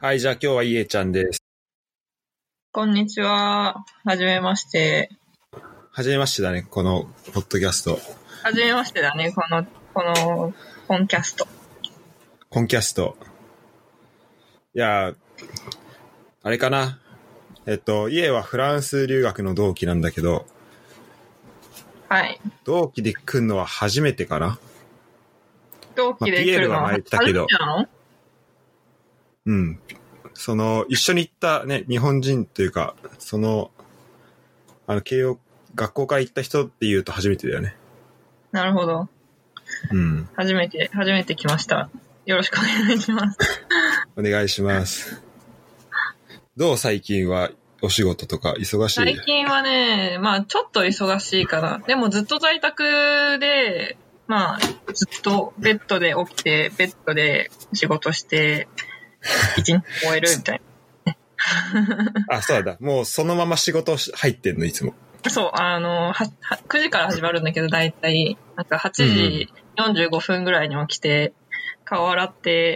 はい、じゃあ今日はイエちゃんです。 こんにちは。はじめまして。 はじめましてだね、このポッドキャスト。 はじめましてだね、このコンキャスト。 コンキャスト。いや、あれかな。イエはフランス留学の同期なんだけど、 はい。 同期で来るのは初めてかな。 同期で来るのは初めてなの？ うん。一緒に行ったね、日本人というか、慶応、学校から行った人って言うと初めてだよね。 なるほど。 うん。 初めて来ました。よろしくお願いします。 お願いします。どう最近はお仕事とか忙しい？ 最近はね、まあちょっと忙しいかな。でもずっと在宅で、まあずっとベッドで起きて、ベッドで仕事して、一日終えるみたいな。 あ、そうだ。もうそのまま仕事入ってんの、いつも。 そう、9時から始まるんだけど、だいたい、なんか8時45分ぐらいに起きて、顔洗って、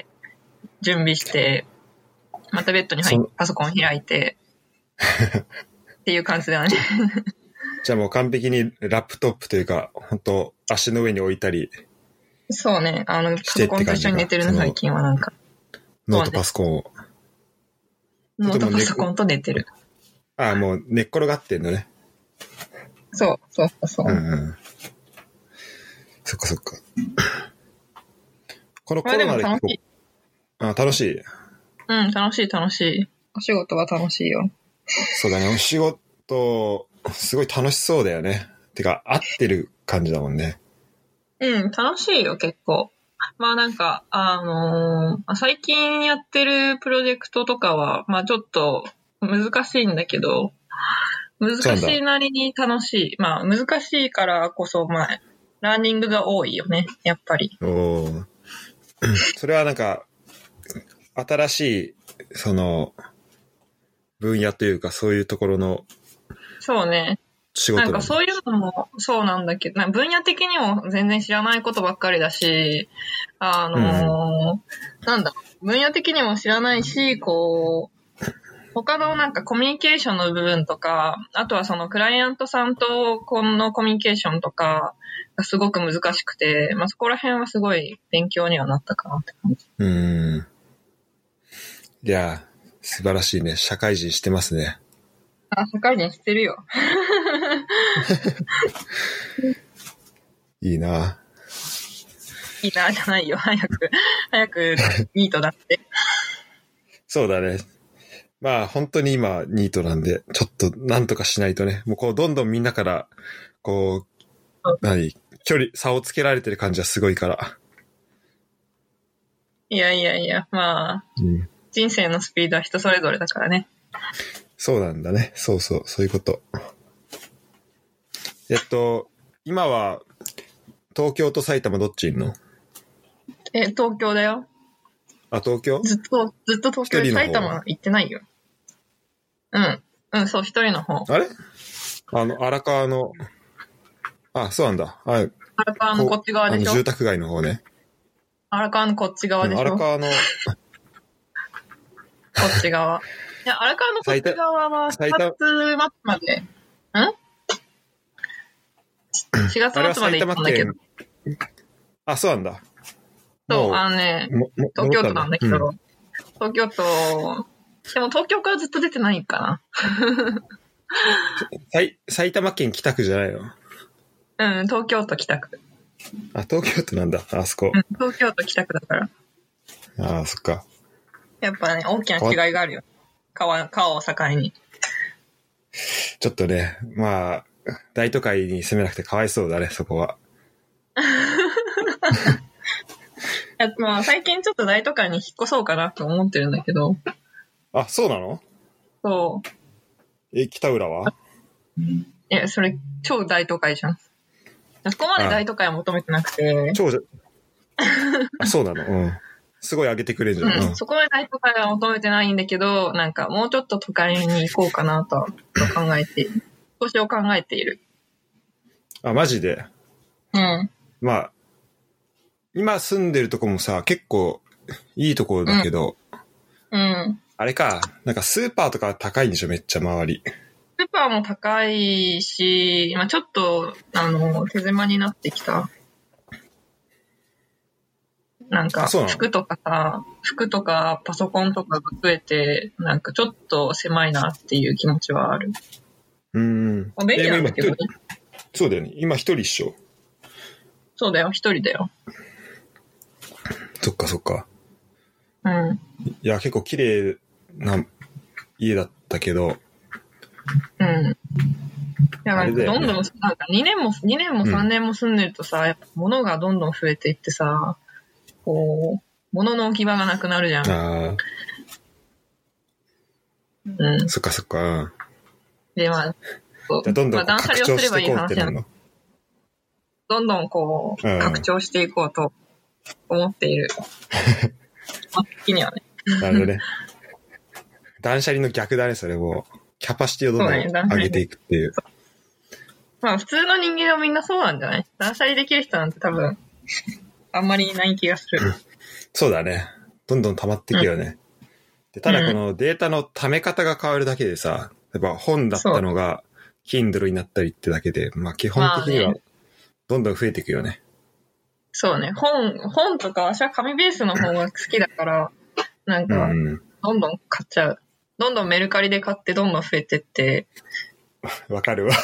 準備して、またベッドに入ってパソコン開いて、っていう感じだね。 じゃあもう完璧にラップトップというか、本当足の上に置いたり。 そうね、パソコンと一緒に寝てるの、最近はなんか。 ノートパソコンを。 ノートパソコンと寝てる。 ああ、もう寝っ転がってんのね。 そう。 うんうん。そっか。このコロナで楽しい。 楽しい。 うん、楽しい。お仕事は楽しいよ。 そうだね、お仕事、すごい楽しそうだよね。てか、合ってる感じだもんね。 うん、楽しいよ、結構。まあなんか、最近やってるプロジェクトとかは、まあちょっと難しいんだけど、難しいなりに楽しい。まあ難しいからこそ、まあ、ラーニングが多いよね、やっぱり。 それはなんか、新しい、分野というか、そういうところの、 そうね。 仕事なんかそういうのもそうなんだけど、分野的にも全然知らないことばっかりだし、なんだ、分野的にも知らないし、こう、他のなんかコミュニケーションの部分とか、あとはそのクライアントさんとこのコミュニケーションとかがすごく難しくて、まあそこら辺はすごい勉強にはなったかなって感じ。 いや、素晴らしいね。社会人してますね。 あ、社会人してるよ。 いいな。 いいなじゃないよ。早くニートだって。 そうだね。まあ本当に今ニートなんで、ちょっとなんとかしないとね。もうこうどんどんみんなから、こう、差をつけられてる感じはすごいから。 いや、まあ、人生のスピードは人それぞれだからね。 そうなんだね。そういうこと。今は、東京と埼玉どっちいんの？ 東京だよ。 あ、東京？ ずっと東京で埼玉行ってないよ。そう、一人の方。 あれ？荒川の、そうなんだ。 荒川のこっち側でしょ？ 住宅街の方ね。 荒川のこっち側でしょ？ 荒川の、こっち側。いや、荒川のこっち側は4月末まで。4月末まで行ったんだけど。 そうなんだ。 そう、東京都なんだけど、東京都、でも東京からずっと出てないかな。 埼玉県北区じゃないの？ 東京都北区。 東京都なんだ、あそこ。 東京都北区だから。 そっか。 やっぱね、大きな違いがあるよ。川を境に。 ちょっとね、まあ、大都会に住めなくてかわいそうだね、そこは。 まあ、最近ちょっと大都会に引っ越そうかなと思ってるんだけど。 そうなの？ そう。 北浦は？ それ、超大都会じゃん。そこまで大都会を求めてなくて。 そうなの？すごい上げてくれるじゃん。 そこまで大都会は求めてないんだけど、なんかもうちょっと都会に行こうかなと考えて、少しを考えている。 マジで？まあ、今住んでるとこもさ、結構いいところだけど、 うん。 あれか、なんかスーパーとか高いんでしょ、めっちゃ周り。 スーパーも高いし、まあちょっと、手狭になってきた。なんか、 そうなの？ 服とかパソコンとかが増えて、なんかちょっと狭いなっていう気持ちはある。 便利なんだけどね。 そうだよね。今一人っしょ。 そうだよ、一人だよ。 そっかそっか。 うん。 いや、結構綺麗な家だったけど。 うん。いや、なんかどんどん、なんか2年も3年も住んでるとさ、やっぱ物がどんどん増えていってさ、こう、物の置き場がなくなるじゃん。 ああ。 うん。 そっかそっか。 で、まあ、 じゃどんどん断捨離をすればいい話なの。 どんどんこう、拡張していこうと思っている。的にはね。 なるほどね。断捨離の逆だね、それも。キャパシティをどんどん上げていくっていう。 まあ普通の人間はみんなそうなんじゃない？断捨離できる人なんて多分、あんまりいない気がする。 そうだね。どんどん溜まっていくよね。でただこのデータの溜め方が変わるだけでさ、やっぱ本だったのが Kindle になったりってだけで、まあ基本的にはどんどん増えていくよね。 そうね。本とか、私は紙ベースの本が好きだから、なんか、どんどん買っちゃう。どんどんメルカリで買ってどんどん増えてって。 わかるわ。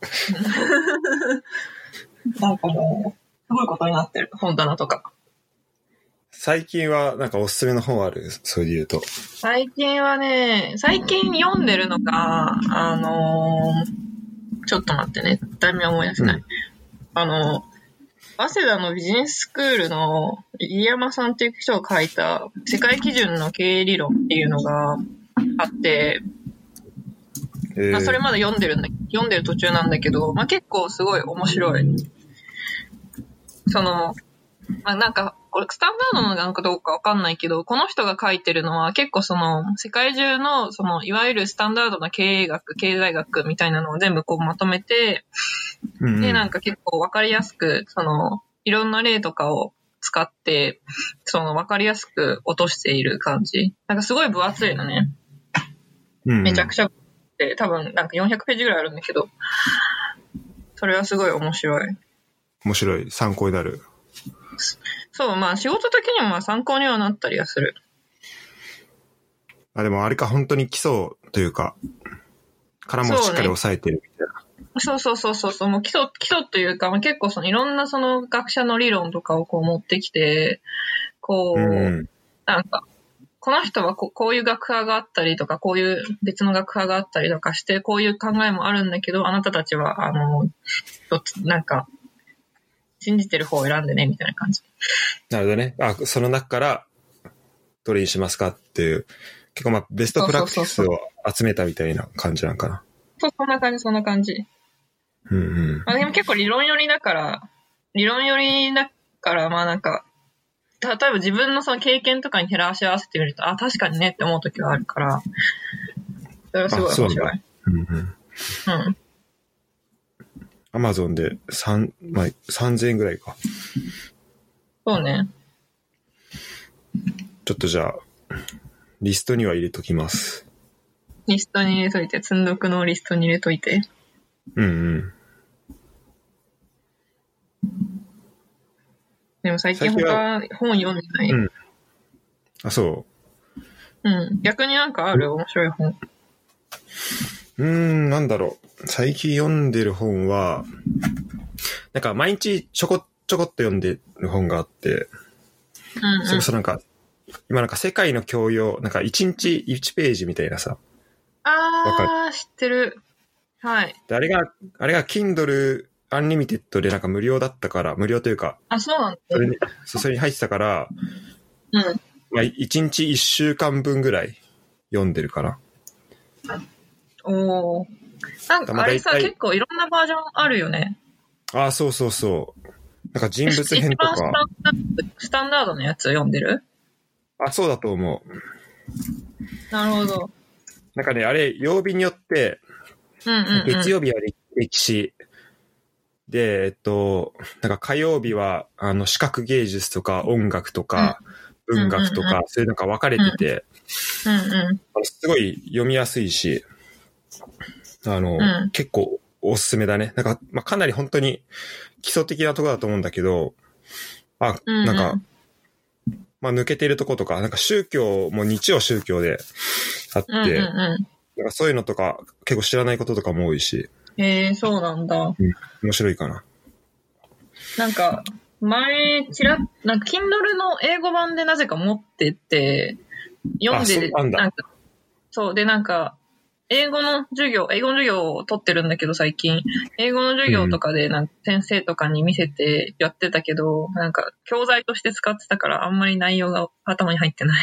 なんかもう、すごいことになってる。本棚とか。 最近はなんかおすすめの本ある？それで言うと。 最近読んでるのが、ちょっと待ってね。題名思い出せない。早稲田のビジネススクールの入山さんっていう人が書いた世界基準の経営理論っていうのがあって、まあ、それまだ読んでる途中なんだけど、まあ、結構すごい面白い。まあ、なんか、これスタンダードなのかどうかわかんないけど、この人が書いてるのは結構世界中のいわゆるスタンダードな経営学、経済学みたいなのを全部こうまとめて、で、なんか結構わかりやすく、いろんな例とかを使って、わかりやすく落としている感じ。なんかすごい分厚いのね。めちゃくちゃ、多分なんか400ページぐらいあるんだけど、それはすごい面白い。 面白い。参考になる。 そう、まあ仕事的にもまあ参考にはなったりはする。 でもあれか、本当に基礎というか、からもしっかり抑えてるみたいな。 そう、もう基礎というか、まあ、結構いろんな学者の理論とかをこう持ってきて、こう、なんか、この人はこういう学派があったりとか、こういう別の学派があったりとかして、こういう考えもあるんだけど、あなたたちは、なんか、信じてる方を選んでね、みたいな感じ。 なるほどね。その中から、どれにしますかっていう、結構まあ、ベストプラクティスを集めたみたいな感じなんかな。 そう、そんな感じ。まあでも結構理論寄りだから、まあなんか、例えば自分の経験とかに照らし合わせてみると、確かにねって思うときはあるから、それはすごい面白い。 アマゾンで3000円ぐらいか。 そうね。 ちょっとじゃあ、リストには入れときます。 リストに入れといて、積んどくのリストに入れといて。でも最近他本読んでない。 そう。 逆になんかある面白い本。 なんだろう。最近読んでる本は、なんか毎日ちょこっと読んでる本があって、それこそなんか、今なんか世界の教養、なんか1日1ページみたいなさ。 知ってる。はい。 で、あれが Kindle Unlimited でなんか無料だったから、無料というか。 そうなんだ。 それに入ってたから、まあ、1日1週間分ぐらい読んでるかな。 なんかあれさ、結構いろんなバージョンあるよね。 そう。なんか人物編とか。 一番スタンダードのやつ読んでる？ そうだと思う。 なるほど。 なんかね、あれ、曜日によって、月曜日は歴史。で、なんか火曜日は、視覚芸術とか音楽とか、 文学とか、そういうなんか分かれてて、すごい読みやすいし、結構おすすめだね。なんか、まあ、かなり本当に基礎的なところだと思うんだけど、なんか、まあ、抜けてるとことか、なんか宗教も日曜宗教であって、なんかそういうのとか結構知らないこととかも多いし。 そうなんだ。 面白いかな。 なんか、前、なんか Kindle の英語版でなぜか持ってて、読んでる。そう、でなんか、英語の授業を取ってるんだけど最近。英語の授業とかでなんか先生とかに見せてやってたけど、なんか教材として使ってたからあんまり内容が頭に入ってない。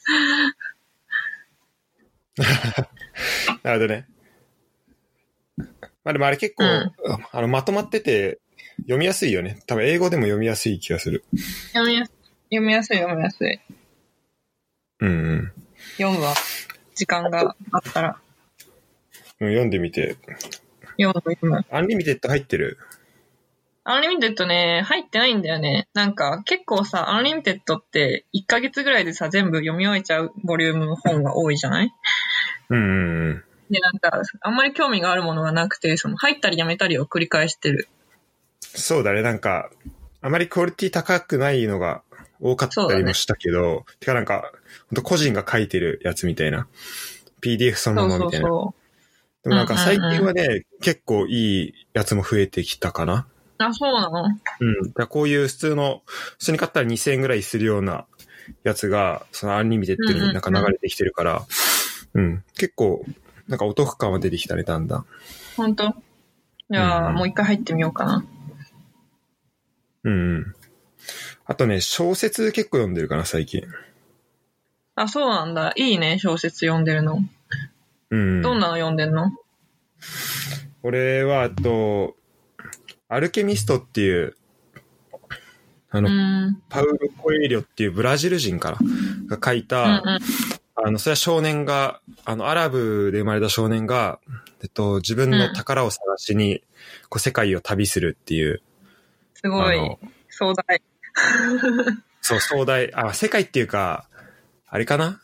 なるほどね。まあでもあれ結構、まとまってて読みやすいよね。多分英語でも読みやすい気がする。 読みやすい。読むわ。時間があったら。 読んでみて。 読む。 アンリミテッド入ってる？ アンリミテッドね、入ってないんだよね。なんか結構さ、アンリミテッドって1ヶ月ぐらいでさ、全部読み終えちゃうボリュームの本が多いじゃない？で、なんか、あんまり興味があるものがなくて、その入ったりやめたりを繰り返してる。 そうだね、なんか、あまりクオリティ高くないのが多かったりもしたけど、てかなんか、ほんと個人が書いてるやつみたいな。PDF そのままみたいな。でもなんか最近はね、結構いいやつも増えてきたかな。 あ、そうなの？ だこういう普通に買ったら2000円ぐらいするようなやつが、そのアンリミテッドになんか流れてきてるから、結構、なんかお得感は出てきたね、だんだん。 ほんと？じゃあ、もう一回入ってみようかな。 あとね、小説結構読んでるかな、最近。 あ、そうなんだ。いいね、小説読んでるの。どんなの読んでんの？ 俺は、アルケミストっていう、パウロ・コエリョっていうブラジル人かなが書いた、それは少年が、アラブで生まれた少年が、自分の宝を探しに、世界を旅するっていう。 すごい、壮大。 そう、壮大。世界っていうか、あれかな？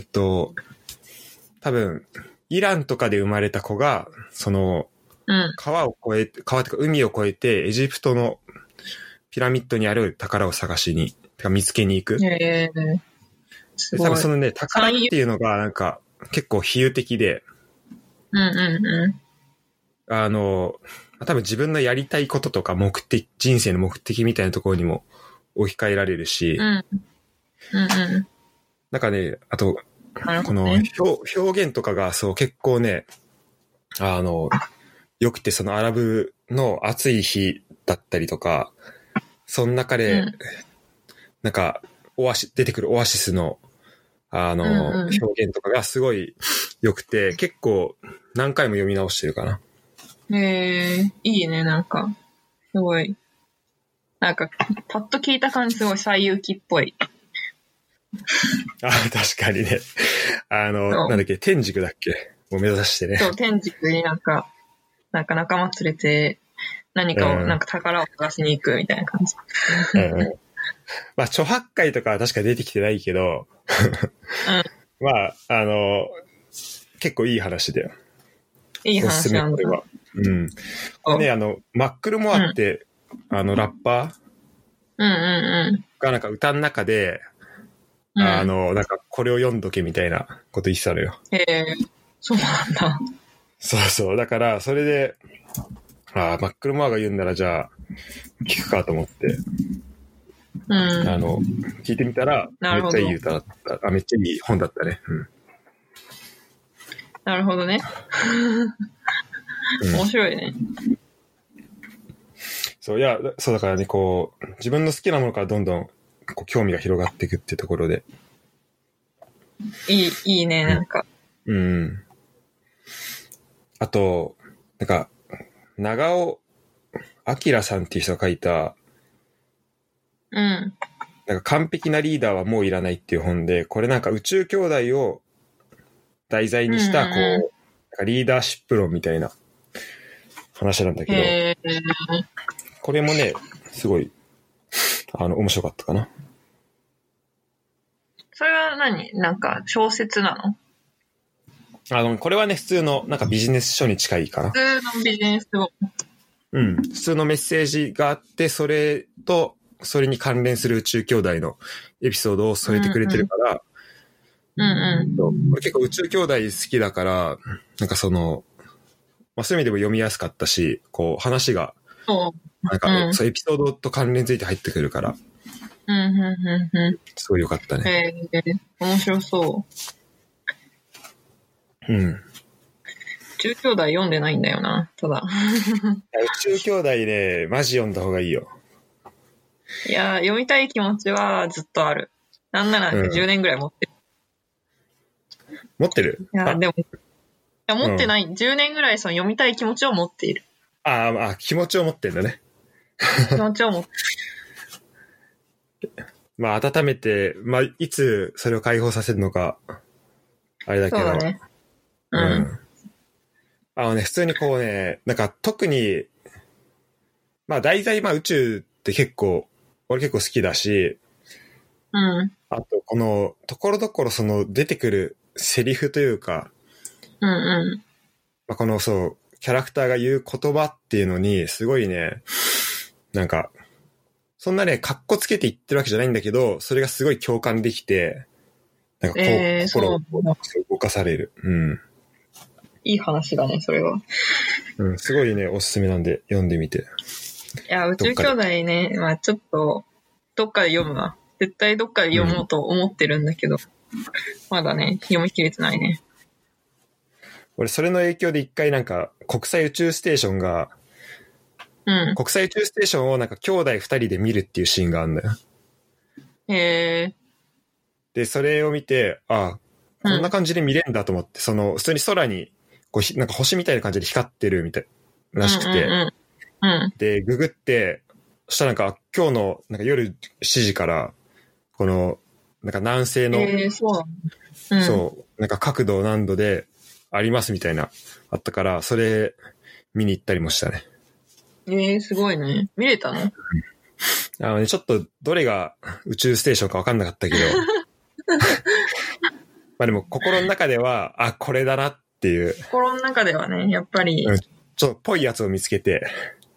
多分、イランとかで生まれた子が、川っていうか海を越えて、エジプトのピラミッドにある宝を探しに、見つけに行く。多分そのね、宝っていうのがなんか結構比喩的で、多分自分のやりたいこととか人生の目的みたいなところにも置き換えられるし、なんかね、あと、この表現とかがそう結構ね、よくてそのアラブの暑い日だったりとか、その中で、なんか、出てくるオアシスの、表現とかがすごい良くて、結構何回も読み直してるかな。 いいね、なんか、すごい。なんか、パッと聞いた感じすごい西遊記っぽい。 確かにね。なんだっけ、天竺だっけを目指してね。 そう、天竺になんか仲間連れて、何かを、なんか宝を探しに行くみたいな感じ。 まあ、著白海とかは確か出てきてないけど、まあ、結構いい話だよ。 いい話なんだ。 これは。マックルモアって、ラッパーがなんか歌の中で、なんかこれを読んどけみたいなこと言ってたのよ。 そうなんだ。 そうそう。だから、それで、マックルモアが言うんならじゃあ、聞くかと思って、聞いてみたら、めっちゃいい歌だった。めっちゃいい本だったね。 なるほどね。面白いね。 そうだからね、自分の好きなものからどんどん興味が広がっていくってところで。 いいね、なんか。 あと、なんか、長尾明さんっていう人が書いた、なんか完璧なリーダーはもういらないっていう本で、これなんか宇宙兄弟を題材にした、なんかリーダーシップ論みたいな話なんだけど、これもね、すごい、面白かったかな。 それはなんか小説なの？ これはね、普通のなんかビジネス書に近いかな。 普通のビジネスを。 うん。普通のメッセージがあって、それに関連する宇宙兄弟のエピソードを添えてくれてるから、俺結構宇宙兄弟好きだから、なんかそういう意味でも読みやすかったし、こう話が、なんか、そうエピソードと関連づいて入ってくるから、すごい良かったね。 面白そう。宇宙兄弟読んでないんだよな、ただ。 宇宙兄弟ね、マジ読んだ方がいいよ。 いや、読みたい気持ちはずっとある。なんなら10年ぐらい持ってる。 持ってる？ いや、でも、持ってない。10年ぐらいその読みたい気持ちを持っている。 気持ちを持ってんだね。 気持ちを持ってまあ、温めて、まあ、いつそれを解放させるのか、あれだけど。 そうだね。 普通にこうね、なんか特に、まあ、題材、宇宙って俺結構好きだし、あと、この、ところどころ出てくるセリフというか、このキャラクターが言う言葉っていうのに、すごいね、なんか、そんなね、格好つけて言ってるわけじゃないんだけど、それがすごい共感できて、なんか心を動かされる。 いい話だね、それは。 すごいね、おすすめなんで読んでみて。 いや、宇宙兄弟ね、まあちょっと、どっかで読むわ。絶対どっかで読もうと思ってるんだけど、まだね、読み切れてないね。 俺、それの影響で一回なんか、国際宇宙ステーションをなんか兄弟二人で見るっていうシーンがあるんだよ。で、それを見て、こんな感じで見れるんだと思って、普通に空に、なんか星みたいな感じで光ってるみたいらしくて、で、ググって、そしたらなんか、今日のなんか夜7時から、この、なんか南西の、なんか角度何度でありますみたいな、あったから、それ見に行ったりもしたね。 すごいね。見れたの？ ちょっとどれが宇宙ステーションか分かんなかったけど、まあでも心の中では、これだなっていう。 心の中ではね、やっぱり。 ちょっとぽいやつを見つけて。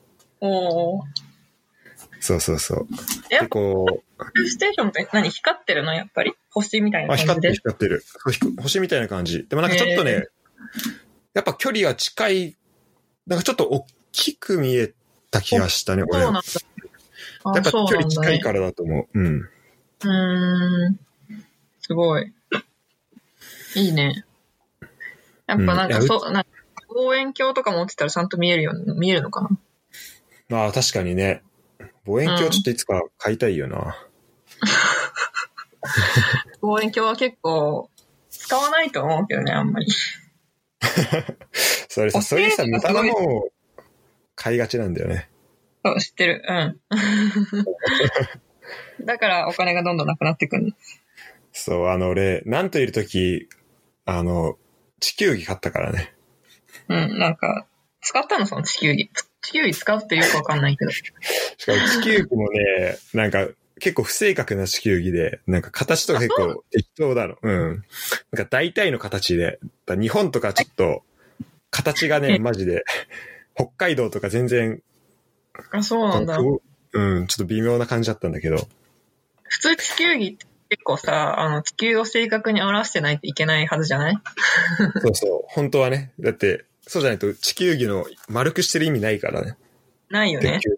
そう。 でこう。宇宙ステーションって光ってるのやっぱり。星みたいな感じで。 光ってる。星みたいな感じ。でもなんかちょっとね、やっぱ距離が近い、なんかちょっと大きく見えた気がしたね、俺。そうなんだ。やっぱ距離近いからだと思う。 すごい。いいね。やっぱなんか望遠鏡とか持ってたらちゃんと見えるのかな？確かにね。望遠鏡ちょっといつか買いたいよな。 望遠鏡は結構使わないと思うけどね、あんまり。 そういうさ、無駄なもんを買いがちなんだよね。 そう、知ってる。だからお金がどんどんなくなってくる。 そう、俺、なんといるとき、地球儀買ったからね。 なんか、使ったのその地球儀。地球儀使うってよくわかんないけど。しかも地球儀もね、なんか結構不正確な地球儀で、なんか形とか結構適当だの。なんか大体の形で、日本とかちょっと、形がね、マジで、北海道とか全然、 そうなんだ。 ちょっと微妙な感じだったんだけど。 普通地球儀って結構さ、地球を正確に表してないといけないはずじゃない？ そう、本当はね。だって、そうじゃないと地球儀の丸くしてる意味ないからね。 ないよね。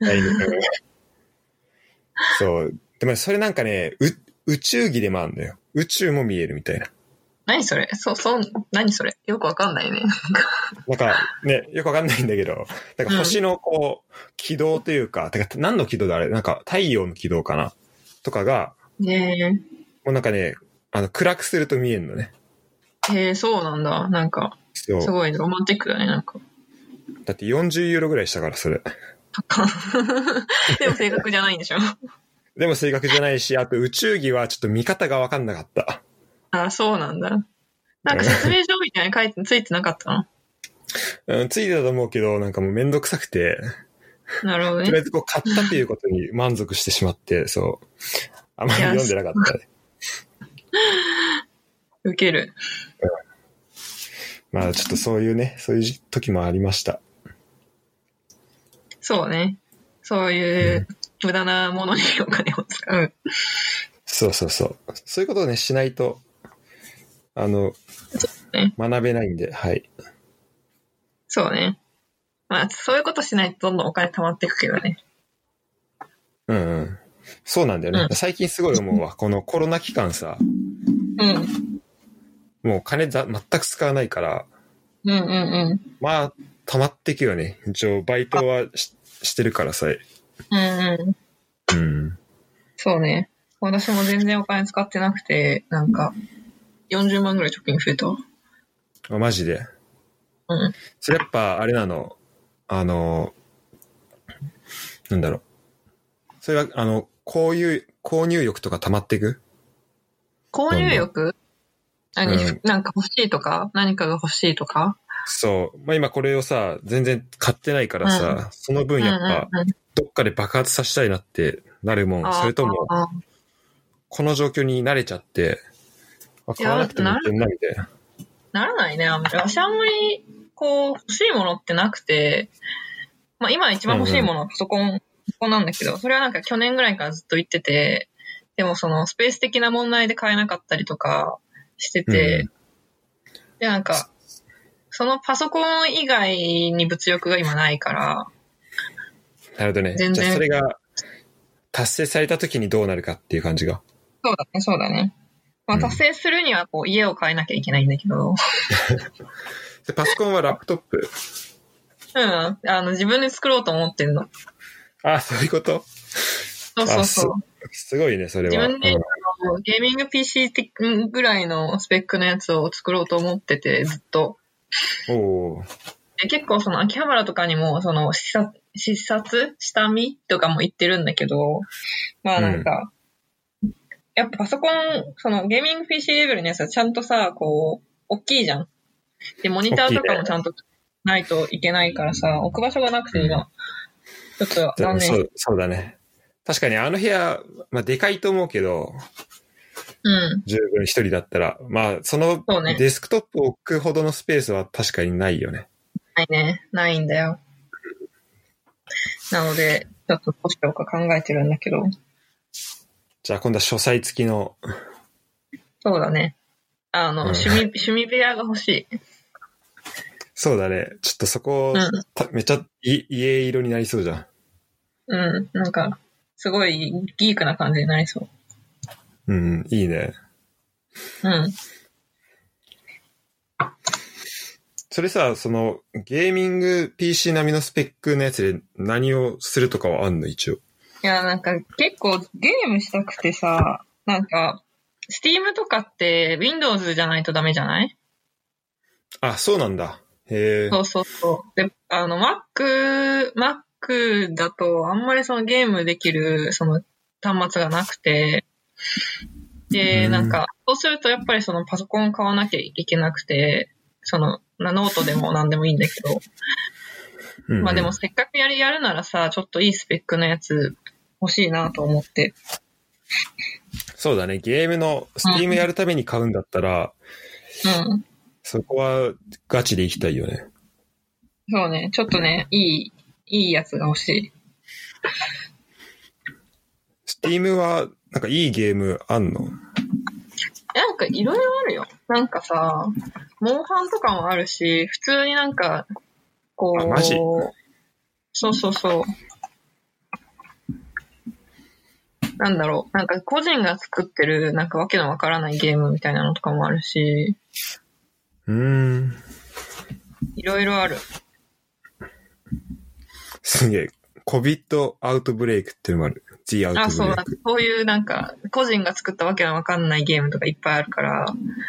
そう。でもそれなんかね、宇宙儀でもあるんだよ。宇宙も見えるみたいな。 何それ？何それ？よくわかんないね。 なんかね、よくわかんないんだけど、なんか星のこう、軌道というか、何の軌道だあれ？なんか太陽の軌道かなとかが、もうなんかね、暗くすると見えるのね。 そうなんだ。なんか、すごいロマンティックだね、なんか。 だって40ユーロぐらいしたから、それ。 でも正確じゃないんでしょ？ でも正確じゃないし、あと宇宙儀はちょっと見方がわかんなかった。 そうなんだ。なんか説明書みたいについてなかったの？ついてたと思うけど、なんかもうめんどくさくて。 なるほどね。 とりあえずこう買ったっていうことに満足してしまって、そう。あまり読んでなかったね。 ウケる。 まあちょっとそういう時もありました。 そうね。そういう無駄なものにお金を使う。 そう。そういうことをね、しないと、 ね、 学べないんで、はい。 そうね。まあ、そういうことしないとどんどんお金貯まっていくけどね。 うん。そうなんだよね。うん、最近すごい思うわ。このコロナ期間さ。 うん。 もう金全く使わないから。まあ、溜まっていくよね。一応、バイトはしてるからさ。 そうね。私も全然お金使ってなくて、なんか、40万ぐらい貯金増えた。 あ、マジで。 うん。 それやっぱ、あれなの。なんだろう。それは、購入欲とか溜まっていく？ 購入欲？なんか欲しいとか何かが欲しいとか？ そう。まあ今これをさ、全然買ってないからさ、その分やっぱ、どっかで爆発させたいなってなるもん。それとも、この状況に慣れちゃって、買わなくてもいけんなみたいな。 ならないね、あんまり。私あんまり、欲しいものってなくて、まあ今一番欲しいものはパソコンなんだけど、それはなんか去年ぐらいからずっと言ってて、でもそのスペース的な問題で買えなかったりとかしてて、でなんか、そのパソコン以外に物欲が今ないから。 なるほどね。じゃあそれが達成された時にどうなるかっていう感じが。 そうだね。まあ達成するには家を変えなきゃいけないんだけど。 パソコンはラップトップ？ 自分で作ろうと思ってんの。 あ、そういうこと？ そう。 すごいね、それは。 自分で、ゲーミング PC ぐらいのスペックのやつを作ろうと思ってて、ずっと。で結構その秋葉原とかにも、その視察下見とかも言ってるんだけど、まあなんか、やっぱパソコン、そのゲーミング PC レベルのやつはちゃんとさ、大きいじゃん。で、モニターとかもちゃんとないといけないからさ、置く場所がなくて今、ちょっと残念。 そうだね。確かにあの部屋、まあでかいと思うけど、十分一人だったら、まあそのデスクトップを置くほどのスペースは確かにないよね。 ないんだよ。なので、ちょっとどうしようか考えてるんだけど。 じゃあ今度は書斎付きの。 そうだね。趣味部屋が欲しい。 そうだね。ちょっとそこ、めっちゃ家色になりそうじゃん。 なんか、すごいギークな感じになりそう。 いいね。それさ、その、ゲーミング PC 並みのスペックのやつで何をするとかはあんの一応。 いや、なんか結構ゲームしたくてさ、なんか、Steam とかって Windows じゃないとダメじゃない？ あ、そうなんだ。へえ。 そう。で、Mac だとあんまりそのゲームできるその端末がなくて、で、なんか、そうするとやっぱりそのパソコン買わなきゃいけなくて、その、ノートでも何でもいいんだけど、まあでもせっかくやるならさ、ちょっといいスペックのやつ欲しいなと思って。 そうだね。ゲームの Steam やるために買うんだったら、そこはガチで行きたいよね。 そうね。ちょっとね、いいやつが欲しい。 Steam は、なんかいいゲームあんの？ なんかいろいろあるよ。なんかさ、モンハンとかもあるし、普通になんか、 マジ？ そう。なんだろう。なんか個人が作ってる、なんかわけのわからないゲームみたいなのとかもあるし。いろいろある。 すげえ。COVID アウトブレイクっていうのもある。The アウトブレイク。 そういうなんか、個人が作ったわけのわかんないゲームとかいっぱいあるから。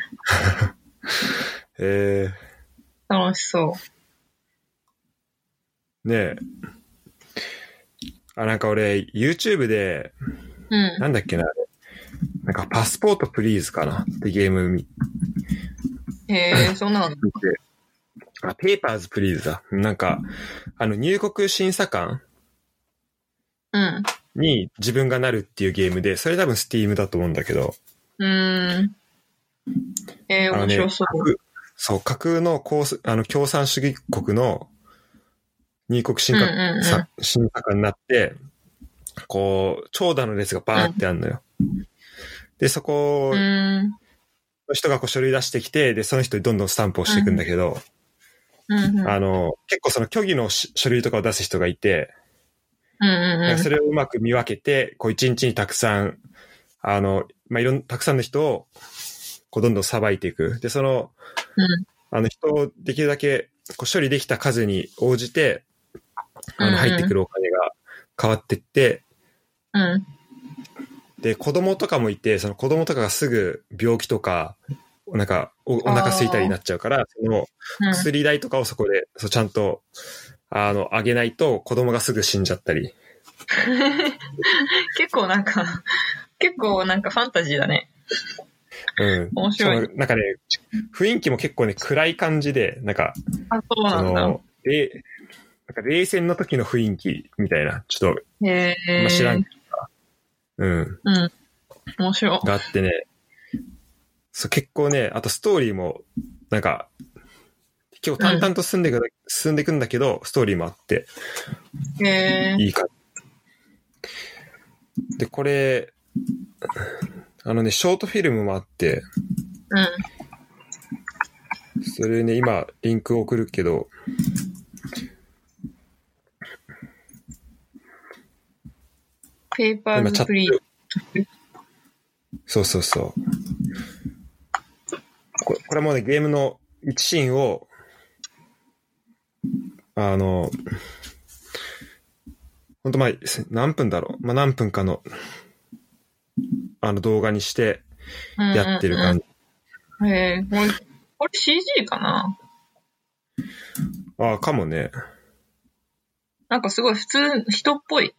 楽しそう。 ねえ。なんか俺、YouTube で、なんだっけな、なんかパスポートプリーズかなってゲームそんなの。 ペーパーズプリーズだ。なんか、入国審査官に自分がなるっていうゲームで、それ多分 Steam だと思うんだけど。 面白そう。 そう、架空の共産主義国の二国新査官になって、こう、長蛇の列がバーってあるのよ。で、そこの人がこう書類出してきて、で、その人にどんどんスタンプをしていくんだけど、結構その虚偽の書類とかを出す人がいて、それをうまく見分けて、こう一日にたくさん、たくさんの人を、こうどんどん裁いていく。で、その、人をできるだけこう処理できた数に応じて、入ってくるお金が変わっていって、で、子供とかもいて、その子供とかがすぐ病気とか、なんかお腹空いたりになっちゃうから、その薬代とかをそこで、ちゃんと、あげないと子供がすぐ死んじゃったり。 結構なんかファンタジーだね。面白い。 なんかね、雰囲気も結構ね、暗い感じで、なんか、 そうなんだ。 なんか冷戦の時の雰囲気みたいな、ちょっと、知らんけどさ。 面白い。 があってね、結構ね、あとストーリーも、なんか、結構淡々と進んでいくんだけど、ストーリーもあって、いいか。で、これ、ショートフィルムもあって、それね、今、リンク送るけど、 ペーパーズプリー。 そうそうそう。これもね、ゲームの1シーンを、ほんと何分だろう。何分かの、動画にしてやってる感じ。 これ CG かな？ かもね。 なんかすごい普通、人っぽい。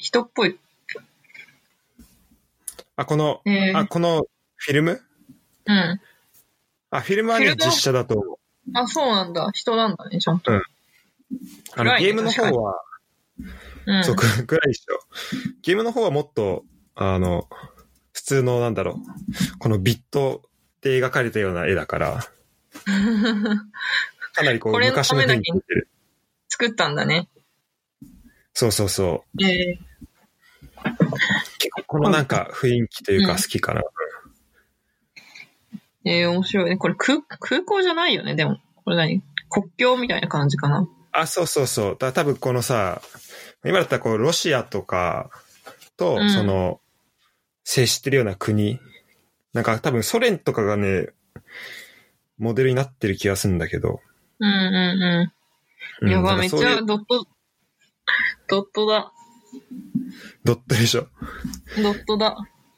このフィルム？フィルムはね、実写だと思う。そうなんだ。人なんだね、ちゃんと。 ゲームの方は、そう、暗いでしょ。ゲームの方はもっと、普通のなんだろう、このビットで描かれたような絵だから、かなりこう、昔の雰囲気出てる。 作ったんだね。 そうそうそう。結構このなんか雰囲気というか好きかな。 面白いね。これ空港じゃないよね、でも。これ何？国境みたいな感じかな。 そうそうそう。多分このさ、今だったらこう、ロシアとかと、接してるような国。なんか多分ソ連とかがね、モデルになってる気がするんだけど。 やば、めっちゃドットだ。 ドットでしょ。 ドットだ。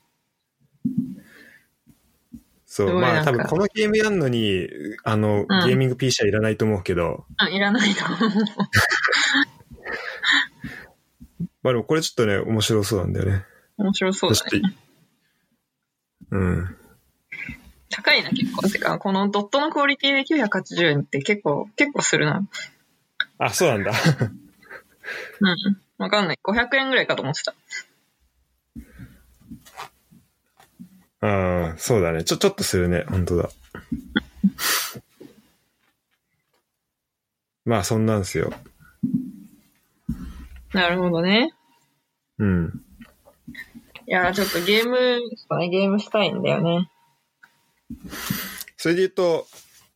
そう、多分このゲームやんのに、ゲーミング PC はいらないと思うけど。 いらないと思う。 でもこれちょっとね、面白そうなんだよね。 面白そうだね。高いな、結構。てか、このドットのクオリティで980円って結構するな。 そうなんだ。 わかんない。500円ぐらいかと思ってた。 そうだね。ちょっとするね。本当だ。そんなんすよ。 なるほどね。いや、ちょっとゲームしたいんだよね。 それで言うと、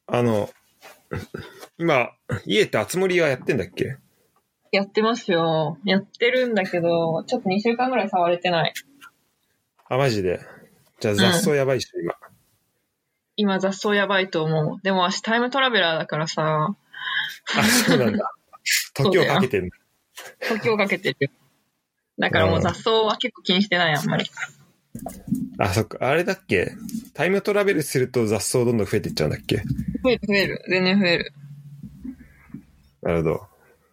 今、家ってあつ森はやってんだっけ？ やってますよ。やってるんだけど、ちょっと2週間ぐらい触れてない。 マジで。じゃあ雑草やばいっしょ、 今雑草やばいと思う。でも私タイムトラベラーだからさ。 そうなんだ。時をかけてる。 時をかけてる。だからもう雑草は結構気にしてない、あんまり。 そっか。あれだっけ？タイムトラベルすると雑草どんどん増えていっちゃうんだっけ？ 増える。全然増える。 なるほど。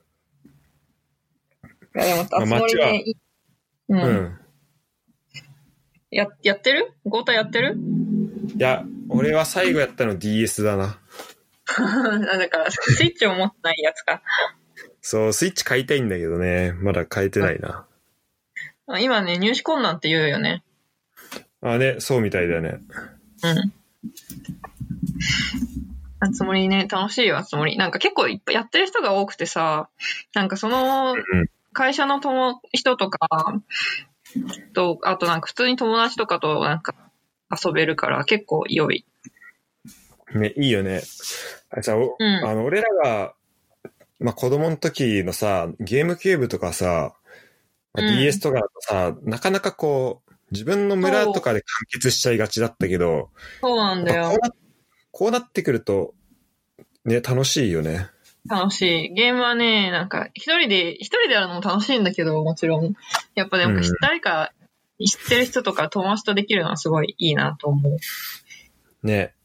いやでも、あつ森で、やってる？ゴータやってる？ いや、俺は最後やったの DS だな。 だから、スイッチを持ってないやつか。 そう、スイッチ買いたいんだけどね。まだ買えてないな。 今ね、入手困難って言うよね。 ね、そうみたいだね。 。あつ森ね、楽しいよ、あつ森。なんか結構いっぱいやってる人が多くてさ、なんかその会社の人とかと、あとなんか普通に友達とかとなんか遊べるから結構良い。 ね、いいよね。じゃあ、俺らが、まあ、子供の時のさ、ゲームキューブとかさ、DS とかだとさ、なかなかこう、自分の村とかで完結しちゃいがちだったけど、 そうなんだよ。 こうなってくると、ね、楽しいよね。 楽しい。ゲームはね、なんか、一人でやるのも楽しいんだけど、もちろん。やっぱでも、誰か知ってる人とか友達とできるのはすごいいいなと思う。 ね。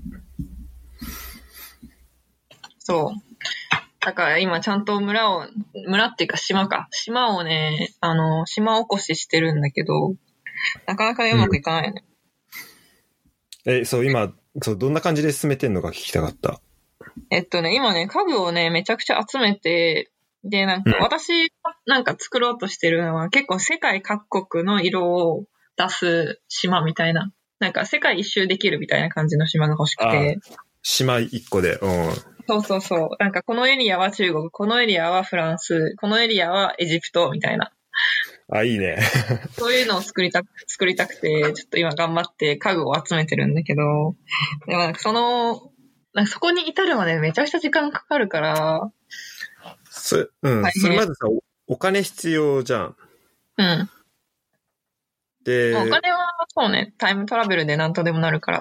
そう。だから今ちゃんと村っていうか島をね、島おこししてるんだけど、なかなかうまくいかないよね。 そう、今、どんな感じで進めてんのか聞きたかった。 今ね、家具をね、めちゃくちゃ集めて、で、なんか私なんか作ろうとしてるのは結構世界各国の色を出す島みたいな。なんか世界一周できるみたいな感じの島が欲しくて。 島一個で。 そう。なんかこのエリアは中国、このエリアはフランス、このエリアはエジプトみたいな。 いいね。 そういうのを作りたくて、ちょっと今頑張って家具を集めてるんだけど、でもなんかそこに至るまでめちゃくちゃ時間かかるから。 それまずさ、お金必要じゃん。 うん。で、お金はそうね、タイムトラベルで何とでもなるから。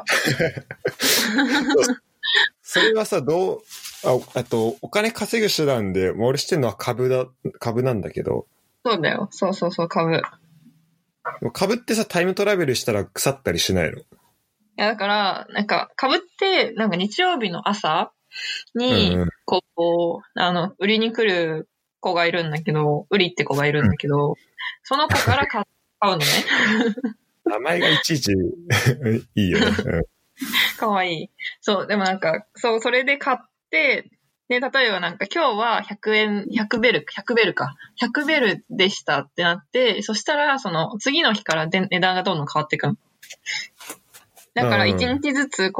それはさ、あと、お金稼ぐ手段で、俺してるのは株なんだけど。 そうだよ。そう、株。 株ってさ、タイムトラベルしたら腐ったりしないの？いや、だから、なんか、株って、なんか日曜日の朝に、売りに来る子がいるんだけど、売りって子がいるんだけど、その子から買うのね。 名前がいちいちいいよね。 かわいい。そう、でもなんか、それで買って、で、例えばなんか今日は100ベルでしたってなって、そしたら、その次の日から値段がどんどん変わっていくの。だから1日ずつ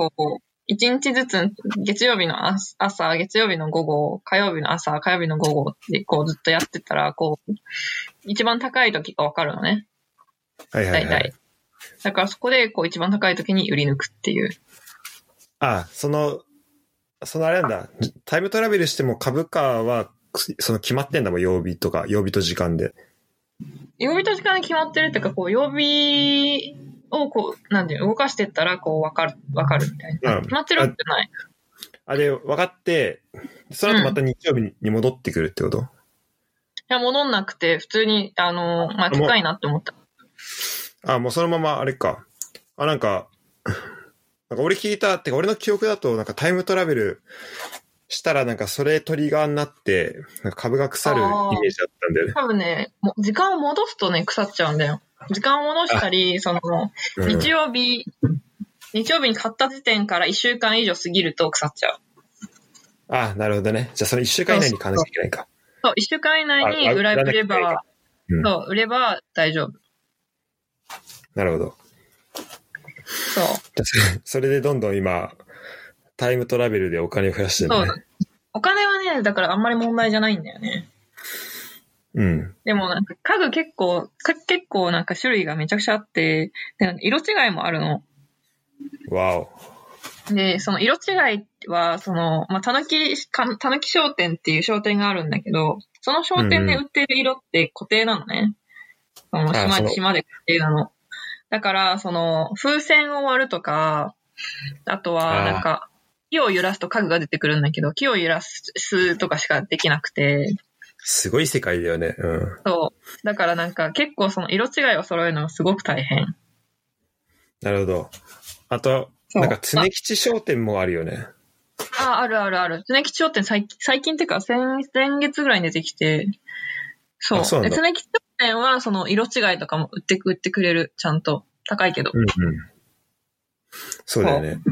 月曜日の朝、月曜日の午後、火曜日の朝、火曜日の午後ってずっとやってたら、一番高い時がわかるのね。 はい。 大体。だからそこで一番高い時に売り抜くっていう。 そのあれなんだ。タイムトラベルしても株価は、決まってんだもん、曜日と時間で。 曜日と時間で決まってるっていうか、曜日をなんていうの、動かしてったら、わかるみたいな。決まってるってない。 で、分かって、その後また日曜日に戻ってくるってこと？いや、戻んなくて、普通に、近いなって思った。 もうそのままあれか。なんか俺聞いたってか、俺の記憶だとなんかタイムトラベルしたらなんかそれトリガーになってなんか株が腐るイメージだったんだよね。 多分ね、時間を戻すとね腐っちゃうんだよ。時間を戻したり、日曜日に買った時点から1週間以上過ぎると腐っちゃう。 なるほどね。じゃあその1週間以内に買わなきゃいけないか。 そう、1週間以内に売れば、売れば大丈夫。 なるほど。 そう。 それでどんどん今、タイムトラベルでお金を増やしてるね。 そう。お金はね、だからあんまり問題じゃないんだよね。でもなんか家具結構なんか種類がめちゃくちゃあって、で色違いもあるの。 わお。 で、その色違いは、たぬき商店っていう商店があるんだけど、その商店で売ってる色って固定なのね。島で固定なの。だから、風船を割るとか、あとは、なんか、木を揺らすと家具が出てくるんだけど、木を揺らすとかしかできなくて。 すごい世界だよね。 そう。だからなんか、結構色違いを揃えるのがすごく大変。 なるほど。あと、なんか、常吉商店もあるよね。 ある。常吉商店最近っていうか、先月ぐらいに出てきて、そう。常吉商店は、色違いとかも売ってくれる。ちゃんと。高いけど。 そうだよね。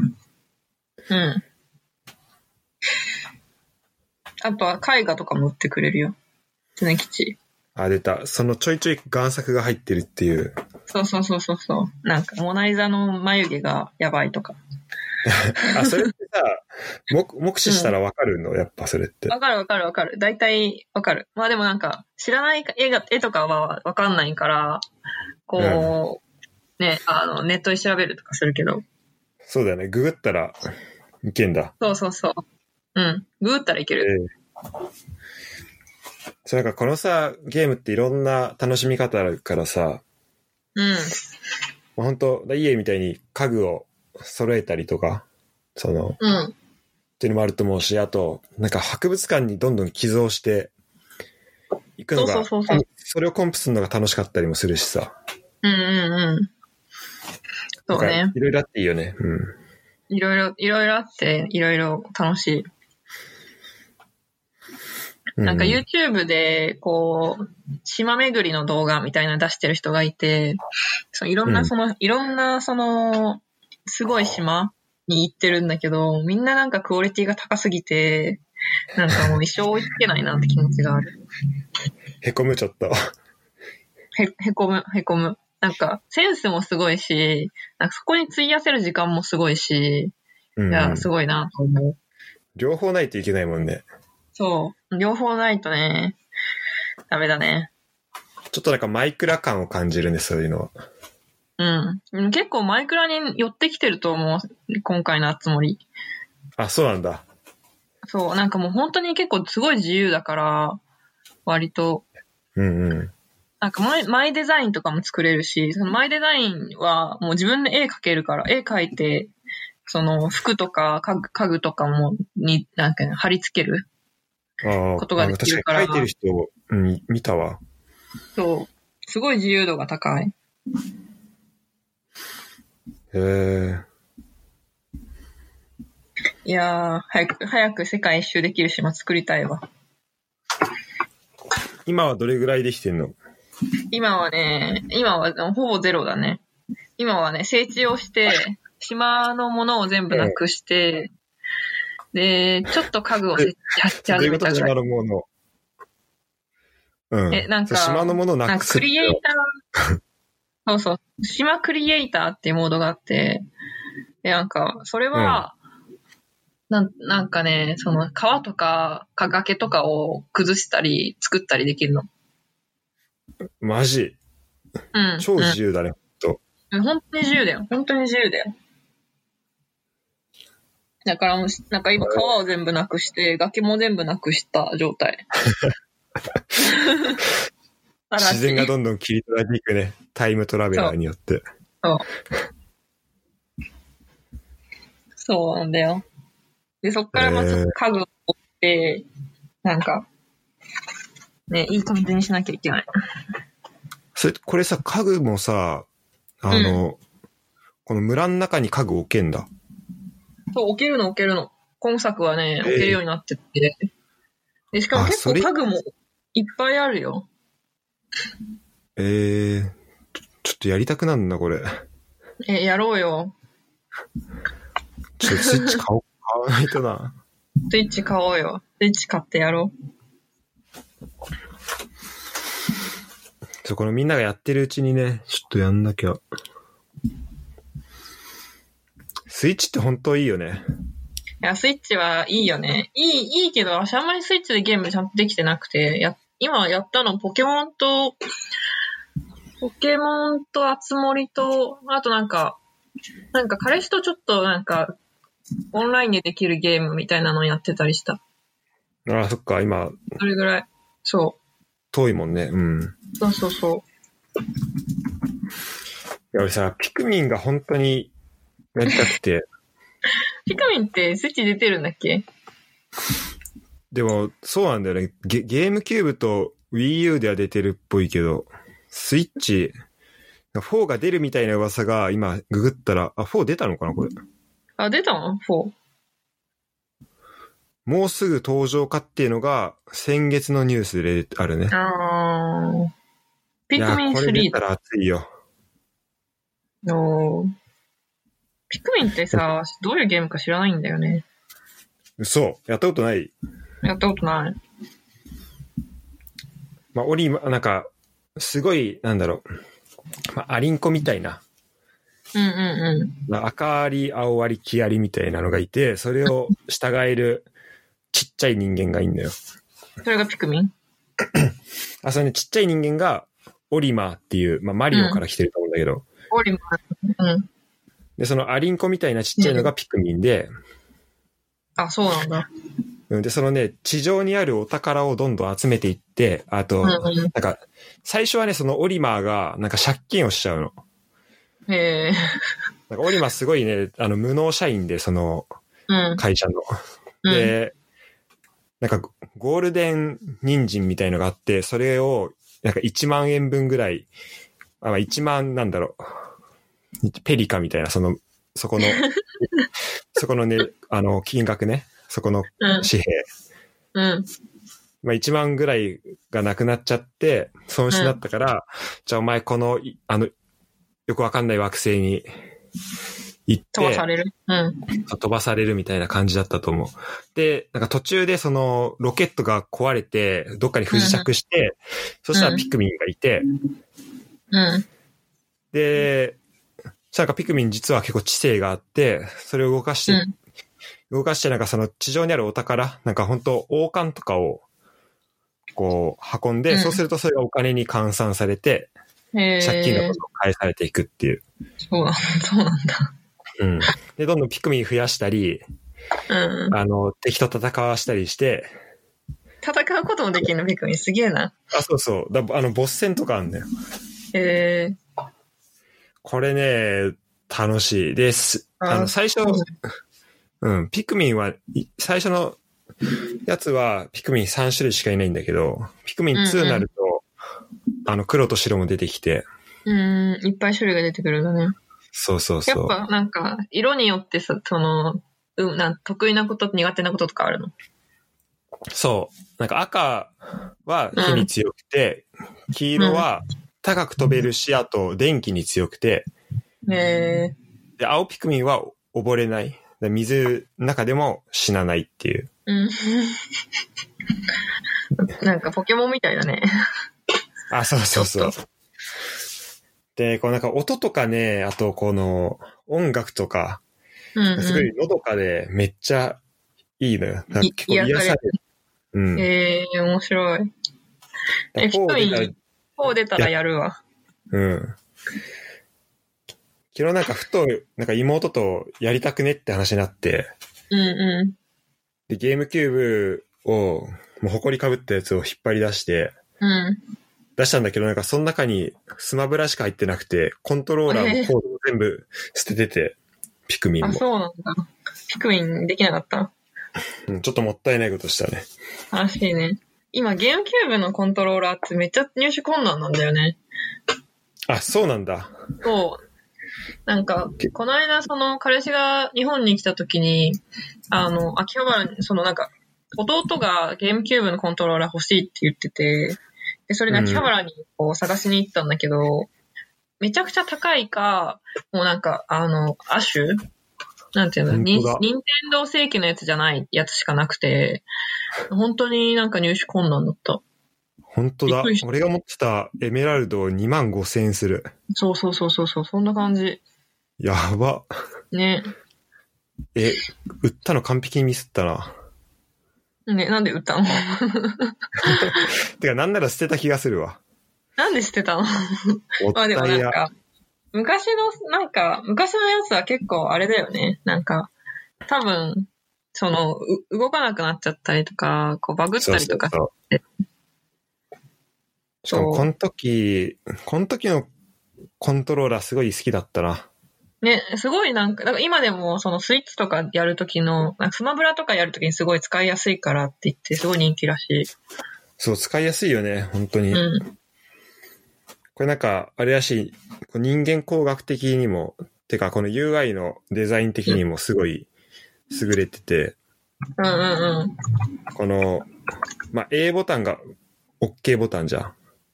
あとは絵画とかも売ってくれるよ。常吉。 出た。ちょいちょい贋作が入ってるっていう。 そうそうそうそうそう。なんか、モナリザの眉毛がやばいとか。 あ、それってさ、目視したらわかるの、やっぱそれって。 わかるわかるわかる。大体わかる。まあでもなんか、知らない絵とかはわかんないから、こう、ね、ネットで調べるとかするけど。 そうだよね。ググったらいけんだ。 そうそうそう。うん。ググったらいける。 そう、なんかこのさ、ゲームっていろんな楽しみ方あるからさ、 うん。 本当家みたいに家具を揃えたりとか、 うん。 っていうのもあると思うし、あと、なんか博物館にどんどん寄贈していくのが、それをコンプするのが楽しかったりもするしさ。 うんうんうん。そうね。 いろいろあっていいよね。うん。 いろいろあって、いろいろ楽しい。なんか YouTube で、こう、島巡りの動画みたいなの出してる人がいて、いろんなすごい島に行ってるんだけど、みんななんかクオリティが高すぎて、なんかもう一生追いつけないなって気持ちがある。 へこむちょっと。 へこむ。なんか、センスもすごいし、なんかそこに費やせる時間もすごいし、いや、すごいなと思う。 両方ないといけないもんね。 そう。両方ないとね、ダメだね。 ちょっとなんかマイクラ感を感じるね、そういうのは。 うん。結構マイクラに寄ってきてると思う。今回のあつ森。 あ、そうなんだ。 そう。なんかもう本当に結構すごい自由だから、割と。なんかマイデザインとかも作れるし、そのマイデザインはもう自分で絵描けるから、絵描いて、その服とか家具とかもなんか貼り付けることができるから。 確かに描いてる人、見たわ。 そう。すごい自由度が高い。いやー、早く世界一周できる島作りたいわ。 今はどれぐらいできてんの？ 今はほぼゼロだね。今はね、整地をして、島のものを全部なくして、で、ちょっと家具を設置し始めたぐらい。 どういうこと？島のもの。 なんか、 島のものをなくす。 クリエイター、そうそう、島クリエイターっていうモードがあって、で、なんか、それは、なんかね、その川とか崖とかを崩したり作ったりできるの。 マジ？超自由だね、 本当に自由だよ。本当に自由だよ。だから、なんか今川を全部なくして、崖も全部なくした状態。 自然がどんどん切り取られていくね。タイムトラベラーによって。 そうなんだよ。で、そっからまた家具を持って、なんか、ね、いい感じにしなきゃいけない。 これさ、家具もさ、この村の中に家具置けんだ。 そう、置けるの。今作はね、置けるようになってて。で、しかも結構家具もいっぱいあるよ。 ちょっとやりたくなるんだ、これ。 やろうよ。 スイッチ買わないとな。 スイッチ買おうよ。スイッチ買ってやろう。このみんながやってるうちにね、ちょっとやんなきゃ。スイッチって本当いいよね。 いや、スイッチはいいよね。いいけど、私あんまりスイッチでゲームちゃんとできてなくて、今やったのポケモンとあつ森と、あとなんか彼氏とちょっとなんか、オンラインでできるゲームみたいなのをやってたりした。 ああ、そっか、今。 それぐらい。そう。 遠いもんね、 そう。 いや、俺さ、ピクミンが本当にやりたくて。 ピクミンってスイッチ出てるんだっけ？ でも、そうなんだよね。ゲームキューブと Wii U では出てるっぽいけど、スイッチ、4が出るみたいな噂が今ググったら、4出たのかなこれ。 あ、出たの ?4。 もうすぐ登場かっていうのが先月のニュースであるね。 ピクミン3。 これ出たら熱いよ。 ピクミンってさ、どういうゲームか知らないんだよね。 嘘？やったことない？ やったことない。 まあ、なんか、すごい、なんだろう。 まあ、アリンコみたいな、 うんうんうん。 赤アリ、青アリ、黄アリみたいなのがいて、それを従えるちっちゃい人間がいんだよ。 それがピクミン？ あ、そのね、ちっちゃい人間がオリマーっていう、まあ、マリオから来てると思うんだけど、 オリマー。うん。 で、そのアリンコみたいなちっちゃいのがピクミンで、 あ、そうなんだ。 で、そのね、地上にあるお宝をどんどん集めていって、あと、なんか、最初はね、そのオリマーが、なんか借金をしちゃうの。 へえ。 なんかオリマーすごいね、無能社員で、その、会社の。で、なんか、ゴールデン人参みたいのがあって、それを、なんか1万円分ぐらい、まあ1万なんだろう、ペリカみたいな、そこの、そこのね、金額ね、そこの紙幣。まあ1万ぐらいがなくなっちゃって、損失だったから、じゃあお前この、よくわかんない惑星に行って、 飛ばされる。 飛ばされるみたいな感じだったと思う。で、なんか途中でそのロケットが壊れて、どっかに不時着して、そしたらピクミンがいて、で、なんかピクミン実は結構知性があって、それを動かしてなんかその地上にあるお宝、なんか本当王冠とかをこう運んで、そうするとそれがお金に換算されて、借金がどんどん返されていくっていう。 そうなんだ。 で、どんどんピクミン増やしたり、敵と戦わしたりして。 戦うこともできるの、ピクミン。すげえな。 あ、そうそう。ボス戦とかあんだよ。これね、楽しいです。最初、ピクミンは、最初のやつはピクミン3種類しかいないんだけど、ピクミン2になると、黒と白も出てきて。 いっぱい種類が出てくるんだね。 そうそうそう。 やっぱなんか、色によってさ、得意なことと苦手なこととかあるの？ そう。なんか赤は火に強くて、黄色は高く飛べるし、あと電気に強くて、で、青ピクミンは溺れない。水の中でも死なないっていう。 なんかポケモンみたいだね。 あ、そうそうそう。で、こうなんか音とかね、あとこの音楽とか、すごいのどかでめっちゃいいのよ。なんか結構癒される。 面白い。4出たらやるわ。 昨日なんかふと、なんか妹とやりたくねって話になって、で、ゲームキューブを、もう埃かぶったやつを引っ張り出して、出したんだけど、なんかその中にスマブラしか入ってなくて、コントローラーもコードも全部捨ててて、ピクミンも。 あ、そうなんだ。ピクミンできなかった？ ちょっともったいないことしたね。 悲しいね。今、ゲームキューブのコントローラーってめっちゃ入手困難なんだよね。 あ、そうなんだ。 そう。なんか、この間、彼氏が日本に来た時に、秋葉原に、なんか、弟がゲームキューブのコントローラー欲しいって言ってて、で、それで秋葉原にこう探しに行ったんだけど、めちゃくちゃ高いか、もうなんか、アシュなんていうの、任天堂正規のやつじゃないやつしかなくて、本当になんか入手困難だった。 本当だ。俺が持ってたエメラルド25,000円する。 そう、そんな感じ。 やば。 ね。 売ったの完璧にミスったな。 ね、なんで売ったの？ てか、なんなら捨てた気がするわ。 なんで捨てたの？まあでもなんか、昔のやつは結構あれだよね。なんか、多分、動かなくなっちゃったりとか、こうバグったりとか。 しかも、この時のコントローラーすごい好きだったな。 ね、すごいなんか今でもスイッチとかやるときの、スマブラとかやるときにすごい使いやすいからって言ってすごい人気らしい。 そう、使いやすいよね、本当に。これなんか、あれらしい、人間工学的にも、てかこの UI のデザイン的にもすごい優れてて、この、まあ、A ボタンが OK ボタンじゃん。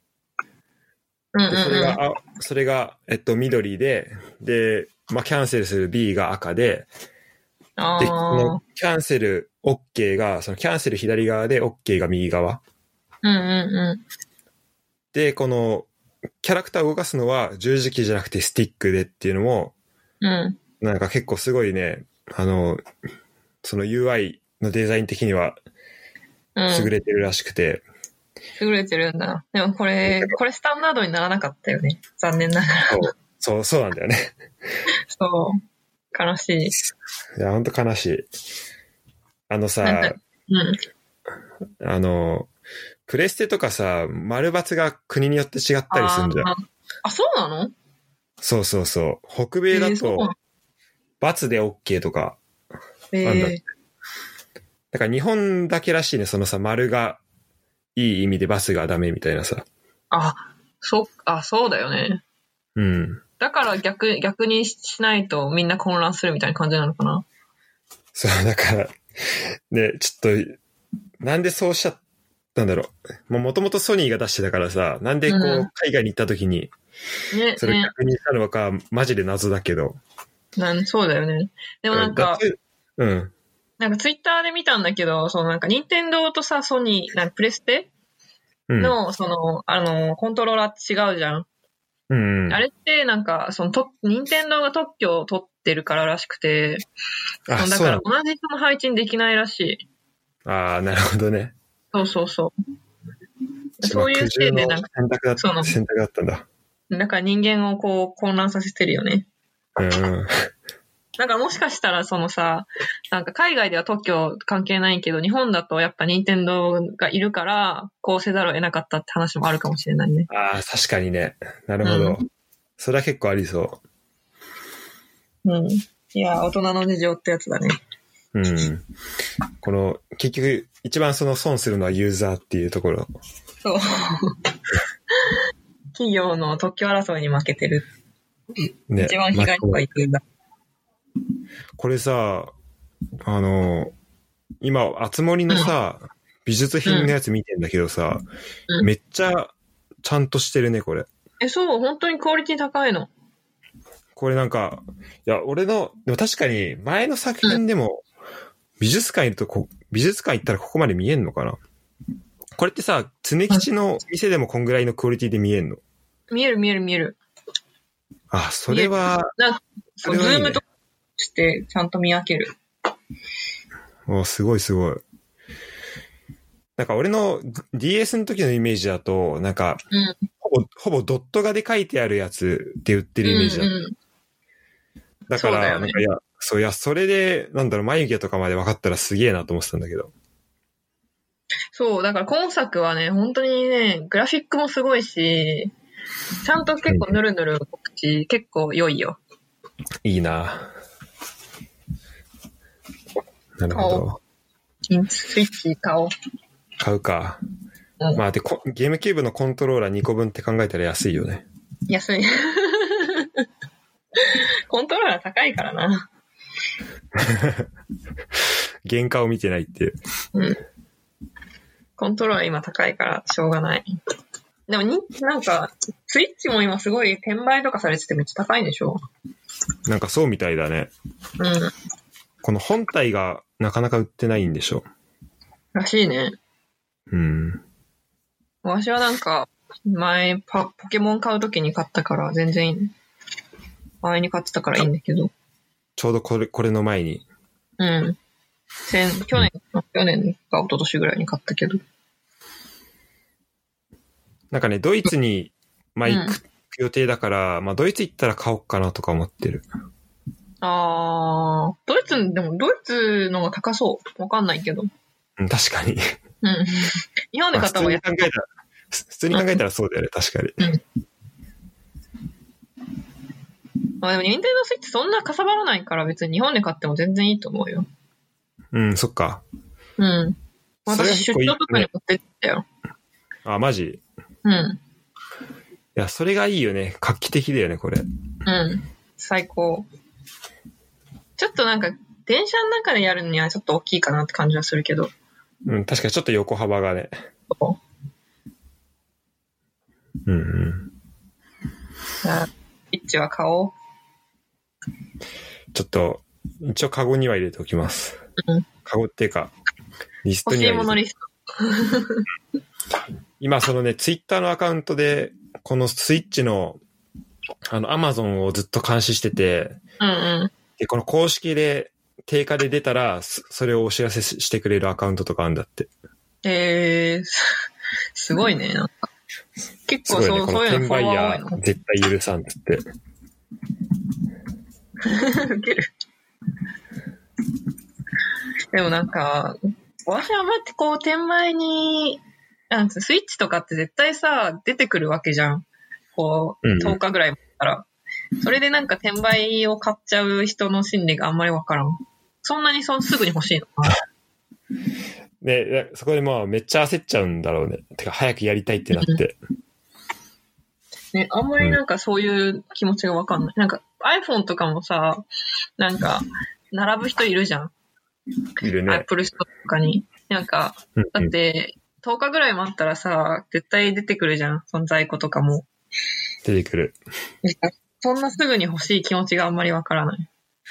それが、緑で、まあ、キャンセルする B が赤で、このキャンセル OK が、キャンセル左側で OK が右側。で、このキャラクターを動かすのは十字キーじゃなくてスティックでっていうのも、 うん。 なんか結構すごいね、その UI のデザイン的には優れてるらしくて。 優れてるんだ。でもこれスタンダードにならなかったよね。残念ながら。 そうなんだよね。 そう。悲しい。 いや、ほんと悲しい。プレステとかさ、丸×が国によって違ったりするんじゃん。 あ、そうなの？ そう。北米だと、×で OK とか。なんだって。だから日本だけらしいね、そのさ、丸がいい意味で×がダメみたいなさ。 そうだよね。 うん。 だから逆にしないとみんな混乱するみたいな感じなのかな。 そう、だから、ね、ちょっと、なんでそうしちゃったんだろう。もともとソニーが出してたからさ、なんでこう、海外に行った時に、それ確認したのか、マジで謎だけど。 そうだよね。でもなんか、なんかツイッターで見たんだけど、そのなんか任天堂とさ、ソニー、プレステの、その、コントローラーって違うじゃん。あれってなんか、任天堂が特許を取ってるかららしくて、だから同じ人の配置にできないらしい。 ああ、なるほどね。 そう。そういう視点でなんか、 選択だったんだ。 だから人間をこう混乱させてるよね。なんかもしかしたらそのさ、なんか海外では特許関係ないけど、日本だとやっぱ任天堂がいるから、こうせざるを得なかったって話もあるかもしれないね。 ああ、確かにね。なるほど。それは結構ありそう。 いや、大人の事情ってやつだね。 この、結局、一番その損するのはユーザーっていうところ。 そう。企業の特許争いに負けてる。ね、一番被害がいくんだ。 これさ、今、あつ森のさ、美術品のやつ見てんだけどさ、めっちゃちゃんとしてるね、これ。 そう、本当にクオリティ高いの。 これなんか、いや、でも確かに前の作品でも、美術館行ったらここまで見えんのかな？これってさ、常吉の店でもこんぐらいのクオリティで見えんの？ 見える。 あ、それは、 ズームとしてちゃんと見分ける。 すごい。なんか俺の DS の時のイメージだと、なんか、ほぼドット画で書いてあるやつで売ってるイメージだった。だから、なんかそれで、眉毛とかまで分かったらすげえなと思ってたんだけど。 そう、だから今作はね、本当にね、グラフィックもすごいし、ちゃんと結構ぬる告知、結構良いよ。 いいな。なるほど。 スイッチ買おう。 買うか。まあで、ゲームキューブのコントローラー2個分って考えたら安いよね。 安い。コントローラー高いからな。 原価を見てないっていう。 コントローラー今高いからしょうがない。でもなんか、スイッチも今すごい転売とかされててめっちゃ高いんでしょ？ なんかそうみたいだね。この本体がなかなか売ってないんでしょ？ らしいね。私はなんか、前ポケモン買うときに買ったから全然いい。前に買ってたからいいんだけど。 ちょうどこれの前に。 去年か一昨年ぐらいに買ったけど。 なんかね、ドイツに、行く予定だから、ドイツ行ったら買おうかなとか思ってる。 ドイツの方が高そう。わかんないけど。 確かに。 日本で買った方が普通に考えたらそうだよね、確かに。 でも、ニンテンドースイッチそんなかさばらないから別に日本で買っても全然いいと思うよ。 そっか。 私、出張とかに持ってったよ。 あ、マジ？いや、それがいいよね。画期的だよね、これ。 最高。ちょっとなんか、電車の中でやるにはちょっと大きいかなって感じはするけど。 確かにちょっと横幅がね。 じゃあ、ピッチは買おう。 ちょっと、一応カゴには入れておきます。カゴっていうか、リストには入れて。 欲しいものリスト。 今そのね、ツイッターのアカウントでこのスイッチの、アマゾンをずっと監視してて、 うんうん。 で、この公式で、定価で出たら、それをお知らせしてくれるアカウントとかあるんだって。 すごいね。なんか結構すごいね、このそういうの転売ヤフォロワー多いー絶対許さんっつって。 の。ウケる。でもなんか、私は待ってこう、転売に、スイッチとかって絶対さ、出てくるわけじゃん。こう、10日ぐらい前から。それでなんか転売を買っちゃう人の心理があんまりわからん。そんなにすぐに欲しいのかな。 ね、そこでまあめっちゃ焦っちゃうんだろうね。てか早くやりたいってなって。 ね、あんまりなんかそういう気持ちがわかんない。なんか iPhone とかもさ、なんか、並ぶ人いるじゃん。 いるね。 Apple Store とかに。なんか、だって、10日ぐらい待ったらさ、絶対出てくるじゃん。その在庫とかも。 出てくる。 そんなすぐに欲しい気持ちがあんまりわからない。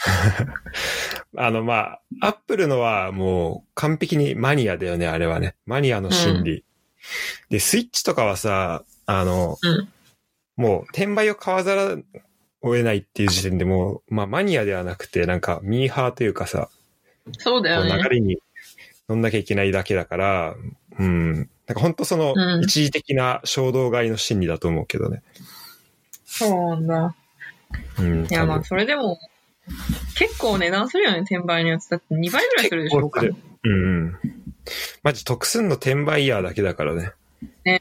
まあ、アップルのはもう完璧にマニアだよね、あれはね。マニアの心理。で、スイッチとかはさ、もう転売を買わざるを得ないっていう時点でもう、まあマニアではなくて、なんかミーハーというかさ、 そうだよね。 流れに乗んなきゃいけないだけだから、なんか本当その一時的な衝動買いの心理だと思うけどね。 そうなんだ。いや、まあ、それでも、結構値段するよね、転売のやつ。だって2倍ぐらいするでしょうか。 マジ得すんの転売ヤーだけだからね。 ね。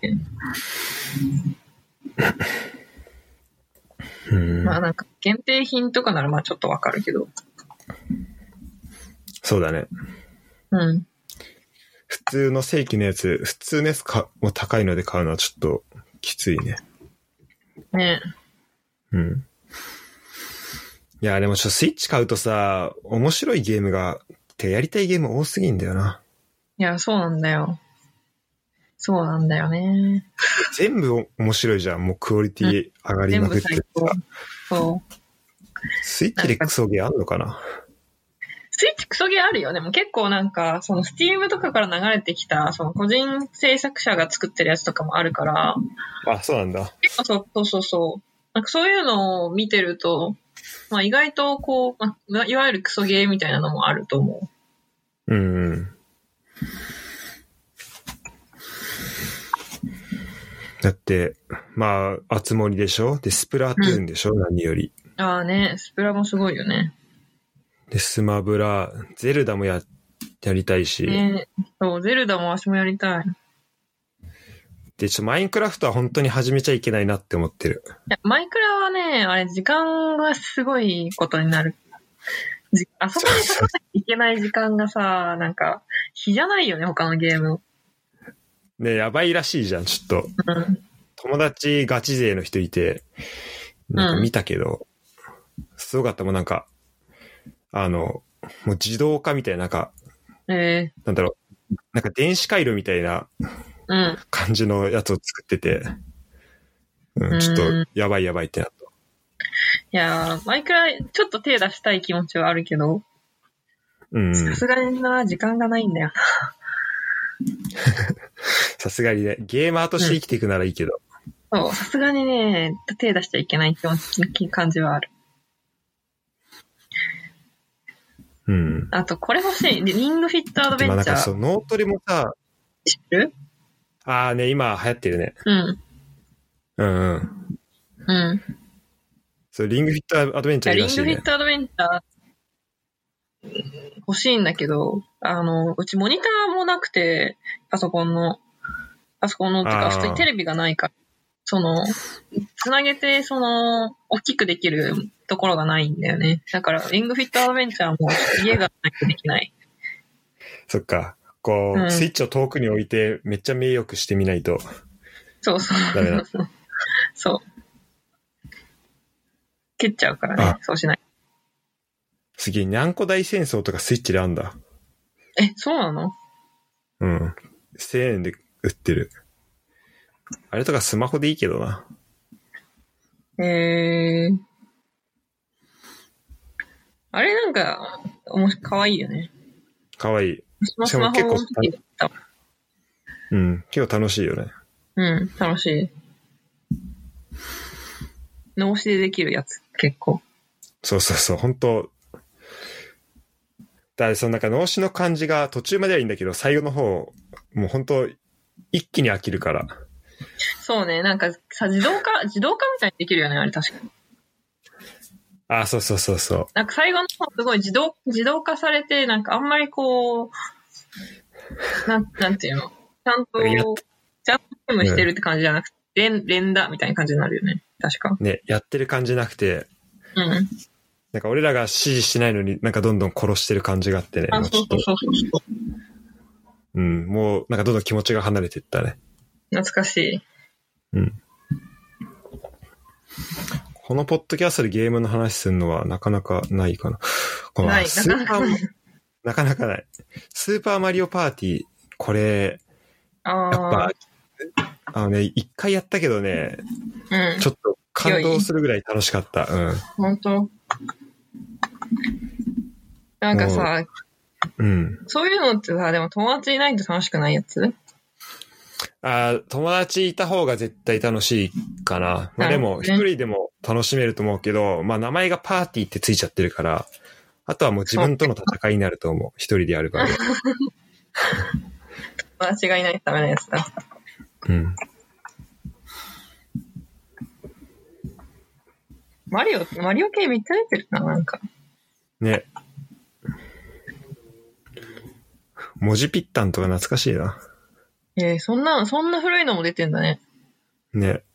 まあなんか、限定品とかならまあちょっとわかるけど。 そうだね。普通の正規のやつ、普通のやつも高いので買うのはちょっときついね。 ね。 いや、でもスイッチ買うとさ、面白いゲームが、やりたいゲーム多すぎんだよな。 いや、そうなんだよ。そうなんだよね。 全部面白いじゃん。もうクオリティ上がりまくってさ。 そう。 スイッチでクソゲーあんのかな？ スイッチクソゲーあるよ。でも結構なんか、そのスティームとかから流れてきた、その個人制作者が作ってるやつとかもあるから。 あ、そうなんだ。 結構そう。なんかそういうのを見てると、まあ意外とこう、いわゆるクソゲーみたいなのもあると思う。だって、まあ、あつ森でしょ？で、スプラトゥーンでしょ？何より。 ああね、スプラもすごいよね。 で、スマブラ、ゼルダもやりたいし。 そう、ゼルダも私もやりたい。 で、マインクラフトは本当に始めちゃいけないなって思ってる。 いや、マイクラはね、あれ、時間がすごいことになる。あそこに立たなきゃいけない時間がさ、なんか、比じゃないよね、他のゲーム。 ね、やばいらしいじゃん、ちょっと。友達ガチ勢の人いて、なんか見たけど、すごかったもん、なんか、もう自動化みたいな、なんか、なんだろう、なんか電子回路みたいな感じのやつを作ってて、ちょっとやばいってなった。 いやー、マイクラちょっと手出したい気持ちはあるけど、さすがにな、時間がないんだよな。 さすがにね、ゲーマーとして生きていくならいいけど。 そう、さすがにね、手出しちゃいけない気持ち、感じはある。あと、これ欲しい。リングフィットアドベンチャー。 なんかそう、脳トレもさ、 知ってる？ ああね、今流行ってるね。そう、リングフィットアドベンチャーいいらしいね。 リングフィットアドベンチャー欲しいんだけど、うちモニターもなくて、パソコンのっていうか、普通にテレビがないから、つなげて、大きくできるところがないんだよね。だから、リングフィットアドベンチャーも家がないとできない。 そっか。こう、スイッチを遠くに置いて、めっちゃ目よくしてみないと。 そう。そう。蹴っちゃうからね、そうしない。 すげえ、にゃんこ大戦争とかスイッチであんだ。 そうなの ？1000円で売ってる。あれとかスマホでいいけどな。 あれなんか、かわいいよね。 かわいい。 スマホ結構結構楽しいよね。 楽しい。 脳死でできるやつ、結構。 そうそうそう、本当だからそのなんか脳死の感じが途中まではいいんだけど、最後の方、もう本当一気に飽きるから。 そうね、なんかさ、自動化みたいにできるよね、あれ確かに。 あ、そうそうそうそう。 なんか最後の方すごい自動化されて、なんかあんまりこう、なんていうの、ちゃんとゲームしてるって感じじゃなくて、連打みたいな感じになるよね、確か。 ね、やってる感じなくて、 うん。 なんか俺らが指示しないのになんかどんどん殺してる感じがあってね。 あ、そうそうそうそう。 うん、もうなんかどんどん気持ちが離れていったね。 懐かしい。 うん。このポッドキャストでゲームの話するのはなかなかないかな。 ない、 なかなかない。スーパーマリオパーティー、これ、やっぱ、一回やったけどね、 うん、 ちょっと感動するぐらい楽しかった。うん。 本当。なんかさ、 うん。 そういうのってさ、でも友達いないと楽しくないやつ？ 友達いた方が絶対楽しいかな。まあでも、一人でも楽しめると思うけど、まあ名前がパーティーってついちゃってるから、あとはもう自分との戦いになると思う。一人でやる場合は。 友達がいないとダメなやつだ。 うん。 マリオ系めっちゃ出てるな、なんか。 ね。文字ピッタンとか懐かしいな。 そんな古いのも出てんだね。 ね。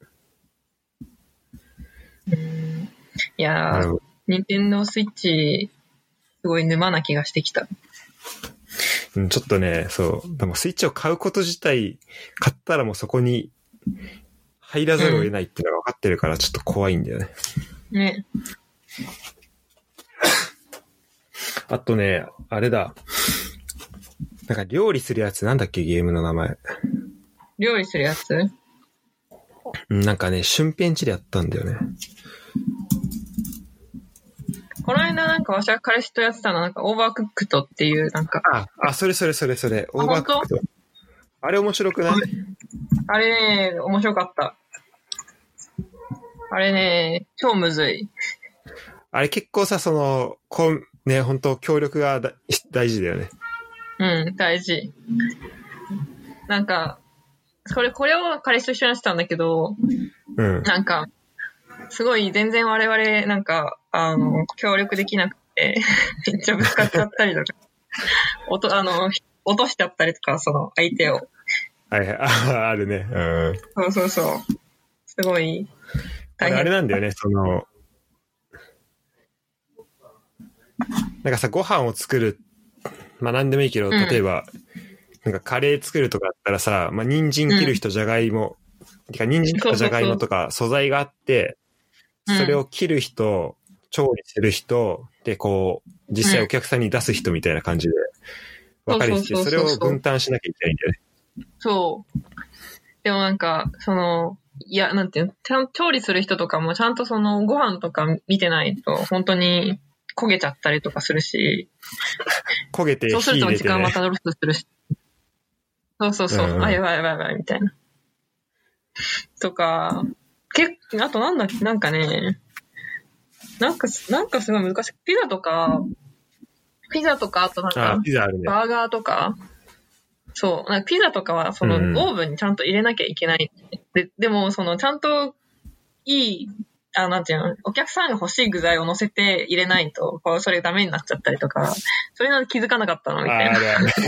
いやー、任天堂スイッチ、すごい沼な気がしてきた。 ちょっとね、そう。でもスイッチを買うこと自体、買ったらもうそこに入らざるを得ないっていうのが分かってるから、ちょっと怖いんだよね。 ね。 あとね、あれだ。なんか料理するやつなんだっけ、ゲームの名前。 料理するやつ？ なんかね、春編地でやったんだよね。 この間なんか私は彼氏とやってたのなんかオーバークックトっていうなんか。 それ。オーバークックト。あれ面白くない？ あれね、面白かった。あれね、超むずい。 あれ結構さ、ね、本当協力が大事だよね。 うん、大事。なんか、これを彼氏と一緒にやってたんだけど、 うん。 なんか、すごい全然我々、なんか、協力できなくて、めっちゃぶつかっちゃったりとか、落としちゃったりとか、その相手を。 はいはい、あるね。うん。 そう。すごい大変。 あれなんだよね、なんかさ、ご飯を作る、まあ何でもいいけど、例えば、なんかカレー作るとかだったらさ、まあ人参切る人、じゃがいも、人参とかじゃがいもとか素材があって、それを切る人、調理する人、で、こう、実際お客さんに出す人みたいな感じで分かれてて、それを分担しなきゃいけないんだよね。 そう。でもなんか、なんていうの、調理する人とかもちゃんとご飯とか見てないと、本当に焦げちゃったりとかするし。 焦げて火入れて、ね。 そうすると時間またロスするし。そう。やばい、みたいな。とか、あとなんかね、なんかすごい難しい。ピザとか、あとなんか、 ピザあるね、 バーガーとか、そう、なんかピザとかは、オーブンにちゃんと入れなきゃいけない。でも、ちゃんと、なんていうの、お客さんが欲しい具材を乗せて入れないと、それダメになっちゃったりとか、それなの気づかなかったのみたいな。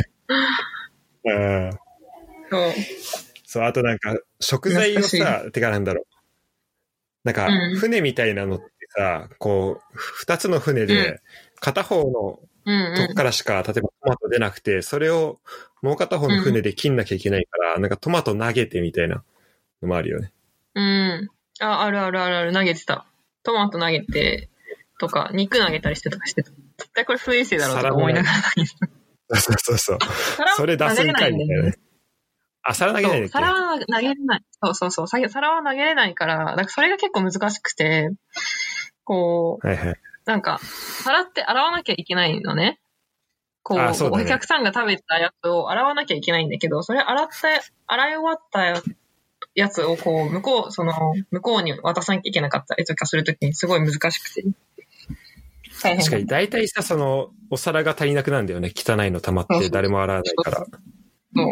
そう、あとなんか、食材をさ、てかなんだろう。なんか、船みたいなのってさ、こう、二つの船で、片方のとこからしか、例えばトマト出なくて、それをもう片方の船で切んなきゃいけないから、なんかトマト投げてみたいなのもあるよね。 ある、投げてた。トマト投げて、とか、肉投げたりしてとかしてた。絶対これ不衛生だろうとか思いながら投げてた。そう。 それ出すんかいみたいなね。皿投げないんだっけ？ 皿は投げれない。そう。皿は投げれないから、だからそれが結構難しくて、こう、なんか、皿って洗わなきゃいけないのね。こう、お客さんが食べたやつを洗わなきゃいけないんだけど、それ洗い終わったやつをこう、向こうに渡さなきゃいけなかったりとかするときにすごい難しくて。大変。 確かに、大体さ、お皿が足りなくなるんだよね。汚いの溜まって誰も洗わないから。 そう。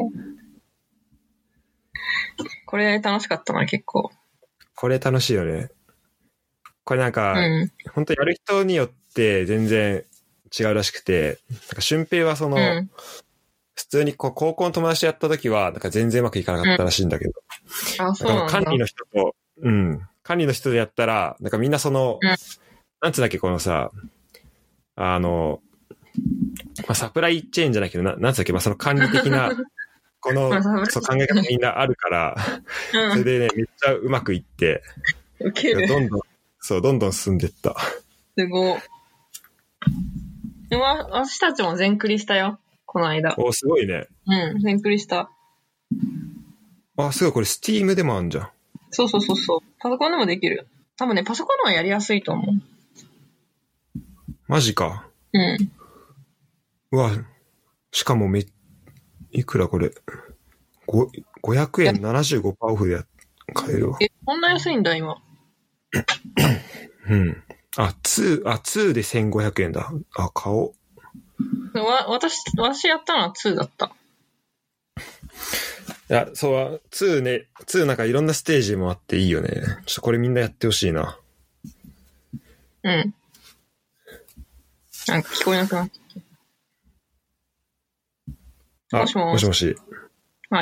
これ楽しかったな、結構。 これ楽しいよね。これなんか、本当やる人によって全然違うらしくて、なんか俊平は普通に高校の友達とやった時は、なんか全然うまくいかなかったらしいんだけど。 あ、そうなんだ。 管理の人でやったら、なんかみんななんつうんだっけ、このさ、サプライチェーンじゃないけど、なんつうんだっけ、その管理的な、考え方みんなあるから、それでね、めっちゃうまくいって、 ウケる。 どんどん進んでった。 すごい。でも私たちも全クリしたよ、この間。 お、すごいね。 全クリした。 あ、すごい、これスティームでもあるじゃん。 そう。パソコンでもできる。多分ね、パソコンの方がやりやすいと思う。 マジか。 うわ、しかもいくらこれ。500円75%オフで買えるわ。 こんな安いんだ、今。 2で1500円だ。あ、買おう。 私やったのは2だった。 いや、そう、2なんかいろんなステージもあっていいよね。ちょっとこれみんなやってほしいな。 なんか聞こえなくなってきた。 もしもし。 はい。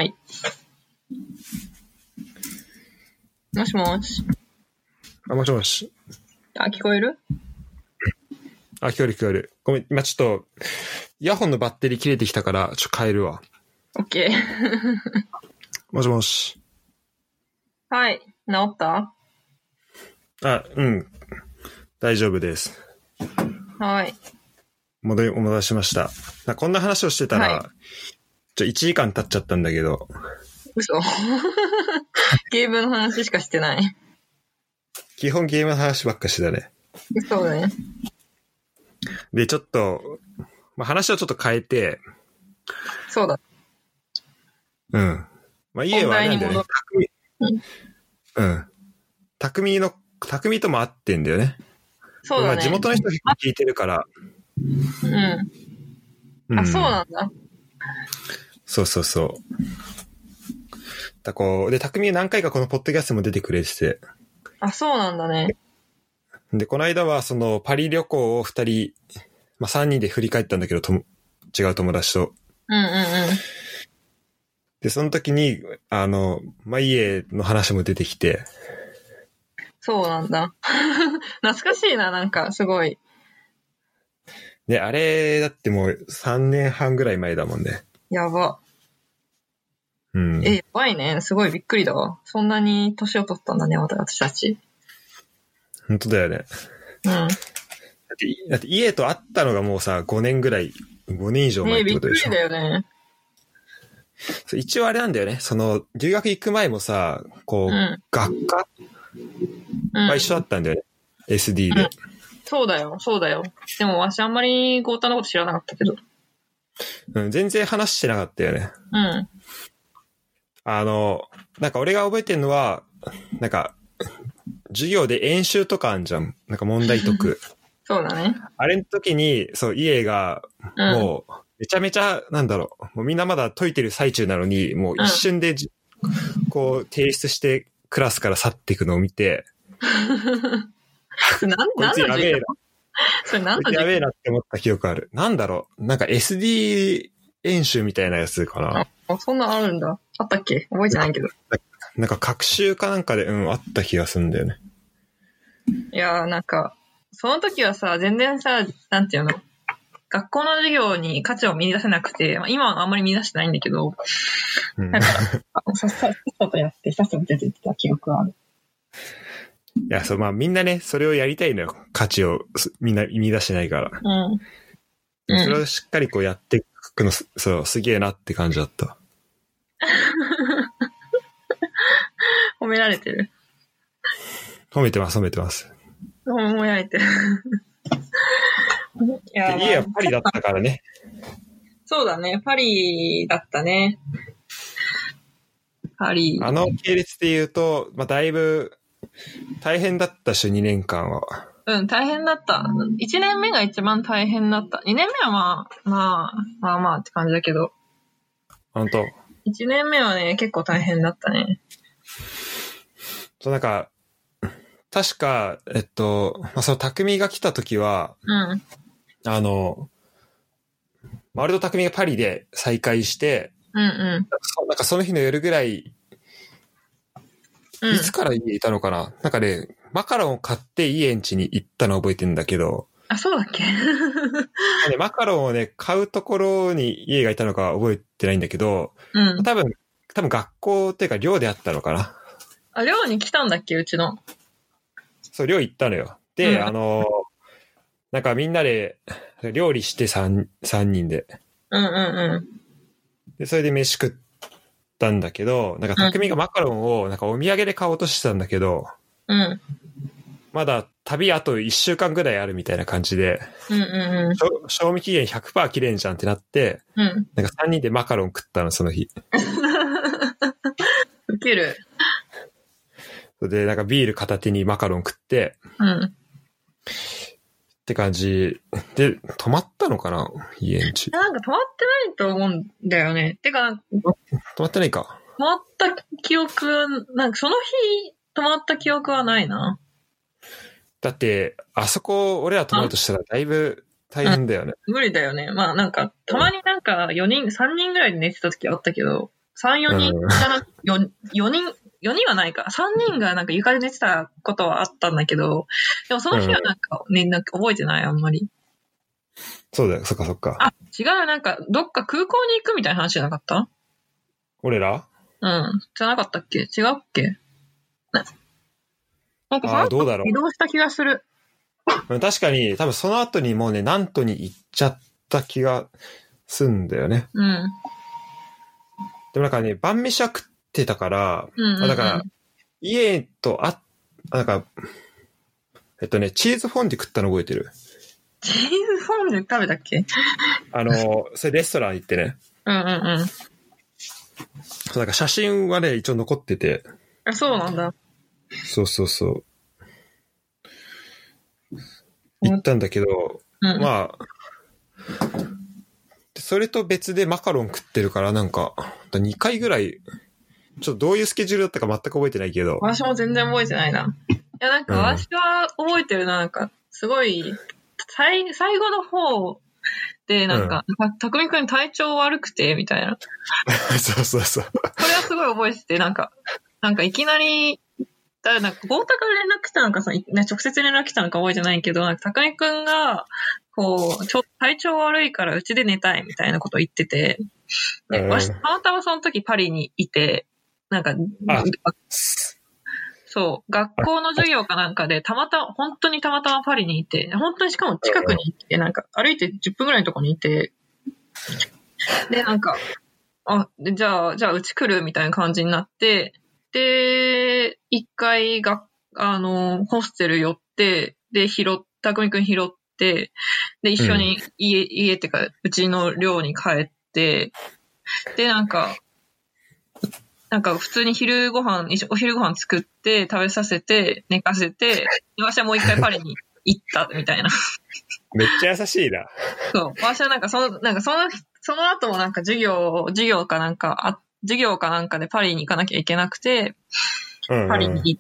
もしもし。 もしもし。 聞こえる？ 聞こえる。ごめん、今ちょっと、イヤホンのバッテリー切れてきたから、ちょっと変えるわ。 オッケー。 もしもし。 はい。治った？ 大丈夫です。 はい。 お戻しました。こんな話をしてたら、1時間経っちゃったんだけど。 嘘。ゲームの話しかしてない。 基本ゲームの話ばっかしてたね。 そうね。 で、ちょっと、話をちょっと変えて。 そうだ。 家はなんだよね。匠とも会ってんだよね。 そうだね。 地元の人結構聞いてるから。 あ、そうなんだ。 そう。で、匠何回かこのポッドキャストも出てくれてて。 あ、そうなんだね。 で、この間はパリ旅行を2人、3人で振り返ったんだけど、違う友達と。で、その時に、家の話も出てきて。 そうなんだ。懐かしいな、なんか、すごい。 ね、あれ、だってもう3年半ぐらい前だもんね。 やば。やばいね。すごいびっくりだわ。そんなに年を取ったんだね、私たち。 本当だよね。だって家と会ったのがもうさ、5年以上前ってことでしょ。 びっくりだよね。 一応あれなんだよね。留学行く前もさ、学科は一緒だったんだよね。SD で。 そうだよ。でも私あんまり豪太のこと知らなかったけど。 全然話してなかったよね。なんか俺が覚えてるのは、なんか、授業で演習とかあんじゃん。なんか問題解く。 そうだね。 あれの時に、家が、もう、めちゃめちゃ、もうみんなまだ解いてる最中なのに、もう一瞬で、提出してクラスから去っていくのを見て、こいつやべえな。 それ何のやべえなって思った記憶ある。なんか SD 演習みたいなやつかな。 そんなあるんだ。あったっけ？覚えてないけど。 なんか学習かなんかで、あった気がするんだよね。 いやーなんか、その時はさ、全然さ、なんていうの？学校の授業に価値を見出せなくて、今はあんまり見出してないんだけど、なんか、さっさとやって、さっさと出てきた記憶はある。 いや、みんなね、それをやりたいのよ。価値をみんな見出してないから。それをしっかりやっていくの、すげえなって感じだった。 褒められてる？ 褒めてます。 褒められてる。 家はパリだったからね。 そうだね、パリだったね。 パリ。 あの系列で言うと、まあ、だいぶ大変だったし、2年間は。 うん、大変だった。1年目が一番大変だった。2年目はまあって感じだけど。 本当。 1年目はね、結構大変だったね。 そう、なんか、確か、まあ、その匠が来た時は、 うん。 ワールド匠がパリで再会して、 うんうん。 なんかその日の夜ぐらい、 うん、 いつから家いたのかな、なんかね、マカロンを買ってイエンチに行ったのを覚えてるんだけど、 あ、そうだっけマカロンをね、買うところに家がいたのか覚えてないんだけど、 うん。 多分学校っていうか寮であったのかな。 あ、寮に来たんだっけ、うちの。 そう、寮行ったのよ。で、 うんなんかみんなで料理して3人で。 うんうんで、それで飯食ったんだけど、なんか匠がマカロンをなんかお土産で買おうとしてたんだけど、 うん。うん。 まだ旅あと1週間ぐらいあるみたいな感じで、 うんうんうん。 賞味期限 100% 切れんじゃんってなって、 うん。 なんか3人でマカロン食ったの、その日。 ウケる。 で、なんかビール片手にマカロン食って、 うん。 って感じで、泊まったのかな家んち。 なんか止まってないと思うんだよね。てか、 泊まってないか。 止まった記憶、なんかその日止まった記憶はないな。 だって、あそこ俺ら泊まるとしたらだいぶ大変だよね。 無理だよね。まあなんか、たまになんか4人、3人ぐらいで寝てた時あったけど、3、4人じゃなく、4人はないか。3人がなんか床で寝てたことはあったんだけど、でもその日はなんかね、なんか覚えてない、あんまり。 そうだよ、そっかそっか。 あ、違う、なんか、どっか空港に行くみたいな話じゃなかった？ 俺らうん。じゃなかったっけ？違うっけ？なんかその後どうだろう。 移動した気がする。 確かに、多分その後にもうね、ナントに行っちゃった気がすんだよね。 うん。 でもなんかね、晩飯は食ってたから、 うんうんうん、 だから、家となんか、チーズフォンデュ食ったの覚えてる？ チーズフォンデュ食べたっけ？ それレストラン行ってね。 うんうんうん。 そう、なんか写真はね、一応残ってて。 あ、そうなんだ。 そうそうそう。行ったんだけど、 うん、 まあ、それと別でマカロン食ってるから、なんか、2回ぐらい、ちょっとどういうスケジュールだったか全く覚えてないけど。 私も全然覚えてないな。いや、なんか私は覚えてるな、なんか、すごい、最後の方で、なんか、たくみくん体調悪くて、みたいな。 そうそうそう。 これはすごい覚えてて、なんかいきなり、なんか、豪太から連絡来たのかさ、直接連絡来たのか覚えてないけど、なんか、たくみくんが、こう、体調悪いからうちで寝たいみたいなこと言ってて、で、たまたまその時パリにいて、なんか、そう、学校の授業かなんかで、本当にたまたまパリにいて、本当にしかも近くにいて、なんか歩いて10分ぐらいのとこにいて、で、なんか、じゃあうち来るみたいな感じになって、で、一回ホステル寄って、で、たくみくん拾って、で、一緒に家ってか、うちの寮に帰って、で、なんか普通にお昼ご飯作って食べさせて寝かせて、私はもう一回パリに行ったみたいな。 めっちゃ優しいな。 そう。私はその後もなんか授業かなんかでパリに行かなきゃいけなくて、パリに行って、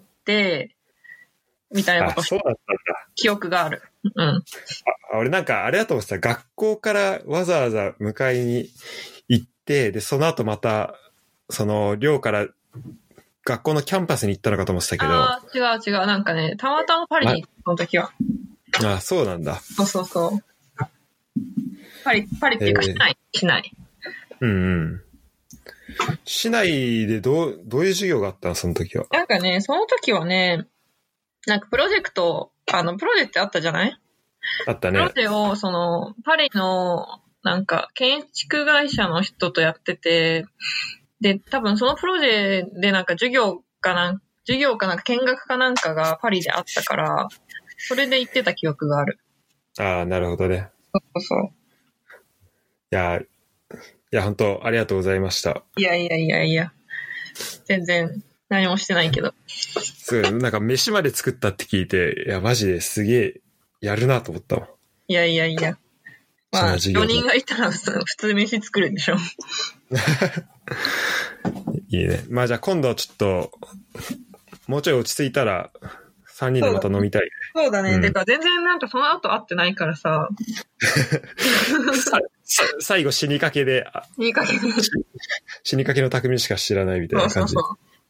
みたいなことそうだったんだ。 記憶がある。うん。 俺なんかあれだと思ってた。学校からわざわざ迎えに行って、で、その後また、その寮から学校のキャンパスに行ったのかと思ってたけど。 違う。なんかね、たまたまパリに行った、その時は。 そうなんだ。 そう。パリっていうか、市内。 うん。市内でどういう授業があったのその時は。 なんかね、その時はね、なんかプロジェクトあったじゃない？ あったね。 プロジェを、パリの、なんか、建築会社の人とやってて、で、多分そのプロジェでなんか授業かなんか見学かなんかがパリであったから、それで行ってた記憶がある。 なるほどね。 そう。 いや、本当ありがとうございました。 いや。 全然何もしてないけど。 そう、なんか飯まで作ったって聞いて、いや、マジですげえ、やるなと思ったもん。 いやいやいや。まあ、4人がいたら普通飯作るでしょ。 いいね。まあじゃあ今度ちょっと、もうちょい落ち着いたら、3人でまた飲みたい。 そうだね。うん、てか全然なんかその後会ってないからさ。 最後死にかけで。死にかけの匠しか知らないみたいな感じ。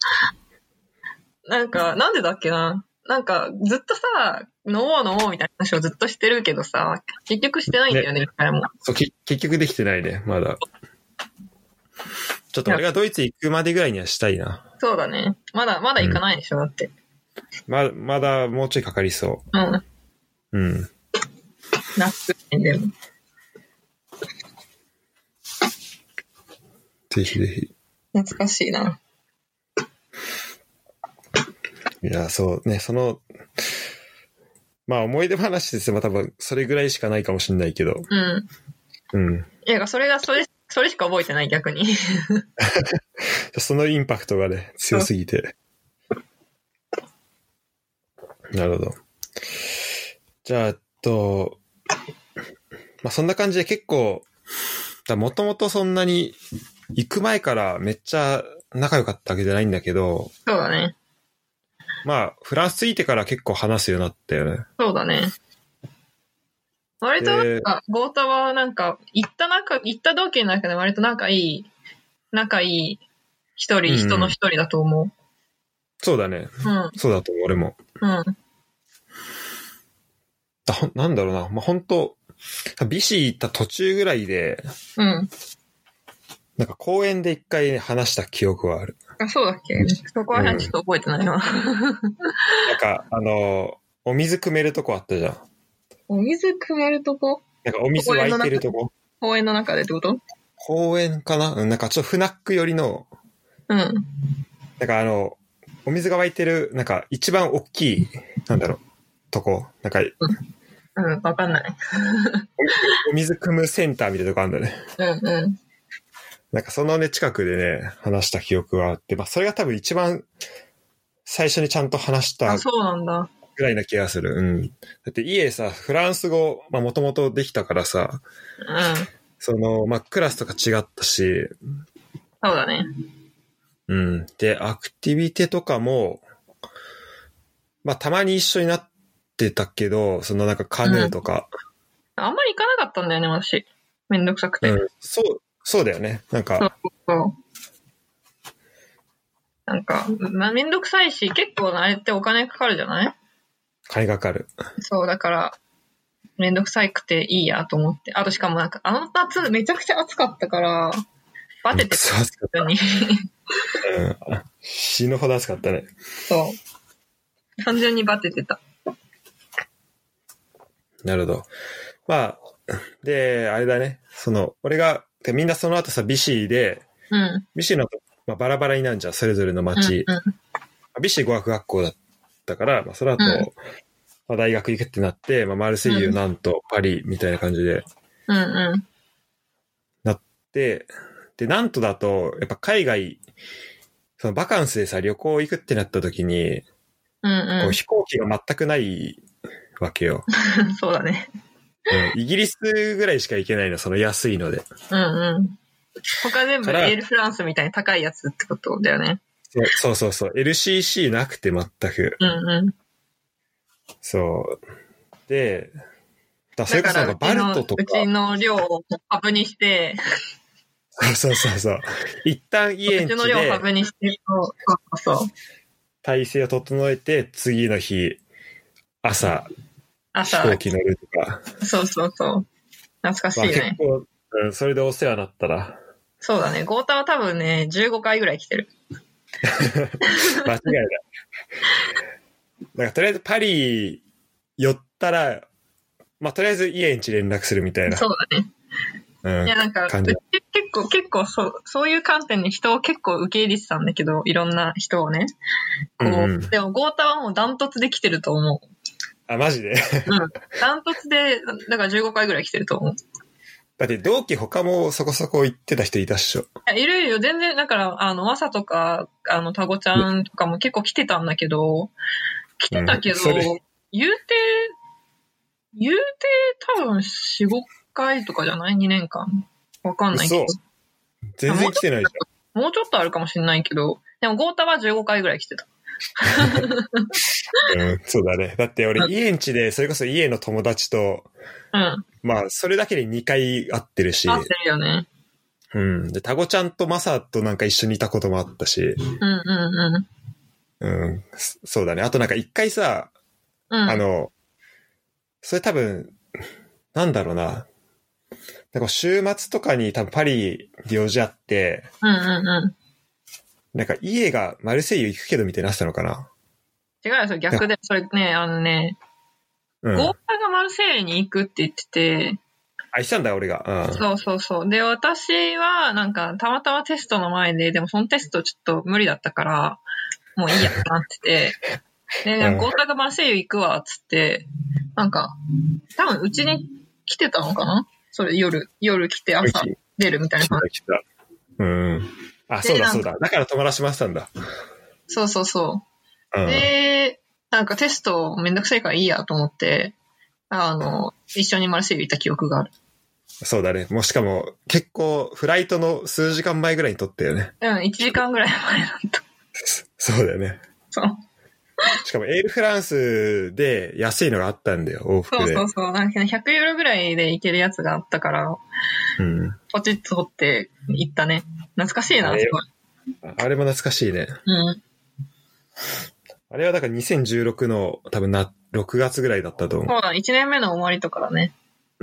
なんか、なんでだっけな。なんか、ずっとさ、飲もうみたいな話をずっとしてるけどさ、結局してないんだよね、一回も。 そう、結局できてないね、まだ。ちょっと俺がドイツ行くまでぐらいにはしたいな。 そうだね。まだ行かないでしょ、だって。 まだもうちょいかかりそう。うん。 夏でも。 ぜひぜひ。 懐かしいな。 いや、そうね、まあ思い出話ですよ。多分それぐらいしかないかもしれないけど。うん。 いや、それしか覚えてない、逆に。 そのインパクトがね、強すぎて。なるほど。じゃあ、まあそんな感じで結構、もともとそんなに行く前からめっちゃ仲良かったわけじゃないんだけど。 そうだね。 まあ、フランス着いてから結構話すようになったよね。 そうだね。割となんか、ゴータはなんか、行った同期の中で割と仲いい人の一人だと思う。 そうだね。 うん。 そうだと思う、俺も。 うん。 なんだろうな。まあ、本当ビシ行った途中ぐらいで、 うん。 なんか公園で一回話した記憶はある。 あ、そうだっけ？そこはちょっと覚えてないわ。 なんか、お水汲めるとこあったじゃん。 お水汲めるとこ？ なんかお水湧いてるとこ？ 公園の中でってこと？ 公園かな？なんかちょっとフナック寄りの、 うん。 なんかお水が湧いてる、なんか一番大きい、なんだろう、とこ。なんか、 うん、わかんない。 お水汲むセンターみたいなとこあるんだね。 うん。 なんかそのね、近くでね、話した記憶があって、まあそれが多分一番最初にちゃんと話した。 そうなんだ。 ぐらいな気がする。うん。だって家さ、フランス語、まあもともとできたからさ、まあクラスとか違ったし。 そうだね。 うん。で、アクティビティとかも、まあたまに一緒になってたけど、なんかカヌーとか。 あんまり行かなかったんだよね、私。めんどくさくて。 そうだよね。なんか。 そう。なんか、まあ、めんどくさいし、結構あれってお金かかるじゃない？ 金かかる。 そう、だから、めんどくさくていいやと思って。あとしかもなんか、夏めちゃくちゃ暑かったから、バテてた。 普通に。死ぬほど暑かったね。 そう。単純にバテてた。 なるほど。まあ、で、あれだね。俺が、みんなその後さ、ビシで、ビシの、まあ、バラバラになるじゃん、それぞれの町。ビシ語学学校だったから、まあ、その後、まあ、大学行くってなって、まあ、マルセイユ、ナント、パリみたいな感じで、なって、で、ナントだと、やっぱ海外、バカンスでさ、旅行行くってなった時に、こう飛行機が全くないわけよ。 そうだね。 イギリスぐらいしか行けないの、安いので。 他全部エールフランスみたいに高いやつってことだよね。 そう。LCC なくて全く。そう。で、それこそバルトとか。 うちの量を株にして。 そう。一旦家んちで。 うちの量を株にして、そう。 体勢を整えて、次の日、朝飛行機乗るとか。 そう。懐かしいね。 結構、それでお世話になったら。 そうだね。ゴータは多分ね、15回ぐらい来てる。 間違いない。なんかとりあえずパリ寄ったら、まあとりあえず家んち連絡するみたいな。 そうだね。いやなんか、結構そういう観点に人を結構受け入れてたんだけど、いろんな人をね。でもゴータはもうダントツで来てると思う。 あ、マジで？ ダントツで、だから15回ぐらい来てると思う。 だって同期他もそこそこ行ってた人いたっしょ。 いるよ。全然、だから、マサとか、タゴちゃんとかも結構来てたんだけど、来てたけど、言うて多分4、5回とかじゃない ?2 年間。わかんないけど。 全然来てないじゃん。もうちょっとあるかもしれないけど、でもゴータは15回ぐらい来てた。 そうだね。だって俺、家んちで、それこそ家の友達と、まあ、それだけで2回会ってるし。 会ってるよね。 で、タゴちゃんとマサとなんか一緒にいたこともあったし。そうだね。あとなんか1回さ、それ多分、なんだろうな。なんか週末とかに多分パリで用事あって、なんか家がマルセイユ行くけどみたいになってたのかな。 違うよ、それ逆で、それね、ゴータがマルセイユに行くって言ってて、 言ってたんだ、俺が。 そう。で、私は、なんか、たまたまテストの前で、でもそのテストちょっと無理だったから、もういいやってなってて、で、ゴータがマルセイユ行くわ、つって、なんか、多分うちに来てたのかな？それ夜来て朝出るみたいな感じ。 あ、そうだ。だから泊まらしましたんだ。 そう。で、なんかテストめんどくさいからいいやと思って、一緒にマルセイユ行った記憶がある。 そうだね。もうしかも、結構、フライトの数時間前ぐらいに撮ったよね。 1時間ぐらい前だった。 そうだよね。 そう。 しかも、エールフランスで安いのがあったんだよ、往復で。 そう。なんか100ユーロぐらいで行けるやつがあったから、ポチッと取って行ったね。懐かしいな、すごい。 あれも懐かしいね。あれはだから2016の多分6月ぐらいだったと思う。 そうだ、1年目の終わりとかだね。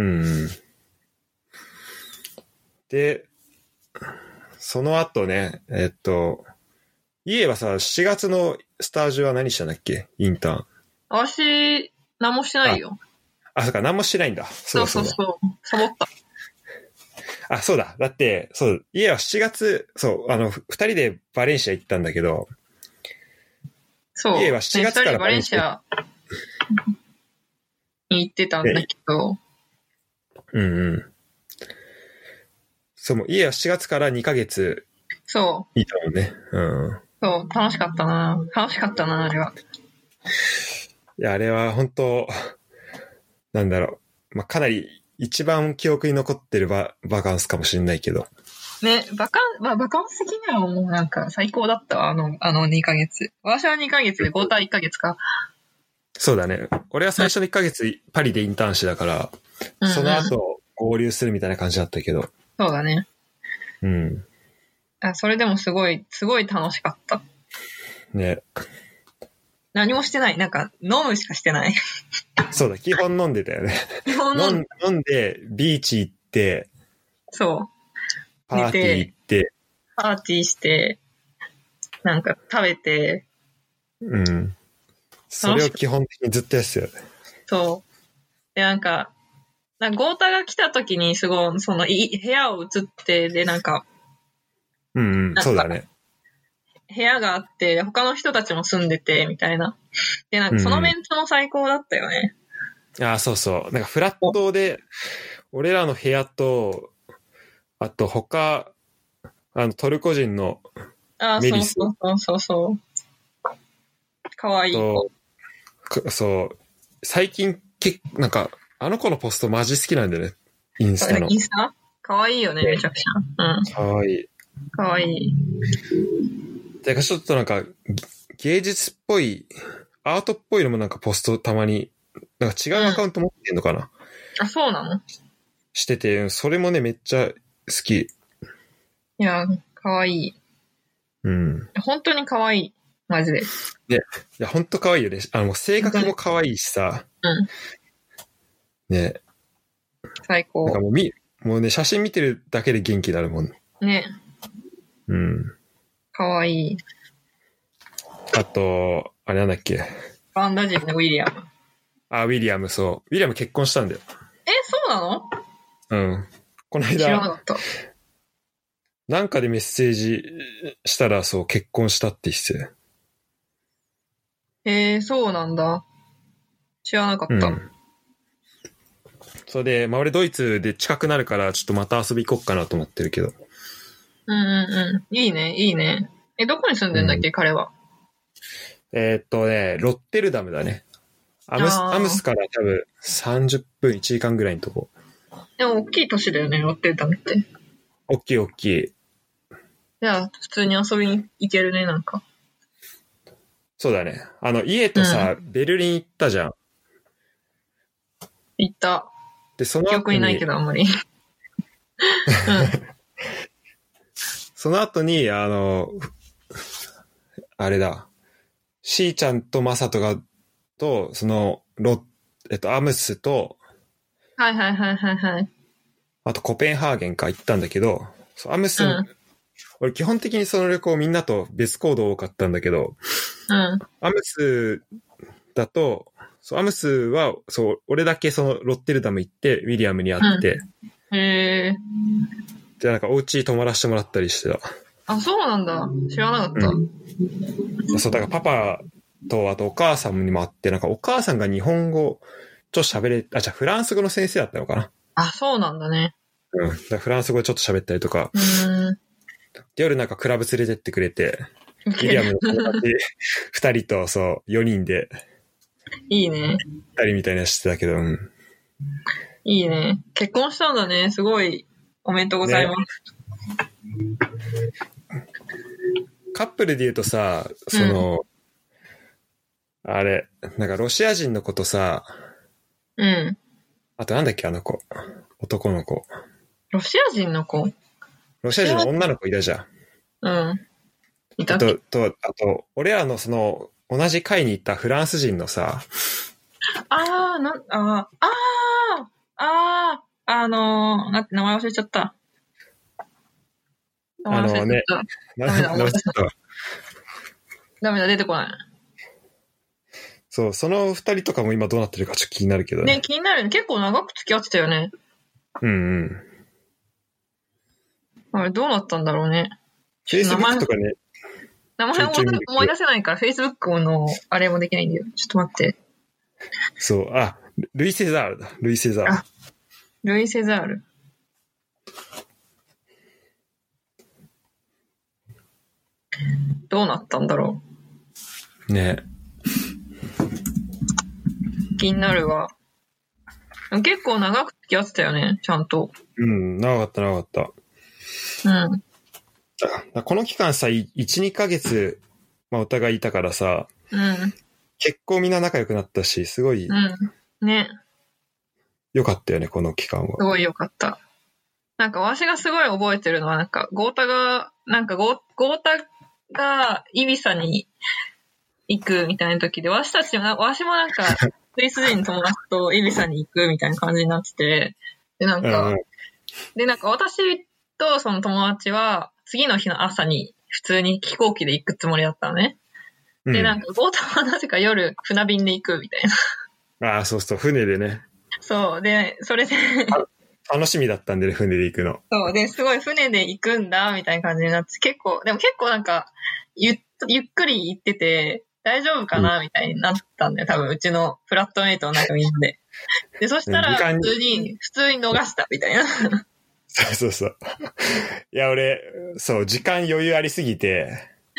で、その後ね、家はさ、7月のスタジオは何したんだっけ？インターン。 私、何もしてないよ。 そうか、何もしてないんだ。 そう。サボった。 そうだ。だって、家は7月、2人でバレンシア行ったんだけど、 そう。 家は7月からバレンシアに行ってたんだけど。 そう、もう家は7月から2ヶ月。 そう。 いたもんね。 そう、楽しかったな、あれは。 いや、あれは本当なんだろう。かなり一番記憶に残ってるバカンスかもしれないけど。 ね、バカンス的にはもうなんか最高だったわ、あの2ヶ月。私は2ヶ月で5対1ヶ月か。 そうだね。俺は最初の1ヶ月パリでインターンしてたから、その後合流するみたいな感じだったけど。 そうだね。それでもすごい楽しかった。 ね。 何もしてない。なんか、飲むしかしてない。 そうだ、基本飲んでたよね。飲んで、ビーチ行って、 そう。 パーティー行って、 パーティーして、なんか食べて、 それを基本的にずっとやってたよね。 そう。で、なんかゴータが来た時にすごい、部屋を移って、で、なんか、 そうだね。 部屋があって、他の人たちも住んでて、みたいな。で、なんかそのメンツも最高だったよね。 そう。なんかフラットで、俺らの部屋と、あと他、トルコ人のメリス。 そう。かわいい。 そう。最近、なんか、あの子のポストマジ好きなんだよね。インスタの。 インスタ？かわいいよね、めちゃくちゃ。 かわいい。 かわいい。 てかちょっとなんか、芸術っぽい、アートっぽいのもなんかポストたまに、なんか違うアカウント持ってんのかな、 そうなの？ してて、それもね、めっちゃ好き。 いや、かわいい。本当にかわいい。マジで。 いや、本当かわいいよね。性格もかわいいしさ。ね。 最高。 なんかもうね、写真見てるだけで元気になるもん。 ね。かわいい。 あと、あれなんだっけ。 バンダ人のウィリアム。 ウィリアム、そう。ウィリアム結婚したんだよ。 そうなの？ この間、 知らなかった。 なんかでメッセージしたら、そう、結婚したって言って。 そうなんだ。知らなかった。 それで、まあ俺ドイツで近くなるから、ちょっとまた遊び行こっかなと思ってるけど。 うんうんうん。いいね、いいね。どこに住んでんだっけ、彼は。 ロッテルダムだね。アムスから多分30分1時間ぐらいのとこ。 でも大きい都市だよね、ロッテルダムって。 大きい大きい。 じゃあ、普通に遊びに行けるね、なんか。 そうだね。家とさ、ベルリン行ったじゃん。 行った。 で、その後記憶にないけど、あんまり。うん。 その後に、あれだ。しーちゃんとまさとが、と、アムスと、 はいはいはいはいはい。 あとコペンハーゲンか行ったんだけど、アムス、俺基本的にその旅行みんなと別行動多かったんだけど、アムスだと、アムスは、俺だけそのロッテルダム行って、ウィリアムに会って、 へで、なんかお家泊まらせてもらったりしてた。 あ、そうなんだ。知らなかった。 そう、だからパパと、あとお母さんにも会って、なんかお母さんが日本語、ちょっと喋れ、フランス語の先生だったのかな。 あ、そうなんだね。 だからフランス語でちょっと喋ったりとか。夜なんかクラブ連れてってくれて、ウィリアムの友達2人と、4人で。 いいね。 2人みたいなしてたけど、 いいね。結婚したんだね。すごい、おめでとうございます。 ね、カップルで言うとさ、あれ、なんかロシア人の子とさ、あとなんだっけ、あの子。男の子。 ロシア人の子？ ロシア人の女の子いたじゃん。 いたあと、俺らの同じ会に行ったフランス人のさ、 なんて名前忘れちゃった。ダメだ、出てこない。 そう、その二人とかも今どうなってるかちょっと気になるけどね。 ね、気になるね。結構長く付き合ってたよね。あれ、どうなったんだろうね。 Facebook とかね。 名前思い出せないから、Facebook のあれもできないんだよ。ちょっと待って。 そう、ルイ・セザールだ。ルイ・セザール。 ルイ・セザール。どうなったんだろう。ね。 気になるわ。結構長く付き合ってたよね、ちゃんと。 長かった。この期間さ、1、2ヶ月、お互いいたからさ、結構みんな仲良くなったし、すごい、 ね。 よかったよね、この期間は。 すごいよかった。なんか、わしがすごい覚えてるのは、なんか、ゴータがイビサに行くみたいな時で、わしもなんか、スイス人の友達とイビサに行くみたいな感じになってて、で、なんか、私とその友達は、次の日の朝に普通に飛行機で行くつもりだったのね。で、なんか、ゴータはなぜか夜、船便で行くみたいな。そうそう、船でね。 そう、で、それで楽しみだったんでね、船で行くの。 そう、で、すごい船で行くんだ、みたいな感じになって、結構なんか、ゆっくり行ってて、大丈夫かな、みたいになったんだよ、多分、うちのフラットメイトの中みんなで。で、そしたら、普通に逃した、みたいな。 そう。いや、俺、時間余裕ありすぎて、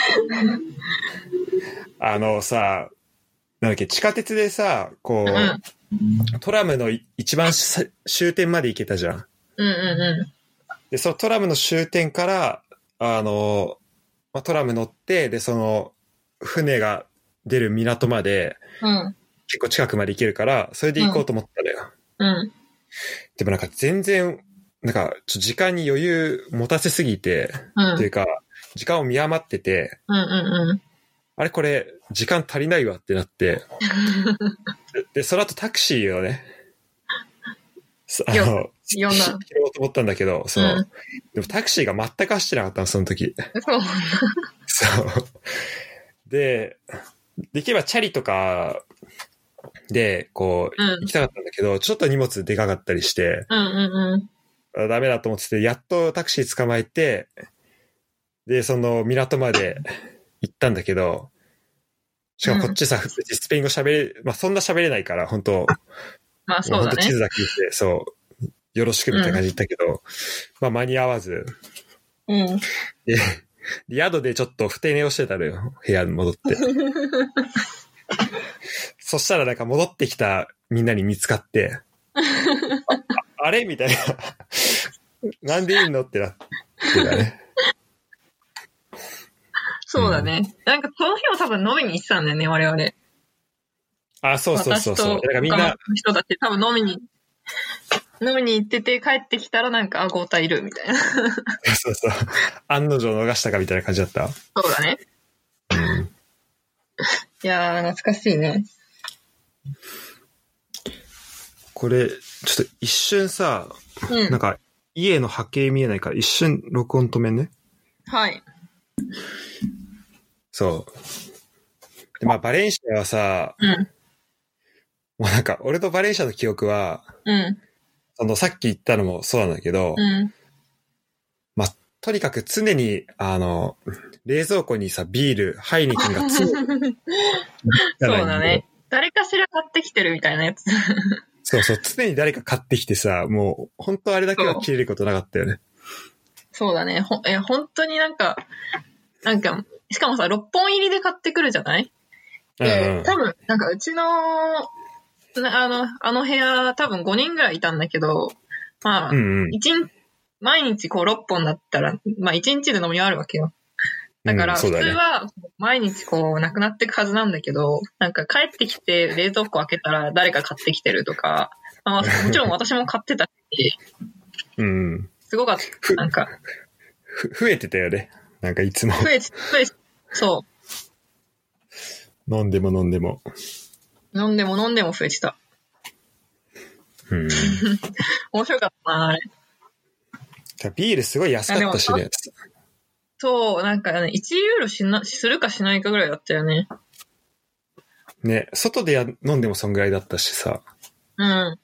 さ、なんだっけ、地下鉄でさ、トラムの一番終点まで行けたじゃん。で、そのトラムの終点から、トラム乗って、で、船が出る港まで、結構近くまで行けるから、それで行こうと思ったのよ。でもなんか全然、なんか、時間に余裕持たせすぎて、っていうか、時間を見余ってて、あれこれ、時間足りないわってなって、で、その後タクシーをね、拾おうと思ったんだけど、でもタクシーが全く走ってなかったの、その時。そう。で、できればチャリとかで、行きたかったんだけど、ちょっと荷物でかかったりして、ダメだと思ってて、やっとタクシー捕まえて、で、港まで行ったんだけど、しかもこっちさ、スペイン語そんな喋れないから、本当まあそうだね。 地図だけ見て、そう、よろしくみたいな感じで言ったけど、まあ間に合わず。で、宿でちょっと不定寝をしてたのよ、部屋に戻って。そしたらなんか戻ってきたみんなに見つかって、あれみたいな。なんでいいのってなってたね。 そうだね。なんかその日も多分飲みに行ってたんだよね、我々。 あ、そう。 私となんかみんな人たち多分飲みに行ってて帰ってきたらなんか豪体いるみたいな。 そう。案の定逃したかみたいな感じだった。 そうだね。いやー、懐かしいね。 これ、ちょっと一瞬さ、なんか家の波形見えないから一瞬録音止めんね。 はい。 そう。で、まあバレンシアはさ、もうなんか俺とバレンシアの記憶は、さっき言ったのもそうなんだけど、まあとにかく常に冷蔵庫にさビール、ハイニケンが常にそうだね。誰かしら買ってきてるみたいなやつ。 そう、常に誰か買ってきてさ、もう本当あれだけは切れることなかったよね。 そうだね。本当になんか、しかもさ、6本入りで買ってくるじゃない？で、多分、なんかうちの、あの部屋、多分5人ぐらいいたんだけど、まあ、毎日こう6本だったら、まあ1日で飲み終わるわけよ。だから、普通は毎日こうなくなっていくはずなんだけど、なんか帰ってきて冷蔵庫開けたら誰か買ってきてるとか、まあもちろん私も買ってたし、すごかった。なんか。 増えてたよね。なんかいつも。 増えて、そう。 飲んでも。 飲んでも増えてた。面白かったな、あれ。 ビールすごい安かったしね。 そう、なんかね、1ユーロするかしないかぐらいだったよね。 ね、外で飲んでもそんぐらいだったしさ。 い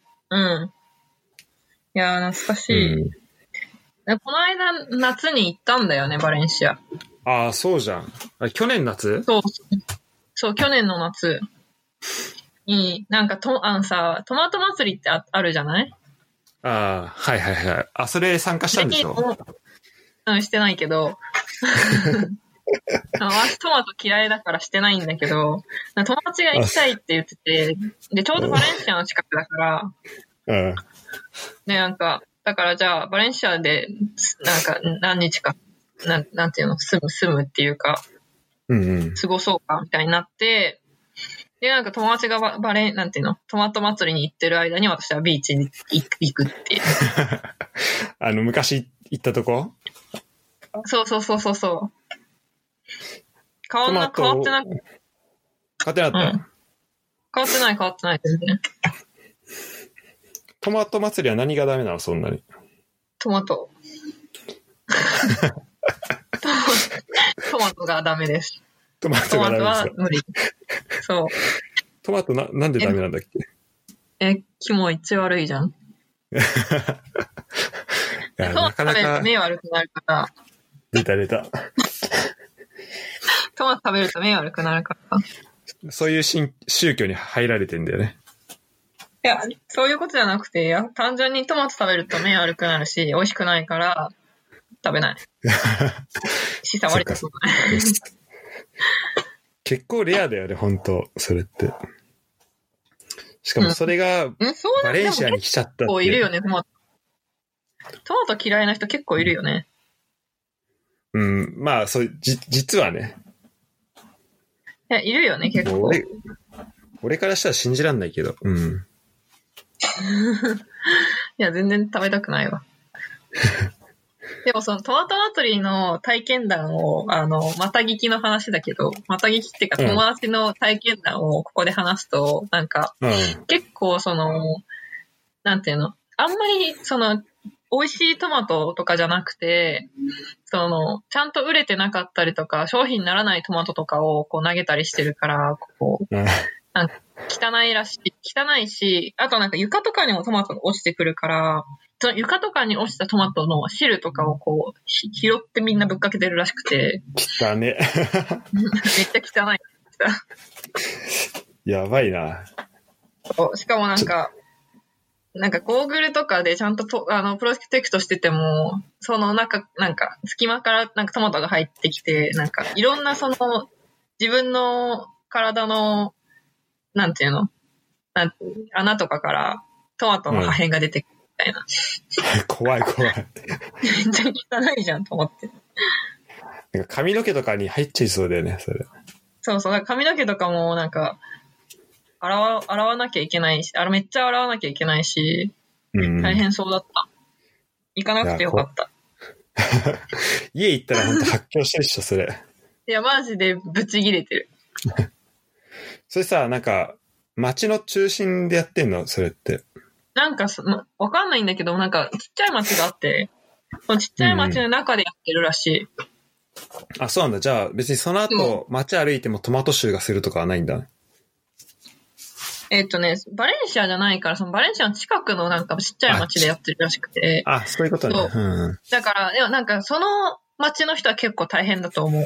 やー、懐かしい。この間、夏に行ったんだよね、バレンシア。 ああ、そうじゃん。去年夏？ そう、去年の夏に、なんかトマト祭りってあるじゃない？ ああ、はい。あ、それ参加したんでしょ？ してないけど。私トマト嫌いだからしてないんだけど、友達が行きたいって言ってて、で、ちょうどバレンシアの近くだから、で、なんか、だからじゃあ、バレンシアで、なんか、何日か、なんていうの、住むっていうか、過ごそうか、みたいになって、で、なんか友達がなんていうの、トマト祭りに行ってる間に私はビーチに行くっていう。 昔行ったとこ？ そう。変わってなく。 変わってなかった？ 変わってない、全然。 トマト祭りは何がダメなの、そんなに。 トマトがダメです。 トマトがダメですか？トマトは無理。そう。 トマトなんでダメなんだっけ？ 気も一悪いじゃん。トマト食べると目悪くなるから。 出た。 トマト食べると目悪くなるから。 そういう宗教に入られてんだよね。 いや、そういうことじゃなくて、単純にトマト食べると目悪くなるし、美味しくないから食べない。悪いことない。 結構レアだよね、本当それって。しかもそれがバレンシアに来ちゃったって。 結構いるよね、トマト嫌いな人結構いるよね。 まあ、実はね。 いや、いるよね、結構。 俺からしたら信じらんないけど。 いや、全然食べたくないわ。でもそのトマト祭りの体験談を、また聞きの話だけど、また聞きっていうか友達の体験談をここで話すと、なんか、結構なんていうの、あんまり美味しいトマトとかじゃなくて、ちゃんと売れてなかったりとか、商品にならないトマトとかをこう投げたりしてるから、なんか汚いし、あとなんか床とかにもトマトが落ちてくるから、その床とかに落ちたトマトの汁とかをこう、拾ってみんなぶっかけてるらしくて。 汚ね。 めっちゃ汚い。 やばいな。 しかもなんか、 なんかゴーグルとかでちゃんとプロテクトしてても、その中、なんか隙間からなんかトマトが入ってきて、なんかいろんなその自分の体の、なんていうの穴とかからトマトの破片が出てくるみたいな。 怖い。めっちゃ汚いじゃんと思って。 なんか髪の毛とかに入っちゃいそうだよね、それ。 そうそう、髪の毛とかもなんか、洗わなきゃいけないし、めっちゃ洗わなきゃいけないし、大変そうだった。行かなくてよかった。 家行ったらほんと発狂してるっしょ、それ。 いや、マジでブチ切れてる。 それさ、なんか、街の中心でやってんのそれって。 なんかわかんないんだけど、なんかちっちゃい町があって、そのちっちゃい町の中でやってるらしい。 あ、そうなんだ。じゃあ別にその後、街歩いてもトマト臭がするとかはないんだ。 バレンシアじゃないから、そのバレンシアの近くのなんかちっちゃい町でやってるらしくて。 あ、そういうことね。 だから、でもなんかその町の人は結構大変だと思う。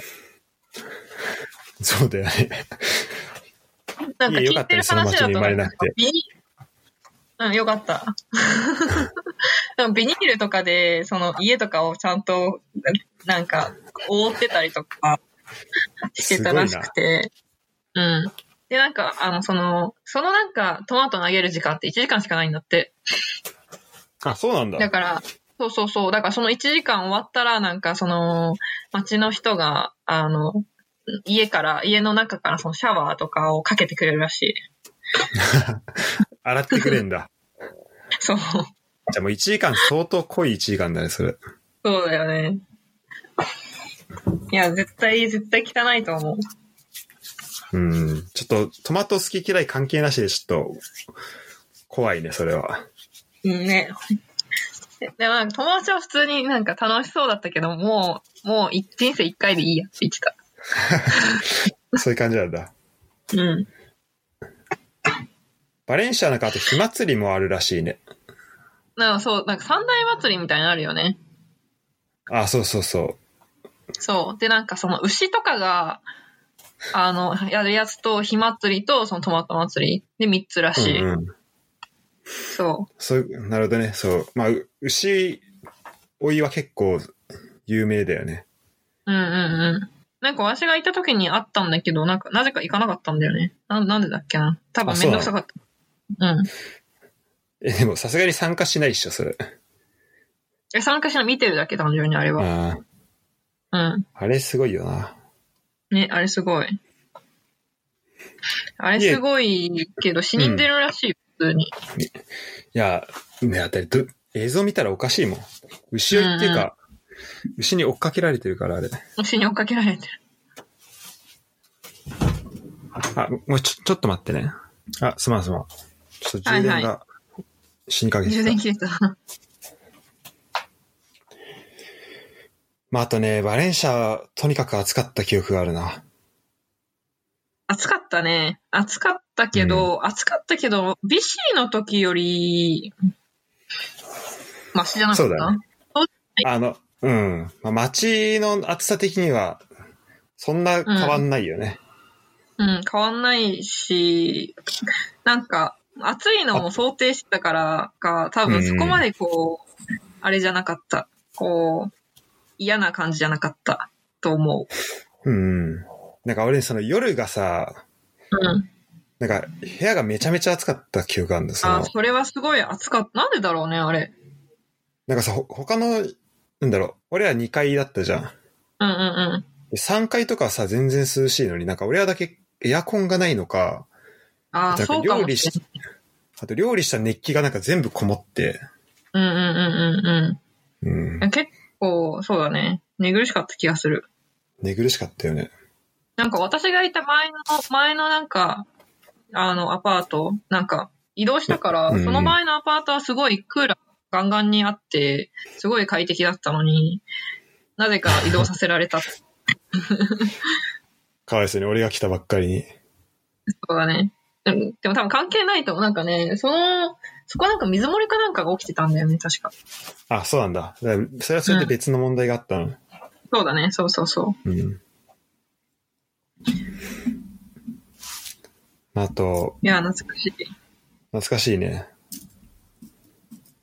そうだよね。 なんか聞いてる話だとなんかよかった。でもビニールとかで、その家とかをちゃんと、なんか、覆ってたりとかしてたらしくて。で、なんか、そのなんか、トマト投げる時間って1時間しかないんだって。 あ、そうなんだ。 だから、そう。だからその1時間終わったら、なんかその、町の人が、家の中からそのシャワーとかをかけてくれるらしい。 洗ってくれんだ。 そう。 じゃあもう1時間相当濃い1時間だね、それ。 そうだよね。いや、絶対汚いと思う。 ちょっとトマト好き嫌い関係なしでちょっと怖いね、それは。 ね。でもなんか友達は普通になんか楽しそうだったけど、もう人生1回でいいやって言ってた。 そういう感じなんだ。バレンシアなんかあと火祭りもあるらしいね。 なんか三大祭りみたいなのあるよね。 あ、そう。 そう。で、なんかその牛とかが、やるやつと火祭りとそのトマト祭りで3つらしい。そう。 なるほどね。そう。まあ、牛追いは結構有名だよね。 なんか私がいた時にあったんだけど、なんかなぜか行かなかったんだよね。なんでだっけな。多分めんどくさかった。 でもさすがに参加しないっしょ、それ。 参加しない見てるだけ単純にあれは。 あれすごいよな。 ね、あれすごい。あれすごいけど死人出るらしい、普通に。 いや、ね、映像見たらおかしいもん。牛追いっていうか、牛に追っかけられてるから、あれ。 牛に追っかけられてる。 あ、もうちょっと待ってね。あ、すまん。ちょっと充電が死にかけてた。 充電切れた。 まあ、あとね、バレンシア、とにかく暑かった記憶があるな。 暑かったね。暑かったけど、ビシーの時より、マシじゃなかった？ そうだね。まあ、街の暑さ的には、そんな変わんないよね。 変わんないし、なんか、暑いのも想定してたからか、多分そこまであれじゃなかった。嫌な感じじゃなかったと思う。なんか俺その夜がさ、なんか部屋がめちゃめちゃ暑かった記憶があるんだ。 それはすごい暑かった。なんでだろうね、あれ。 なんかさ、他の、俺ら2階だったじゃん。3階とかさ、全然涼しいのに、なんか俺らだけエアコンがないのか、 そうかもしれない。 あと料理した熱気がなんか全部こもって。 結構、そうだね。寝苦しかった気がする。 寝苦しかったよね。 なんか私がいた前のなんか、アパート、なんか移動したから、その前のアパートはすごいクーラーガンガンにあって、すごい快適だったのに、なぜか移動させられた。 かわいそうに、俺が来たばっかりに。 そうだね。でも多分関係ないと思う。なんかね、そこなんか水漏れかなんかが起きてたんだよね、確か。 あ、そうなんだ。それはそれで別の問題があったの。 そうだね、そう。 あと。 いや、懐かしい。 懐かしいね。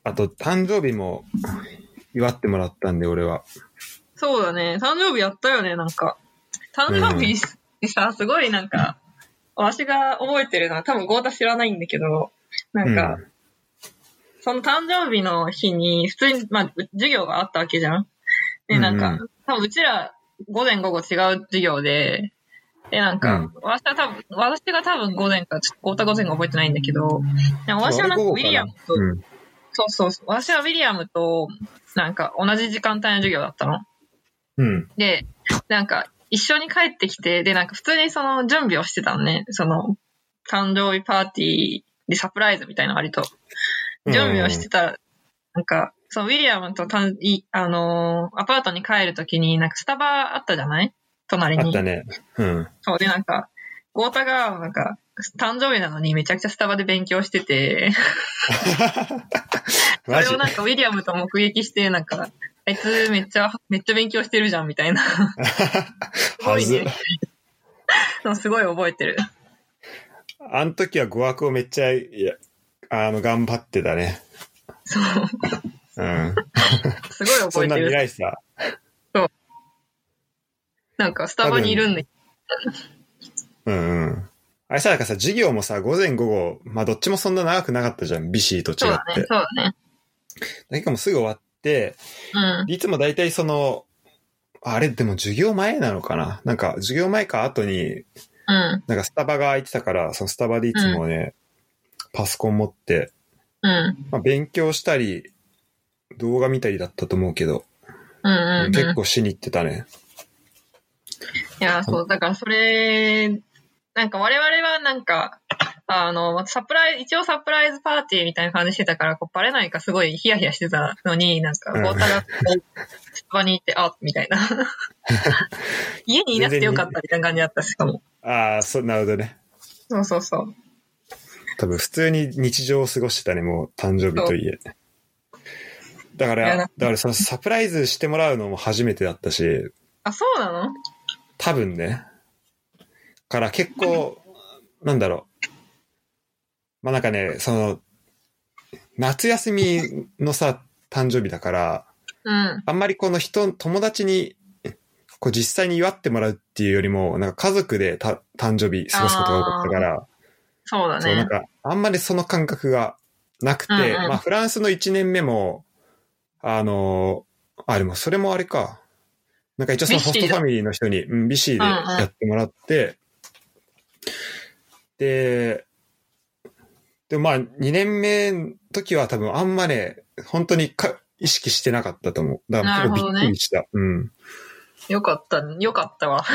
あと、誕生日も祝ってもらったんで、俺は。 そうだね。誕生日やったよね、なんか。誕生日ってさ、すごいなんか、わしが覚えてるのは多分ゴータ知らないんだけど、なんか、その誕生日の日に普通に、まあ、授業があったわけじゃん。で、なんか、多分うちら午前午後違う授業で、で、なんか、私が多分午前か、ゴータ午前が覚えてないんだけど、私はなんかウィリアムと、そう、私はウィリアムと、なんか同じ時間帯の授業だったの。で、なんか、一緒に帰ってきて、で、なんか普通にその準備をしてたのね。その、誕生日パーティーでサプライズみたいな割と。準備をしてたら、なんか、そのウィリアムとアパートに帰るときに、なんかスタバあったじゃない隣に。 あったね。 そうで、なんか、ゴータが、なんか、誕生日なのにめちゃくちゃスタバで勉強してて、それをなんかウィリアムと目撃して、なんか、あいつめっちゃ勉強してるじゃん、みたいな。すごいね。すごい覚えてる。 あの時は語学をめっちゃ、頑張ってたね。 そう。すごい覚えてる。 そんな未来さ。 そう。なんかスタバにいるんだけど。あれさ、なんかさ、授業もさ、午前午後、まあどっちもそんな長くなかったじゃん、ビシーと違って。 そうだね。 だけどもすぐ終わって、いつも大体その、あれでも授業前なのかな、なんか授業前か後に、なんかスタバが空いてたから、そのスタバでいつもね、パソコン持って、まあ、勉強したり、動画見たりだったと思うけど、結構しに行ってたね。 いや、そう、だからそれ、なんか我々はなんか、一応サプライズパーティーみたいな感じしてたから、こうバレないかすごいヒヤヒヤしてたのに、なんか、ゴータがスタバに行って、あ、みたいな。家にいなくてよかったみたいな感じだったしかも。 ああ、なるほどね。 そう。 多分普通に日常を過ごしてたね、もう誕生日といえ。だからそのサプライズしてもらうのも初めてだったし。 あ、そうなの？ 多分ね。から結構、なんだろう。まあなんかね、その、夏休みのさ、誕生日だから、あんまりこの友達に、こう実際に祝ってもらうっていうよりも、なんか家族で誕生日過ごすことが多かったから、 そうだね。 そう、なんか、あんまりその感覚がなくて、まあフランスの1年目も、でもそれもあれか。なんか一応そのホストファミリーの人に、ビシーでやってもらって、でもまあ2年目の時は多分あんまね、本当に意識してなかったと思う。だから結構びっくりした。 よかったわ。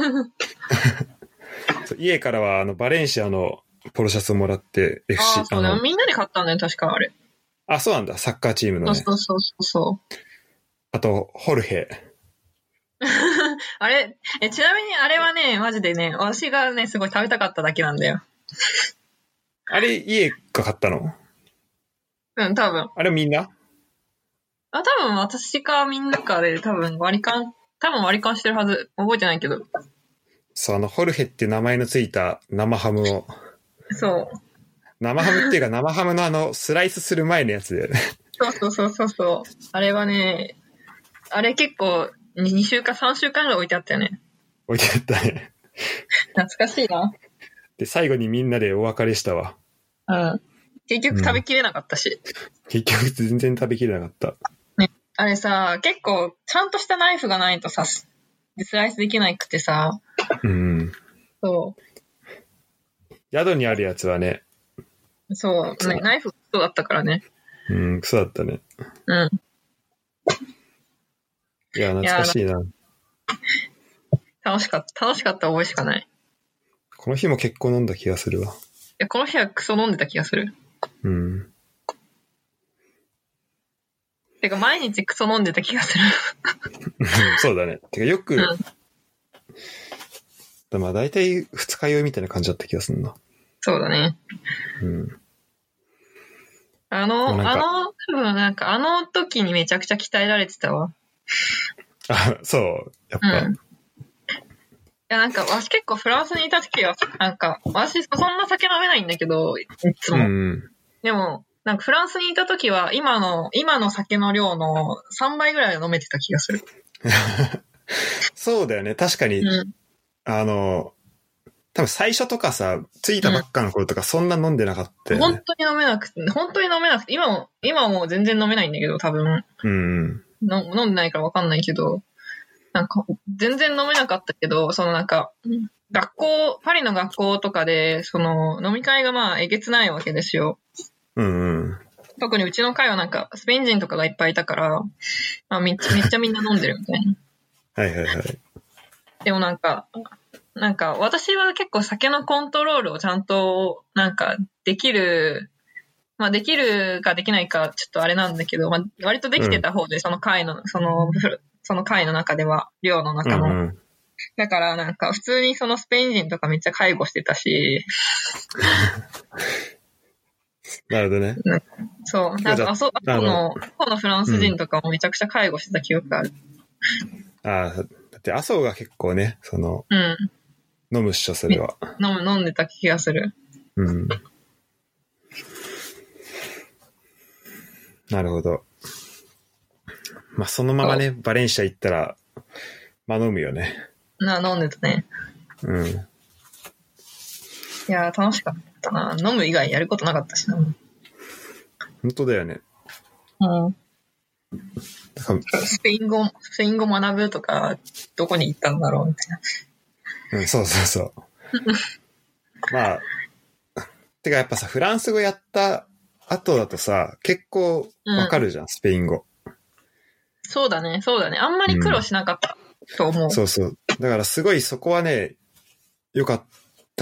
家からはバレンシアのポロシャツをもらって FC。 そうだ、みんなで買ったんだよ、確かあれ。 あ、そうなんだ、サッカーチームのね。 そう。 あと、ホルヘ。 あれ、ちなみにあれはね、マジでね、私がね、すごい食べたかっただけなんだよ。 あれ、家が買ったの？ 多分。 あれみんな？ 多分私かみんなかで多分割り勘してるはず。覚えてないけど。 そう、ホルヘって名前のついた生ハムを。 そう。 生ハムっていうか生ハムのスライスする前のやつだよね。 そう。あれはね、あれ結構2週間、3週間ぐらい置いてあったよね。 置いてあったね。 懐かしいな。 で、最後にみんなでお別れしたわ。 結局食べきれなかったし。 結局全然食べきれなかった。 ね。あれさ、結構ちゃんとしたナイフがないとさ、スライスできなくてさ。そう。 宿にあるやつはね。 そう。ナイフクソだったからね。 クソだったね。いや、懐かしいな。 楽しかった覚えしかない。 この日も結構飲んだ気がするわ。いや、この日はクソ飲んでた気がする。てか、毎日クソ飲んでた気がする。 そうだね。てか、よく、まあ、大体二日酔いみたいな感じだった気がするな。 そうだね。多分なんかあの時にめちゃくちゃ鍛えられてたわ。 あ、そう。やっぱ。いや、なんか、私結構フランスにいた時は、なんか、私そんな酒飲めないんだけど、いつも。でも、 なんかフランスにいた時は今の酒の量の3倍ぐらい飲めてた気がする。 そうだよね。確かに、 うん。 多分最初とかさ、着いたばっかの頃とかそんな飲んでなかったよね。 本当に飲めなくて、今はもう全然飲めないんだけど、多分。 うん。 飲んでないからわかんないけど、なんか、全然飲めなかったけど、そのなんか、パリの学校とかで、その、飲み会がまあ、えげつないわけですよ。 うんうん。 特にうちの会はなんか、スペイン人とかがいっぱいいたから、まあ、めっちゃみんな飲んでるみたいな。 はいはいはい。 でもなんか、私は結構酒のコントロールをちゃんと、なんか、できるかできないか、ちょっとあれなんだけど、まあ、割とできてた方で、その会の中では、寮の中の。 うんうん、 だからなんか、普通にそのスペイン人とかめっちゃ介護してたし、 なるほどね。 そう、なんか、あそこのフランス人とかもめちゃくちゃ介護してた記憶がある。 だって麻生が結構ね、 うん。 飲むっしょ、それは。 飲んでた気がする。 うん。なるほど。まあ、そのままね、バレンシア行ったら、まあ飲むよね。 飲んでたね。 うん。 いやー、楽しかったな。飲む以外やることなかったしな。 本当だよね。 うん。スペイン語学ぶとか、どこに行ったんだろうみたいな。うん、そうそうそう。まあ、てかやっぱさ、フランス語やった後だとさ、結構わかるじゃん、スペイン語。 そうだね。あんまり苦労しなかったと思う。 そうそう。だからすごいそこはね、よかった。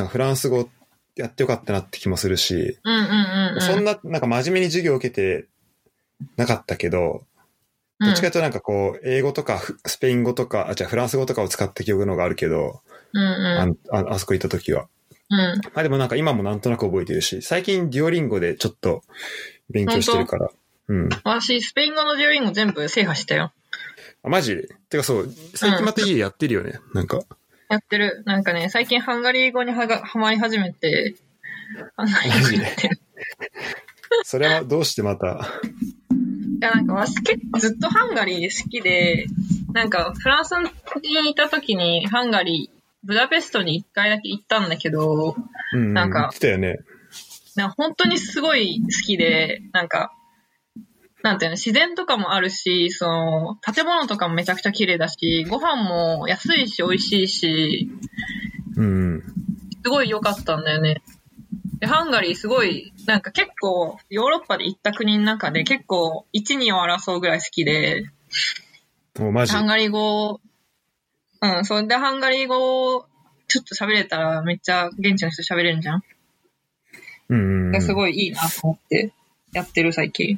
フランス語やってよかったなって気もするし、そんな、なんか真面目に授業を受けてなかったけど、どっちかというとなんかこう、英語とかスペイン語とか、フランス語とかを使った記憶の方があるけど、あそこ行った時は。まあでもなんか今もなんとなく覚えてるし、最近デュオリンゴでちょっと勉強してるから。うん。 私、スペイン語のデュオリンゴ全部制覇したよ。 あ、マジ？てかそう、最近また家やってるよね、なんか。 やってる。なんかね、最近ハンガリー語にはまり始めて、ハンガリー語やってる。 それはどうしてまた。 いや、なんか私結構ずっとハンガリー好きで、なんかフランスにいた時にハンガリー、ブダペストに1回だけ行ったんだけど、なんか、 言ってたよね。 本当にすごい好きで、なんか、なんていうの、自然とかもあるし、その、建物とかもめちゃくちゃ綺麗だし、ご飯も安いし美味しいし、すごい良かったんだよね。で、ハンガリーすごい、なんか結構、ヨーロッパで行った国の中で結構、1、2を争うぐらい好きで、 マジ？ ハンガリー語、それでハンガリー語、ちょっと喋れたらめっちゃ現地の人喋れるじゃん。すごいいいなと思ってやってる最近。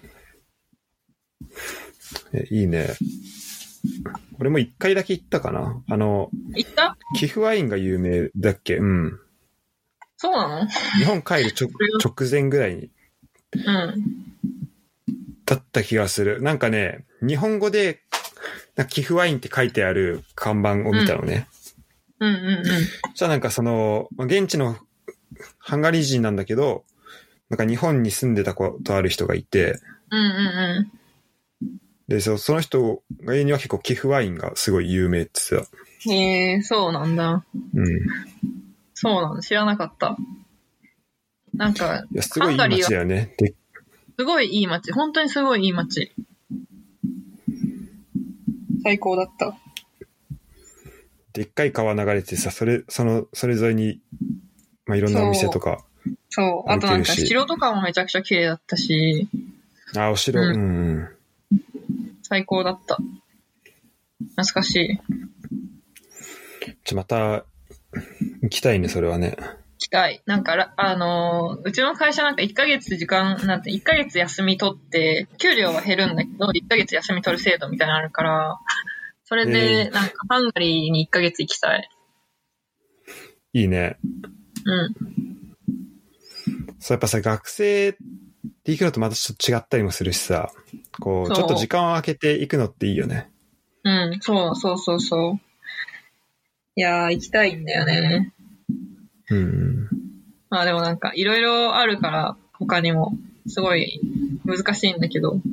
いいね。俺も1回だけ行ったかな。 行った？ 寄付ワインが有名だっけ？うん。 そうなの？ 日本帰る直前ぐらいに。だった気がする。なんかね、日本語で、寄付ワインって書いてある看板を見たのね。じゃあなんか現地のハンガリー人なんだけど、なんか日本に住んでたことある人がいて、で、その人が言うには結構寄付ワインがすごい有名って言ってた。へえ、そうなんだ。そうなんだ。知らなかった。なんか、 いや、すごいいい街だよね。 すごいいい街。本当にすごいいい街。最高だった。 でっかい川流れてさ、それ沿いに、まあ、いろんなお店とか。 そう。あとなんか城とかもめちゃくちゃ綺麗だったし。 あ、お城。 最高だった。懐かしい。 また、行きたいね、それはね。 行きたい。なんか、うちの会社なんか1ヶ月休み取って、給料は減るんだけど、1ヶ月休み取る制度みたいなのあるから、それで、なんか、ハンガリーに1ヶ月行きたい。 いいね。そう、やっぱさ、学生で行くのとまたちょっと違ったりもするしさ、こう、ちょっと時間を空けて行くのっていいよね。 そう。いやー、行きたいんだよね。まあでもなんか、いろいろあるから、他にも。 すごい難しいんだけど。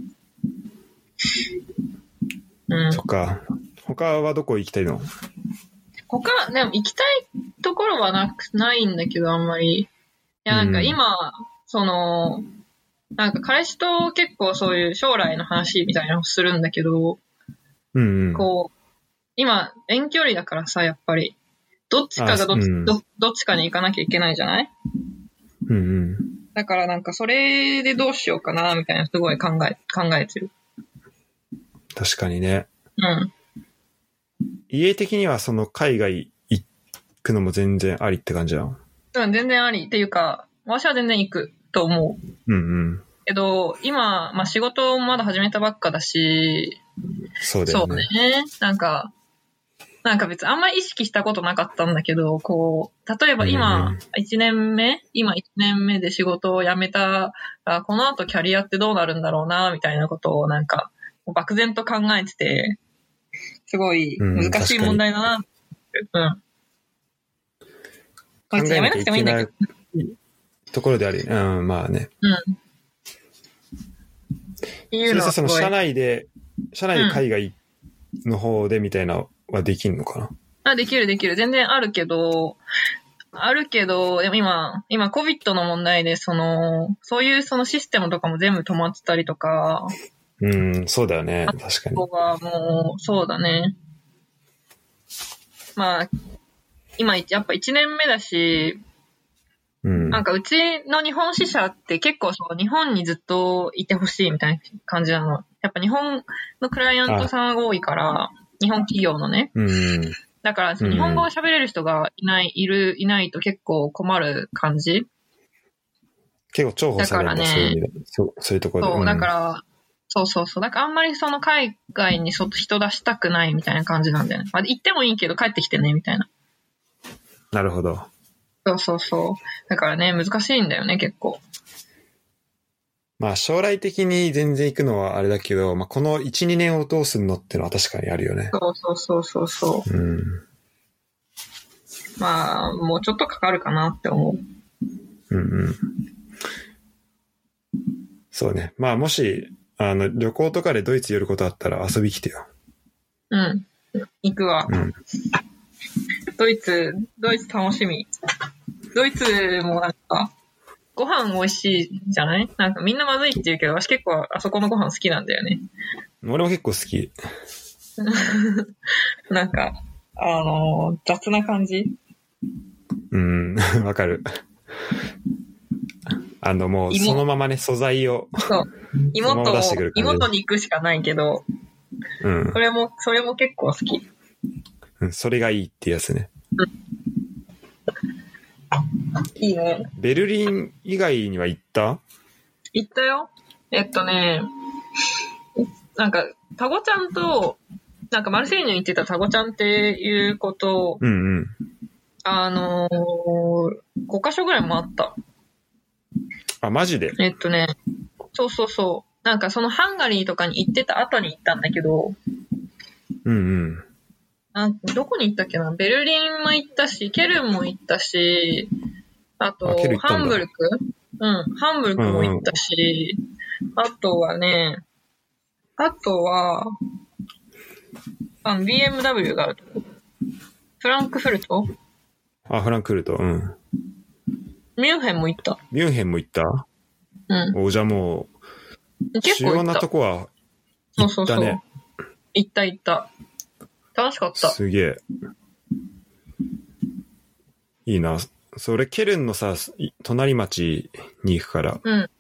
そっか。他はどこ行きたいの？ でも行きたいところはないんだけど、あんまり。いや、なんか今、なんか彼氏と結構そういう将来の話みたいなのをするんだけど、今、遠距離だからさ、やっぱり。どっちかがどっちかに行かなきゃいけないじゃない？だからなんかそれでどうしようかな、みたいなすごい考えてる。 確かにね。家的にはその海外行くのも全然ありって感じだよ。 全然あり。っていうか、私は全然行くと思う。けど、今、仕事まだ始めたばっかだし、 そうだよね。 そうね。なんか別にあんまり意識したことなかったんだけど、例えば今、1年目で仕事を辞めたら、この後キャリアってどうなるんだろうな、みたいなことをなんか、漠然と考えてて、すごい難しい問題だな。 考えなきゃいけないところであるよね。まあね。それさ、その社内で海外の方でみたいなはできんのかな？ できる。全然あるけど、でも今 COVID の問題で、そういうそのシステムとかも全部止まってたりとか。 そうだよね。確かに。 ここがもう、そうだね。今やっぱ1年目だし、なんかうちの日本支社って結構日本にずっといてほしいみたいな感じなの。やっぱ日本のクライアントさんが多いから、日本企業のね。だから日本語を喋れる人がいないと結構困る感じ。 結構重宝されるんだ、そういう意味で。そういうところで。 そう、だから、だからあんまり海外に人出したくないみたいな感じなんだよね。行ってもいいけど帰ってきてね、みたいな。 なるほど。 そう。だからね、難しいんだよね、結構。 将来的に全然行くのはあれだけど、この1、2年をどうするのってのは確かにあるよね。 そう。もうちょっとかかるかなって思う。 そうね。もし、旅行とかでドイツ寄ることあったら遊び来てよ。 行くわ。ドイツ楽しみ。ドイツもなんか、ご飯美味しいじゃない？なんかみんなまずいって言うけど、私結構あそこのご飯好きなんだよね。 俺も結構好き。 なんか、雑な感じ？ わかる。もうそのままね、素材を。そう。 芋と肉しかないけど、それも結構好き。 それがいいってやつね。 いいね。 ベルリン以外には行った？ 行ったよ。なんか、タゴちゃんと、なんかマルセイユに行ってたタゴちゃんっていうことを、5カ所ぐらい回った。 マジで？ そう。なんかそのハンガリーとかに行ってた後に行ったんだけど、どこに行ったっけな？ベルリンも行ったし、ケルンも行ったし、あと、ハンブルクも行ったし、あとは、BMW があるとこ。フランクフルト？ フランクフルト、 ミュンヘンも行った。 ミュンヘンも行った？じゃあもう、主要なとこは行ったね。 行った。楽しかった。 すげえ。いいな。それ、ケルンのさ、隣町に行くから。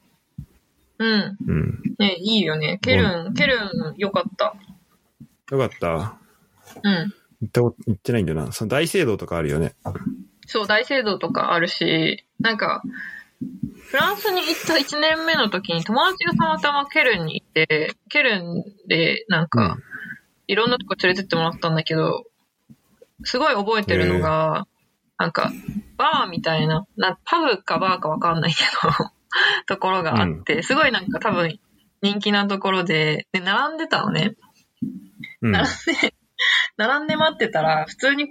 ね、いいよね。ケルンよかった。 よかった？行ってないんだよな。その大聖堂とかあるよね。 そう、大聖堂とかあるし、なんか、フランスに行った1年目の時に友達がたまたまケルンに行って、ケルンでなんか、いろんなとこ連れてってもらったんだけど、すごい覚えてるのが、なんか、バーみたいな、パブかバーかわかんないけど、ところがあって、すごいなんか多分人気なところで、並んでたのね。並んで待ってたら、普通に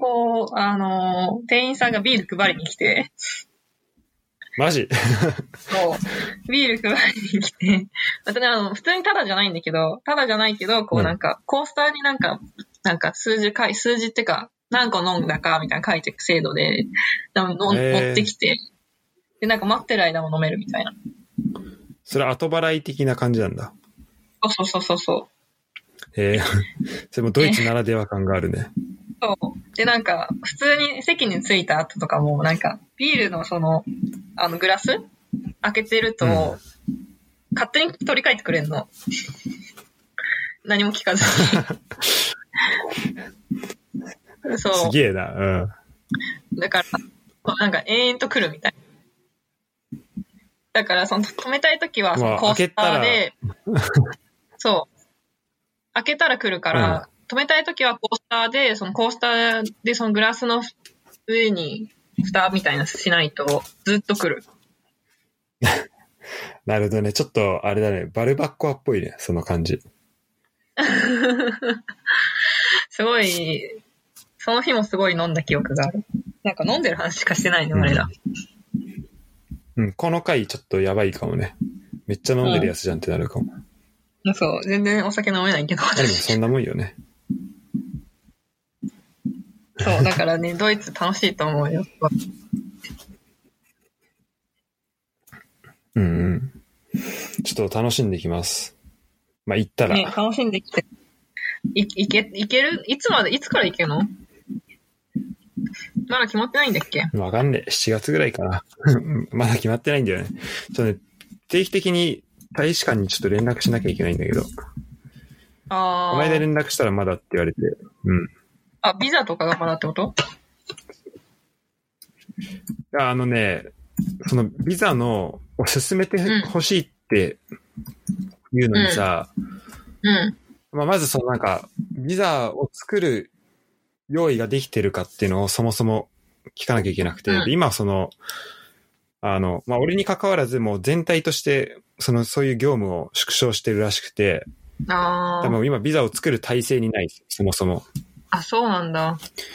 店員さんがビール配りに来て。 マジ？ そう。 ビール配りに来て、またね、普通にタダじゃないんだけど、こうなんか、コースターになんか数字ってか、何個飲んだかみたいな書いていく制度で、持ってきて、で、なんか待ってる間も飲めるみたいな。 それ後払い的な感じなんだ。 そう。 それもドイツならでは感があるね。 そう。で、なんか、普通に席に着いた後とかも、なんか、ビールのグラス開けてると、勝手に取り替えてくれんの。何も聞かずに。そう。 すげえな。 だから、なんか延々と来るみたい。だから、止めたいときは、コースターで、そう。開けたら来るから、止めたいときはコースターで、コースターでグラスの上に蓋みたいなしないとずっと来る。 なるほどね。ちょっとあれだね。バルバッコアっぽいね。その感じ。 すごい、その日もすごい飲んだ記憶がある。なんか飲んでる話しかしてないね、あれだ。 この回ちょっとやばいかもね。めっちゃ飲んでるやつじゃんってなるかも。 そう、全然お酒飲めないけど。 でもそんなもんよね。 そう、だからね、ドイツ楽しいと思うよ。 ちょっと楽しんできます。まあ、行ったら。 ね、楽しんできて。いける？いつから行けるの？まだ決まってないんだっけ？ わかんねえ。7月ぐらいかな。まだ決まってないんだよね。定期的に大使館にちょっと連絡しなきゃいけないんだけど。この間連絡したらまだって言われて。 ビザとかがまだってこと？ そのビザを進めてほしいっていうのにさ、まずビザを作る用意ができてるかっていうのをそもそも聞かなきゃいけなくて、で今俺に関わらずもう全体としてそういう業務を縮小してるらしくて、多分今ビザを作る体制にない、そもそも。 あ、そうなんだ。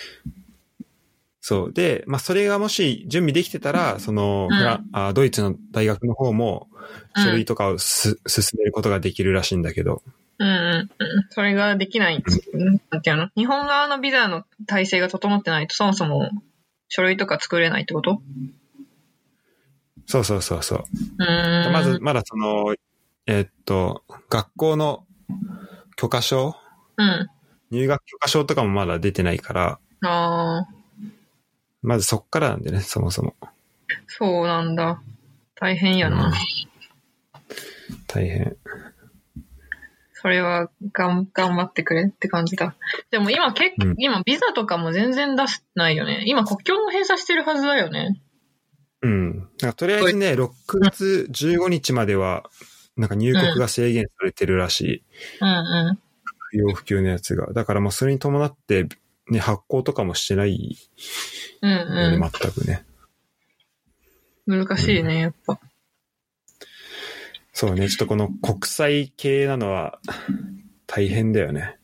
そう。で、それがもし準備できてたら、ドイツの大学の方も書類とかを進めることができるらしいんだけど。 それができない。なんていうの？日本側のビザの体制が整ってないと、そもそも書類とか作れないってこと？ そう。まだ学校の許可証、入学許可証とかもまだ出てないから、まずそっからなんでね、そもそも。 そうなんだ。大変やな。 大変。 それは頑張ってくれって感じだ。でも今今ビザとかも全然出してないよね。今国境も閉鎖してるはずだよね。 とりあえずね、6月15日までは、入国が制限されてるらしい。不要不急のやつが。だからもうそれに伴って、ね、発行とかもしてないよね、全くね。 難しいね、やっぱ。 そうね、ちょっとこの国際系なのは大変だよね。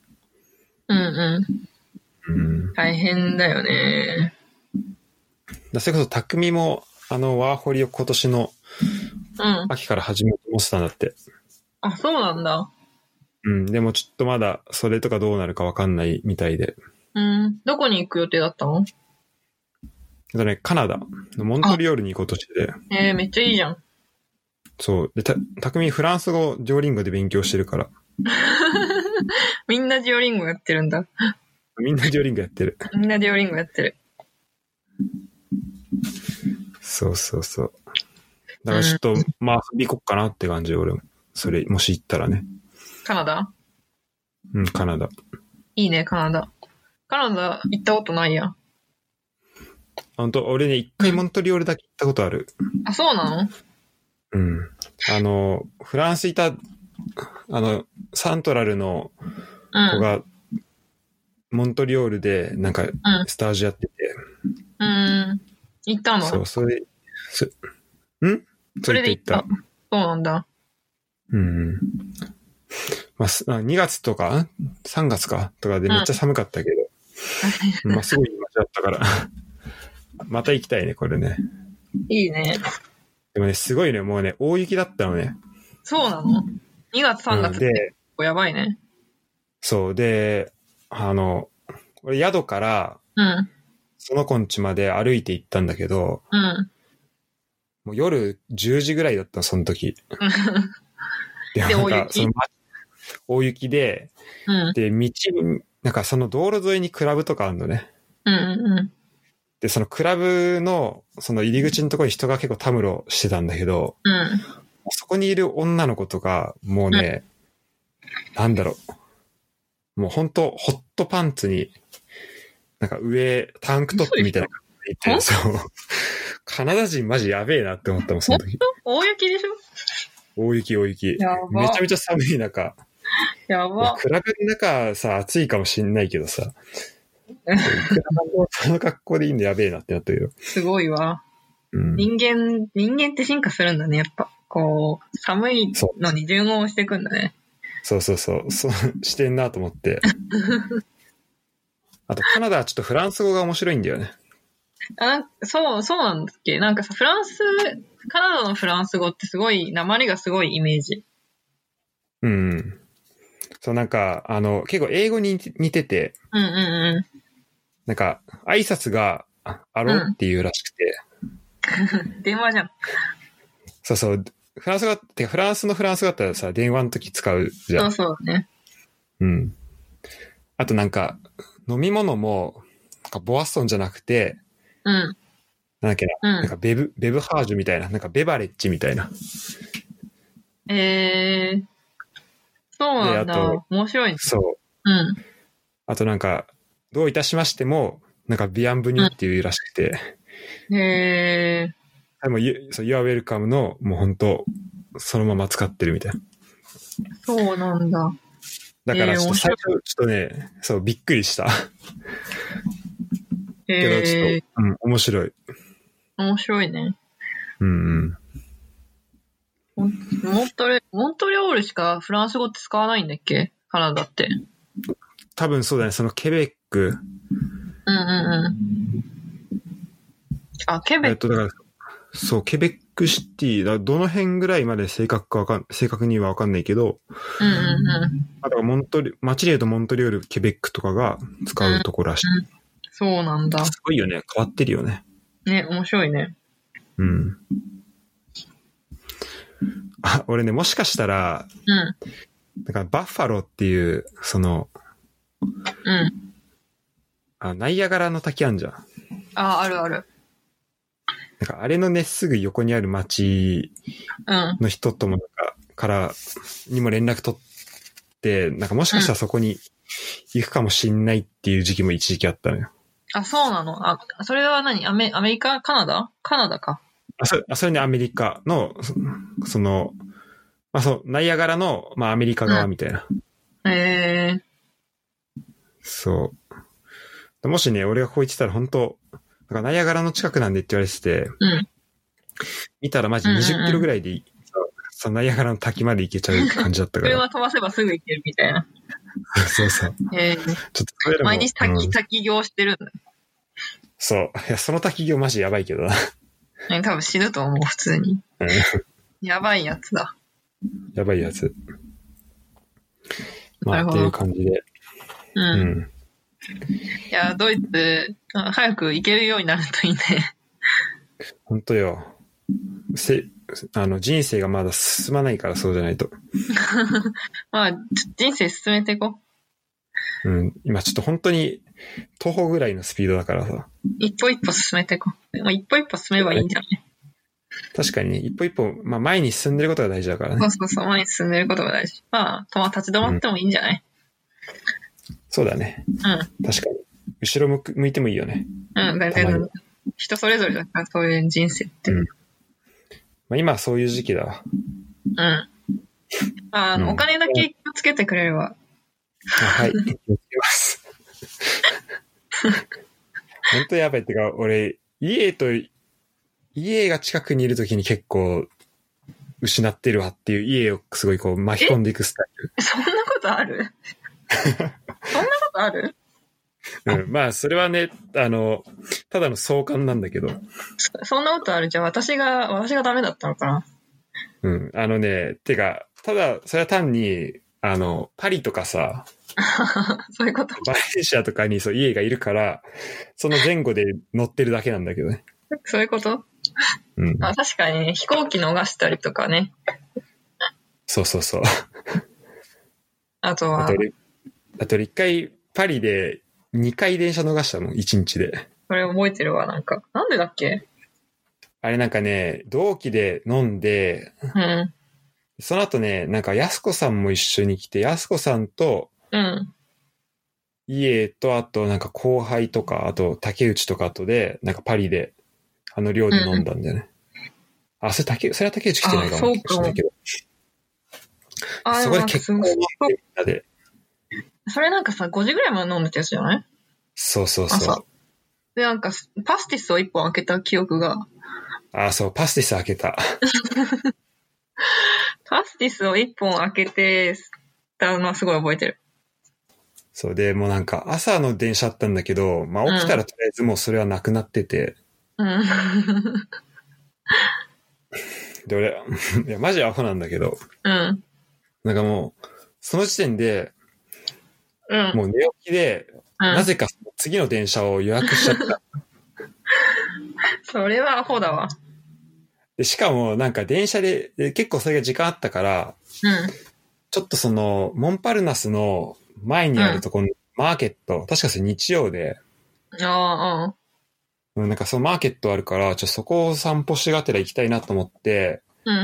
大変だよね。 それこそ匠もワーホリを今年の秋から始めようと思ってたんだって。 あ、そうなんだ。 でもちょっとまだそれとかどうなるかわかんないみたいで。 どこに行く予定だったの？ カナダのモントリオールに行こうとしてて。 めっちゃいいじゃん。 そう。で、匠フランス語デュオリンゴで勉強してるから。 みんなデュオリンゴやってるんだ。 みんなデュオリンゴやってる。 みんなデュオリンゴやってる。 そう。だからちょっと、遊び行こっかなって感じ、俺も。それ、もし行ったらね。 カナダ？ カナダ。 いいね、カナダ。カナダ行ったことないや。 本当、俺ね、一回モントリオールだけ行ったことある。 あ、そうなの？フランスいた、サントラルの子が、モントリオールで、スタジオやってて。 行ったの？ そう、それで行った。 そうなんだ。 2月とか、3月かとかでめっちゃ寒かったけど、すごいいい街だったから。また行きたいね、これね。 いいね。 でもね、すごいね、もうね、大雪だったのね。 そうなの ?2 月3月って結構やばいね。 そうで、俺宿から、 うん。 その子ん家まで歩いて行ったんだけど、 うん。 もう夜10時ぐらいだったの、その時。で、なんか、大雪で、 うん。 で、なんかその道路沿いにクラブとかあるのね。 うんうん。 で、そのクラブの、その入り口のところに人が結構たむろしてたんだけど、 うん。 そこにいる女の子とか、もうね、なんだろう。もうほんと、ホットパンツに、なんか上、タンクトップみたいな感じでいて、そう。カナダ人マジやべえなって思ったもん、その時。 大雪でしょ？ 大雪。 やば。 めちゃめちゃ寒い中。 やば。 クラブの中さ、暑いかもしんないけどさ。その格好でいいんでやべえなってなったけど。 すごいわ。 うん、 人間って進化するんだね、やっぱ。こう、寒いのに順応していくんだね。 そうしてんなと思って。あとカナダはちょっとフランス語が面白いんだよね。 そうなんだっけ？なんかさ、カナダのフランス語ってすごい、訛りがすごいイメージ。 うん。そう、なんか、結構英語に似てて、 うんうんうん。 なんか、挨拶が、アロっていうらしくて。 電話じゃん。 そう。フランス語だったらさ、電話の時使うじゃん。 そうね。 うん。あとなんか、飲み物も、なんかボアソンじゃなくて、 うん。 なんだっけな、なんかベブハージュみたいな、なんかベバレッジみたいな。 そうなんだ。面白いね。 そう。 うん。 あとなんか、どういたしましても、なんかビアンブニュっていうらしくて。 でも You are welcome の、もう本当そのまま使ってるみたいな。 そうなんだ。 だからちょっと最初、ちょっとね、そう、びっくりした。けどちょっと、面白い。 面白いね。 うんモントレオールしかフランス語って使わないんだっけ？カナダって。 多分そうだね、そのケベック。 あ、ケベック。 だから、そう、ケベックシティだ、どの辺ぐらいまで正確にはわかんないけど、だから街で言うとモントリオール、ケベックとかが使うところらしい。 そうなんだ。 すごいよね。変わってるよね。 ね、面白いね。 うん。俺ね、もしかしたら、なんかバッファローっていう、ナイアガラの滝あんじゃん。 ある。なんかあれのね、すぐ横にある町の人ともからにも連絡取って、なんかもしかしたらそこに行くかもしんないっていう時期も一時期あったのよ。 あ、そうなの？それは何？アメリカ？カナダか。 それね、アメリカの、ナイアガラの、アメリカ側みたいな。そう。もしね、俺がこう言ってたら本当なんかナイアガラの近くなんでって言われてて、見たらマジ20キロぐらいでそのナイアガラの滝まで行けちゃう感じだったから。 車飛ばせばすぐ行けるみたいな。 そう。ちょっと毎日滝行してるんだ。 そう。いや、その滝行マジやばいけどな。 多分死ぬと思う、普通に。やばいやつだ。 やばいやつ。っていう感じで。 いや、ドイツ、早く行けるようになるといいね。 本当よ。人生がまだ進まないから、そうじゃないと。 人生進めていこう。今ちょっと本当に、徒歩ぐらいのスピードだからさ。 一歩一歩進めていこう。一歩一歩進めばいいんじゃない？ 確かにね、一歩一歩、前に進んでることが大事だからね。 そう、前に進んでることが大事。立ち止まってもいいんじゃない？ そうだね。確かに。後ろ向いてもいいよね。 全然。人それぞれだから、そういう人生って。 今はそういう時期だわ。 お金だけ気をつけてくれれば。 はい。気をつけます。本当やばいってか、俺、家が近くにいるときに結構失ってるわっていう家をすごいこう巻き込んでいくスタイル。 そんなことある？ まあ、それはね、ただの相関なんだけど。 そんなことある？じゃあ私がダメだったのかな。 てか、ただ、それは単に、パリとかさ、 そういうこと。 バレンシアとかにそう家がいるから、その前後で乗ってるだけなんだけどね。 そういうこと？確かにね、飛行機逃したりとかね。 そうそうそう。 あとは。 あと1回パリで2回電車逃したの、1日で。 それ覚えてるわ、なんか。なんでだっけ？ あれなんかね、同期で飲んで、その後ね、なんか安子さんも一緒に来て、安子さんと、家と、あとなんか後輩とか、あと竹内とかとで、なんかパリで、寮で飲んだんだよね。それは竹内来てないかもしれないけど。そこで結構飲んでみんなで。 それなんかさ、5時ぐらいまで飲んでたやつじゃない？ そうそうそう。 で、なんか、パスティスを1本開けた記憶が。 そう、パスティス開けた。 パスティスを1本開けてたのはすごい覚えてる。 そうで、もうなんか朝の電車あったんだけど、まあ起きたらとりあえずもうそれはなくなってて。で、俺、いや、マジアホなんだけど。なんかもう、その時点で、もう寝起きで、なぜか次の電車を予約しちゃった。 それはアホだわ。 で、しかもなんか電車で結構それが時間あったから、ちょっとその、モンパルナスの前にあるところのマーケット、確かそれ日曜で、なんかそのマーケットあるから、そこを散歩しがてら行きたいなと思って、ド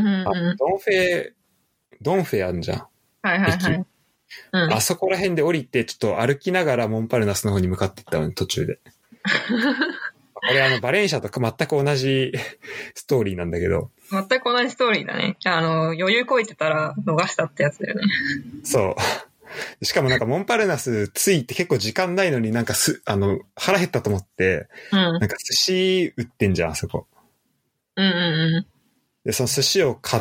ンフェあるじゃん。 はいはいはい。 あそこら辺で降りて、ちょっと歩きながらモンパルナスの方に向かっていったのね、途中で。これバレンシアと全く同じストーリーなんだけど。 全く同じストーリーだね。余裕こいてたら逃したってやつだよね。 そう。しかもなんかモンパルナス着いて結構時間ないのになんか腹減ったと思って、なんか寿司売ってんじゃん、あそこ。で、その寿司を買って、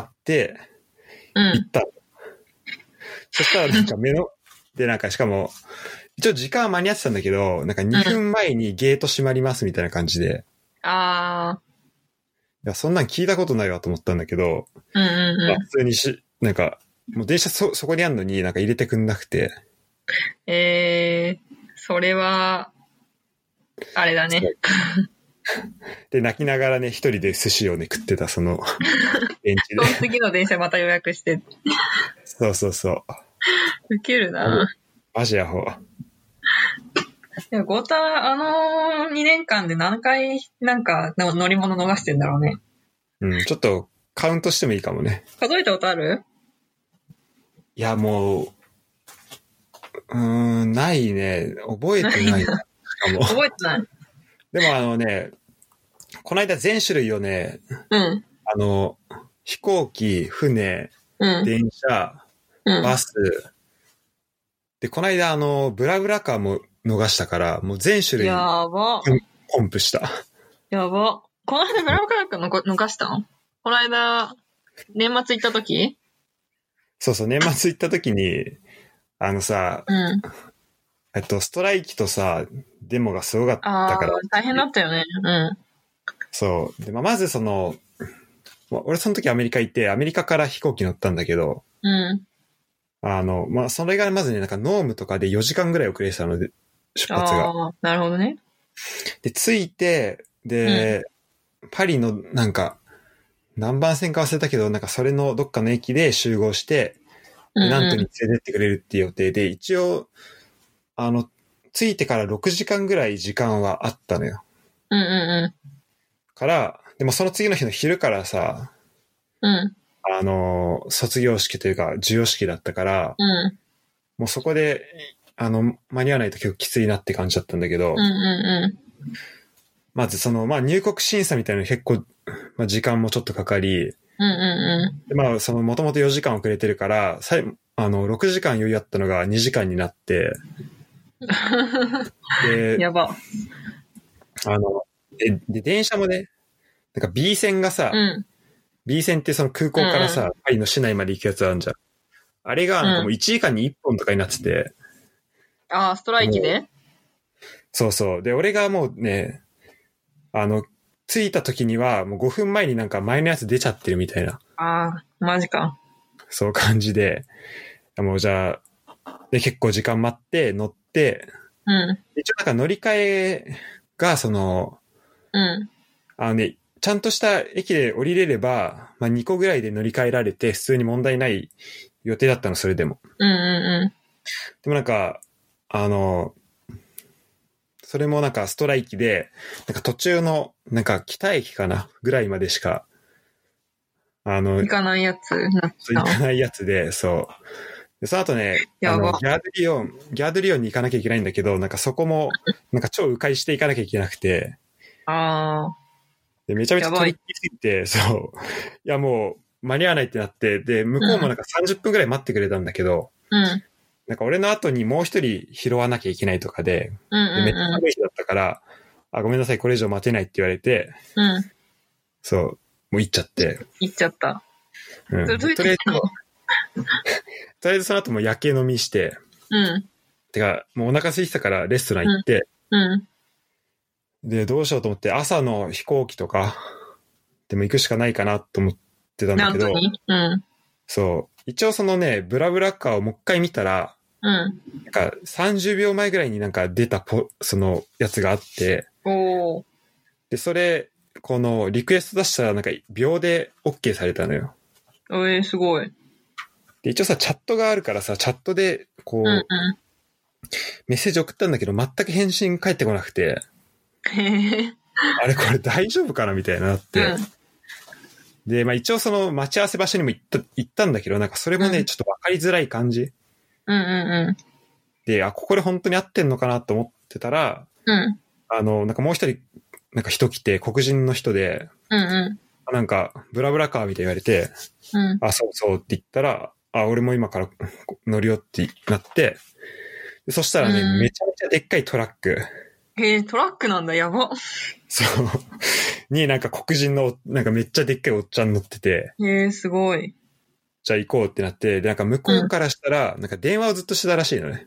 行ったの。そしたらなんかでなんかしかも、一応時間は間に合ってたんだけど、なんか2分前にゲート閉まりますみたいな感じで。いや、そんなん聞いたことないわと思ったんだけど、普通になんか、もう電車そこにあるのになんか入れてくんなくて。 それは、あれだね。 で、泣きながらね、一人で寿司をね、食ってた、その、ベンチで。 次の電車また予約して。 そうそうそう。 ウケるな。 マジアホ。 ゴータ、2年間で何回、なんか、乗り物逃してんだろうね。 ちょっと、カウントしてもいいかもね。 数えたことある？ いや、もう、ないね。覚えてない。 覚えてない。 でもこの間全種類をね、飛行機、船、電車、バス、で、この間ブラブラカーも逃したから、もう全種類、 やば。 コンプした。 やば。この間ブラブラカー逃したの？この間、年末行った時？ そうそう、年末行った時に、ストライキとさ、デモがすごかったから。 大変だったよね。 そう。で、まず俺その時アメリカ行って、アメリカから飛行機乗ったんだけど、それがまずね、なんかノームとかで4時間ぐらい遅れてたので、出発が。 なるほどね。 で、着いて、で、パリのなんか、何番線か忘れたけど、なんかそれのどっかの駅で集合して、ナントに連れてってくれるっていう予定で、一応、着いてから6時間ぐらい時間はあったのよ。から、でもその次の日の昼からさ、卒業式というか、授与式だったから、もうそこで、間に合わないと結構きついなって感じだったんだけど、まず入国審査みたいなの結構、時間もちょっとかかり、でもともと4時間遅れてるから、6時間余裕あったのが2時間になって、で、 やば。 で、電車もね、なんか B 線がさ、B 線ってその空港からさ、パリの市内まで行くやつあるじゃん。あれがなんかもう1時間に1本とかになってて。 ストライキで？ そうそう。で、俺がもうね、着いた時にはもう5分前になんか前のやつ出ちゃってるみたいな。 ああ、マジか。 そう感じで、もうじゃあ、で、結構時間待って乗って、 うん。 一応なんか乗り換えが、 うん。 ちゃんとした駅で降りれれば、まあ2個ぐらいで乗り換えられて、普通に問題ない予定だったの、それでも。 うんうんでもなんか、それもなんかストライキで、なんか途中の、なんか北駅かなぐらいまでしか、 行かないやつなっ行かた。 ないやつで、そう。で、その後ね、 やば。 ギャードリオンに行かなきゃいけないんだけど、なんかそこも、なんか超迂回していかなきゃいけなくて、 ああ、 で、めちゃめちゃトリッキーすぎて、そう。いや、もう、間に合わないってなって、で、向こうもなんか30分くらい待ってくれたんだけど、 うん。 なんか俺の後にもう一人拾わなきゃいけないとかで、 うんうんでめっちゃ寒い日だったから、ごめんなさい、これ以上待てないって言われて、 うん。 そう、もう行っちゃって。 行っちゃった。 うん。とりあえずその後も夜景飲みして、 うん。 てか、もうお腹空いてたからレストラン行って、 うん。 で、どうしようと思って、朝の飛行機とか、でも行くしかないかなと思ってたんだけど、 うん。 そう。一応そのね、ブラブラカーをもう一回見たら、 うん。 なんか30秒前ぐらいになんか出たそのやつがあって、 おー。 で、それ、このリクエスト出したらなんか秒で OK されたのよ。 すごい。 で、一応さ、チャットがあるからさ、チャットで、こう、 うんうん。 メッセージ送ったんだけど、全く返信返ってこなくて、 へえ。 あれこれ大丈夫かなみたいになって、で、まあ一応その待ち合わせ場所にも行ったんだけど、なんかそれもね、ちょっと分かりづらい感じ。 うんうんで、ここで本当に合ってんのかなと思ってたら、 うん。 なんかもう一人、なんか人来て、黒人の人で、 うんなんか、ブラブラカーみたいに言われて、 うん。 そうそうって言ったら、俺も今から乗るよってなって、でそしたらね、めちゃめちゃでっかいトラック。 トラックなんだ、やば。 そう。になんか黒人の、なんかめっちゃでっかいおっちゃん乗ってて、 すごい。 じゃあ行こうってなって、で、なんか向こうからしたら、なんか電話をずっとしてたらしいのね。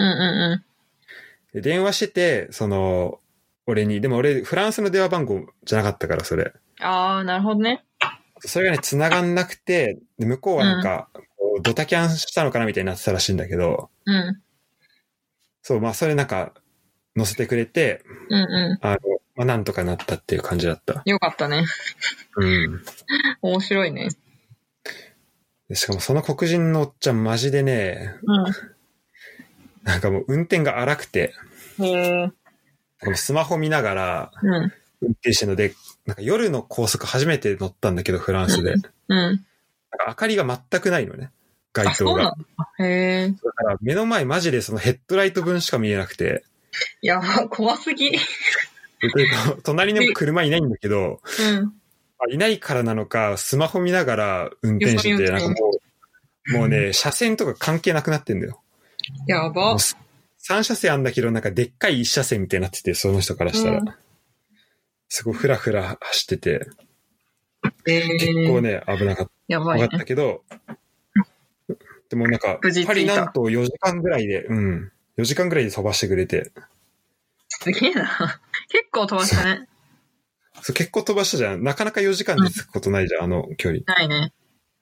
で電話してて、俺に、でも俺、フランスの電話番号じゃなかったから、それ。 ああ、なるほどね。 それがね、繋がんなくて、で向こうはなんか、ドタキャンしたのかなみたいになってたらしいんだけど、そう、まあ、それなんか、乗せてくれて、まあ、なんとかなったっていう感じだった。 よかったね。 うん。 面白いね。 でしかもその黒人のおっちゃんマジでね、なんかもう運転が荒くて、スマホ見ながら、運転してるので、なんか夜の高速初めて乗ったんだけど、フランスで。なんか明かりが全くないのね。街灯が。だから目の前マジでそのヘッドライト分しか見えなくて。 やば、怖すぎ。 隣にも車いないんだけど、いないからなのか、スマホ見ながら運転してて、なんかもうね、車線とか関係なくなってんだよ。 やば。 3車線あんだけど、なんかでっかい1車線みたいになってて、その人からしたら。すごいフラフラ走ってて、結構ね、危なかった。 やばいね。 ったけど、でもなんか、パリなんと4時間ぐらいで、4時間ぐらいで飛ばしてくれて。 すげえな。結構飛ばしたね。 そう、結構飛ばしたじゃん。なかなか4時間で着くことないじゃん、あの距離。 ないね。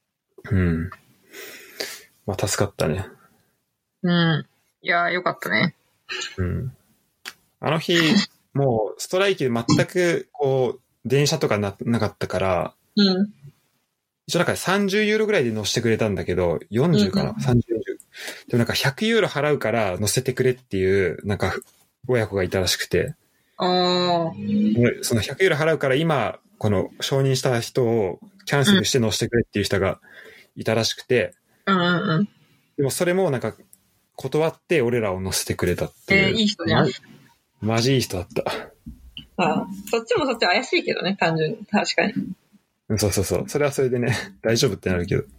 まあ、助かったね。 いや、よかったね。 あの日、もう、ストライキで全く、電車とかなかったから、一応なんか30ユーロぐらいで乗せてくれたんだけど、40かな、30ユーロ。でもなんか100ユーロ払うから乗せてくれっていう、なんか、親子がいたらしくて。その100ユーロ払うから今、この承認した人をキャンセルして乗せてくれっていう人がいたらしくて。でもそれもなんか、断って俺らを乗せてくれたっていう。 いい人じゃん。 マジいい人だった。 そっちもそっち怪しいけどね、単純に。確かに。 そうそうそう。それはそれでね、大丈夫ってなるけど。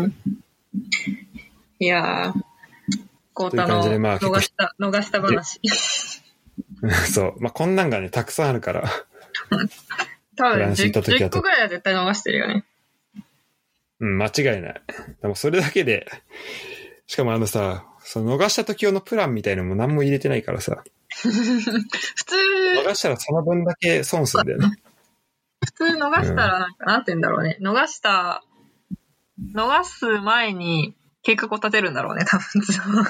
いやー、コータの逃した話。 そう。まあ、こんなんがね、たくさんあるから。 多分10個ぐらいは絶対逃してるよね。 間違いない。でもそれだけで、しかもその逃した時用のプランみたいなのも何も入れてないからさ。 普通、 逃したらその分だけ損するんだよね。 普通逃したらなんて言うんだろうね。逃す前に計画を立てるんだろうね、多分。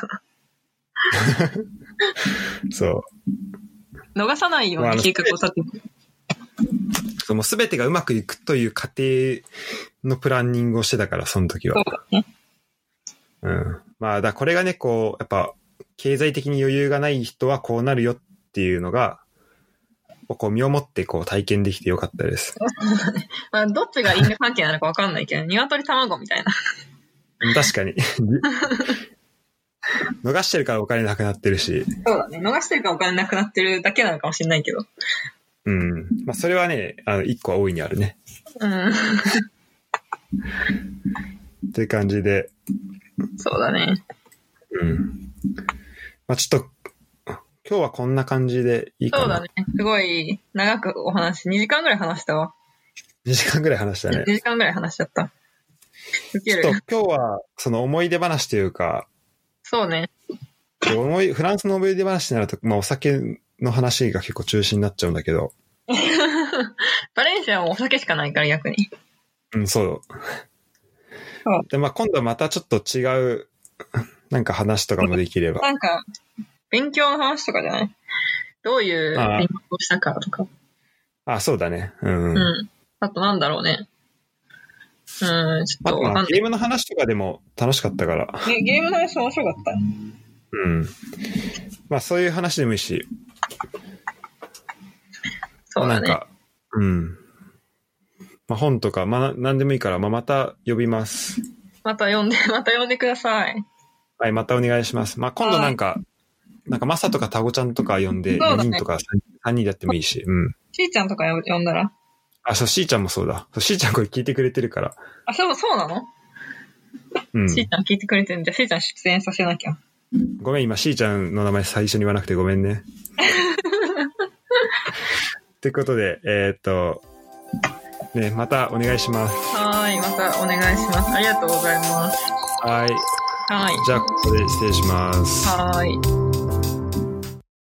そう。 逃さないように計画を立てる。 もう全てがうまくいくという過程のプランニングをしてたから、その時は。 そうだね。 うん。まあ、これがね、こう、やっぱ、経済的に余裕がない人はこうなるよっていうのが、こう身をもってこう体験できてよかったです。 まあ、どっちが因果関係なのか分かんないけど、鶏卵みたいな。 確かに。逃してるからお金なくなってるし。 そうだね。逃してるからお金なくなってるだけなのかもしれないけど。 うん。まあ、それはね、一個は大いにあるね。 うん。 っていう感じで。 そうだね。 うん。まあ、ちょっと、今日はこんな感じでいいかな。 そうだね。すごい長くお話、2時間ぐらい話したわ。 2時間ぐらい話したね。 2時間ぐらい話しちゃった。ウケる。 ちょっと今日はその思い出話というか、 そうね。 フランスの思い出話になると、まあお酒の話が結構中心になっちゃうんだけど。 バレンシアはお酒しかないから逆に。 うん、そう。で、まあ今度はまたちょっと違う、なんか話とかもできれば。 なんか、勉強の話とかじゃない？どういう勉強をしたかとか。 あ、そうだね。うん。 うん。あとなんだろうね。ちょっとわかんない。 ゲームの話とかでも楽しかったから。 ゲームの話面白かった。 うん。まあそういう話でもいいし。 そうだね。 なんか、うん。まあ本とか、まあ何でもいいから、まあまた呼びます。 また呼んでください。 はい、またお願いします。まあ今度なんかマサとかタゴちゃんとか呼んで、4人とか3人でやってもいいし。うん。 しーちゃんとか呼んだら？ あ、そう、しーちゃんもそうだ。しーちゃんこれ聞いてくれてるから。 あ、そうなの？うん。しーちゃん聞いてくれてるんじゃ、しーちゃん出演させなきゃ。 ごめん、今しーちゃんの名前最初に言わなくてごめんね。ってことで、ね、またお願いします。 はい、またお願いします。ありがとうございます。 はい。 はい。 じゃあ、ここで失礼します。 はい。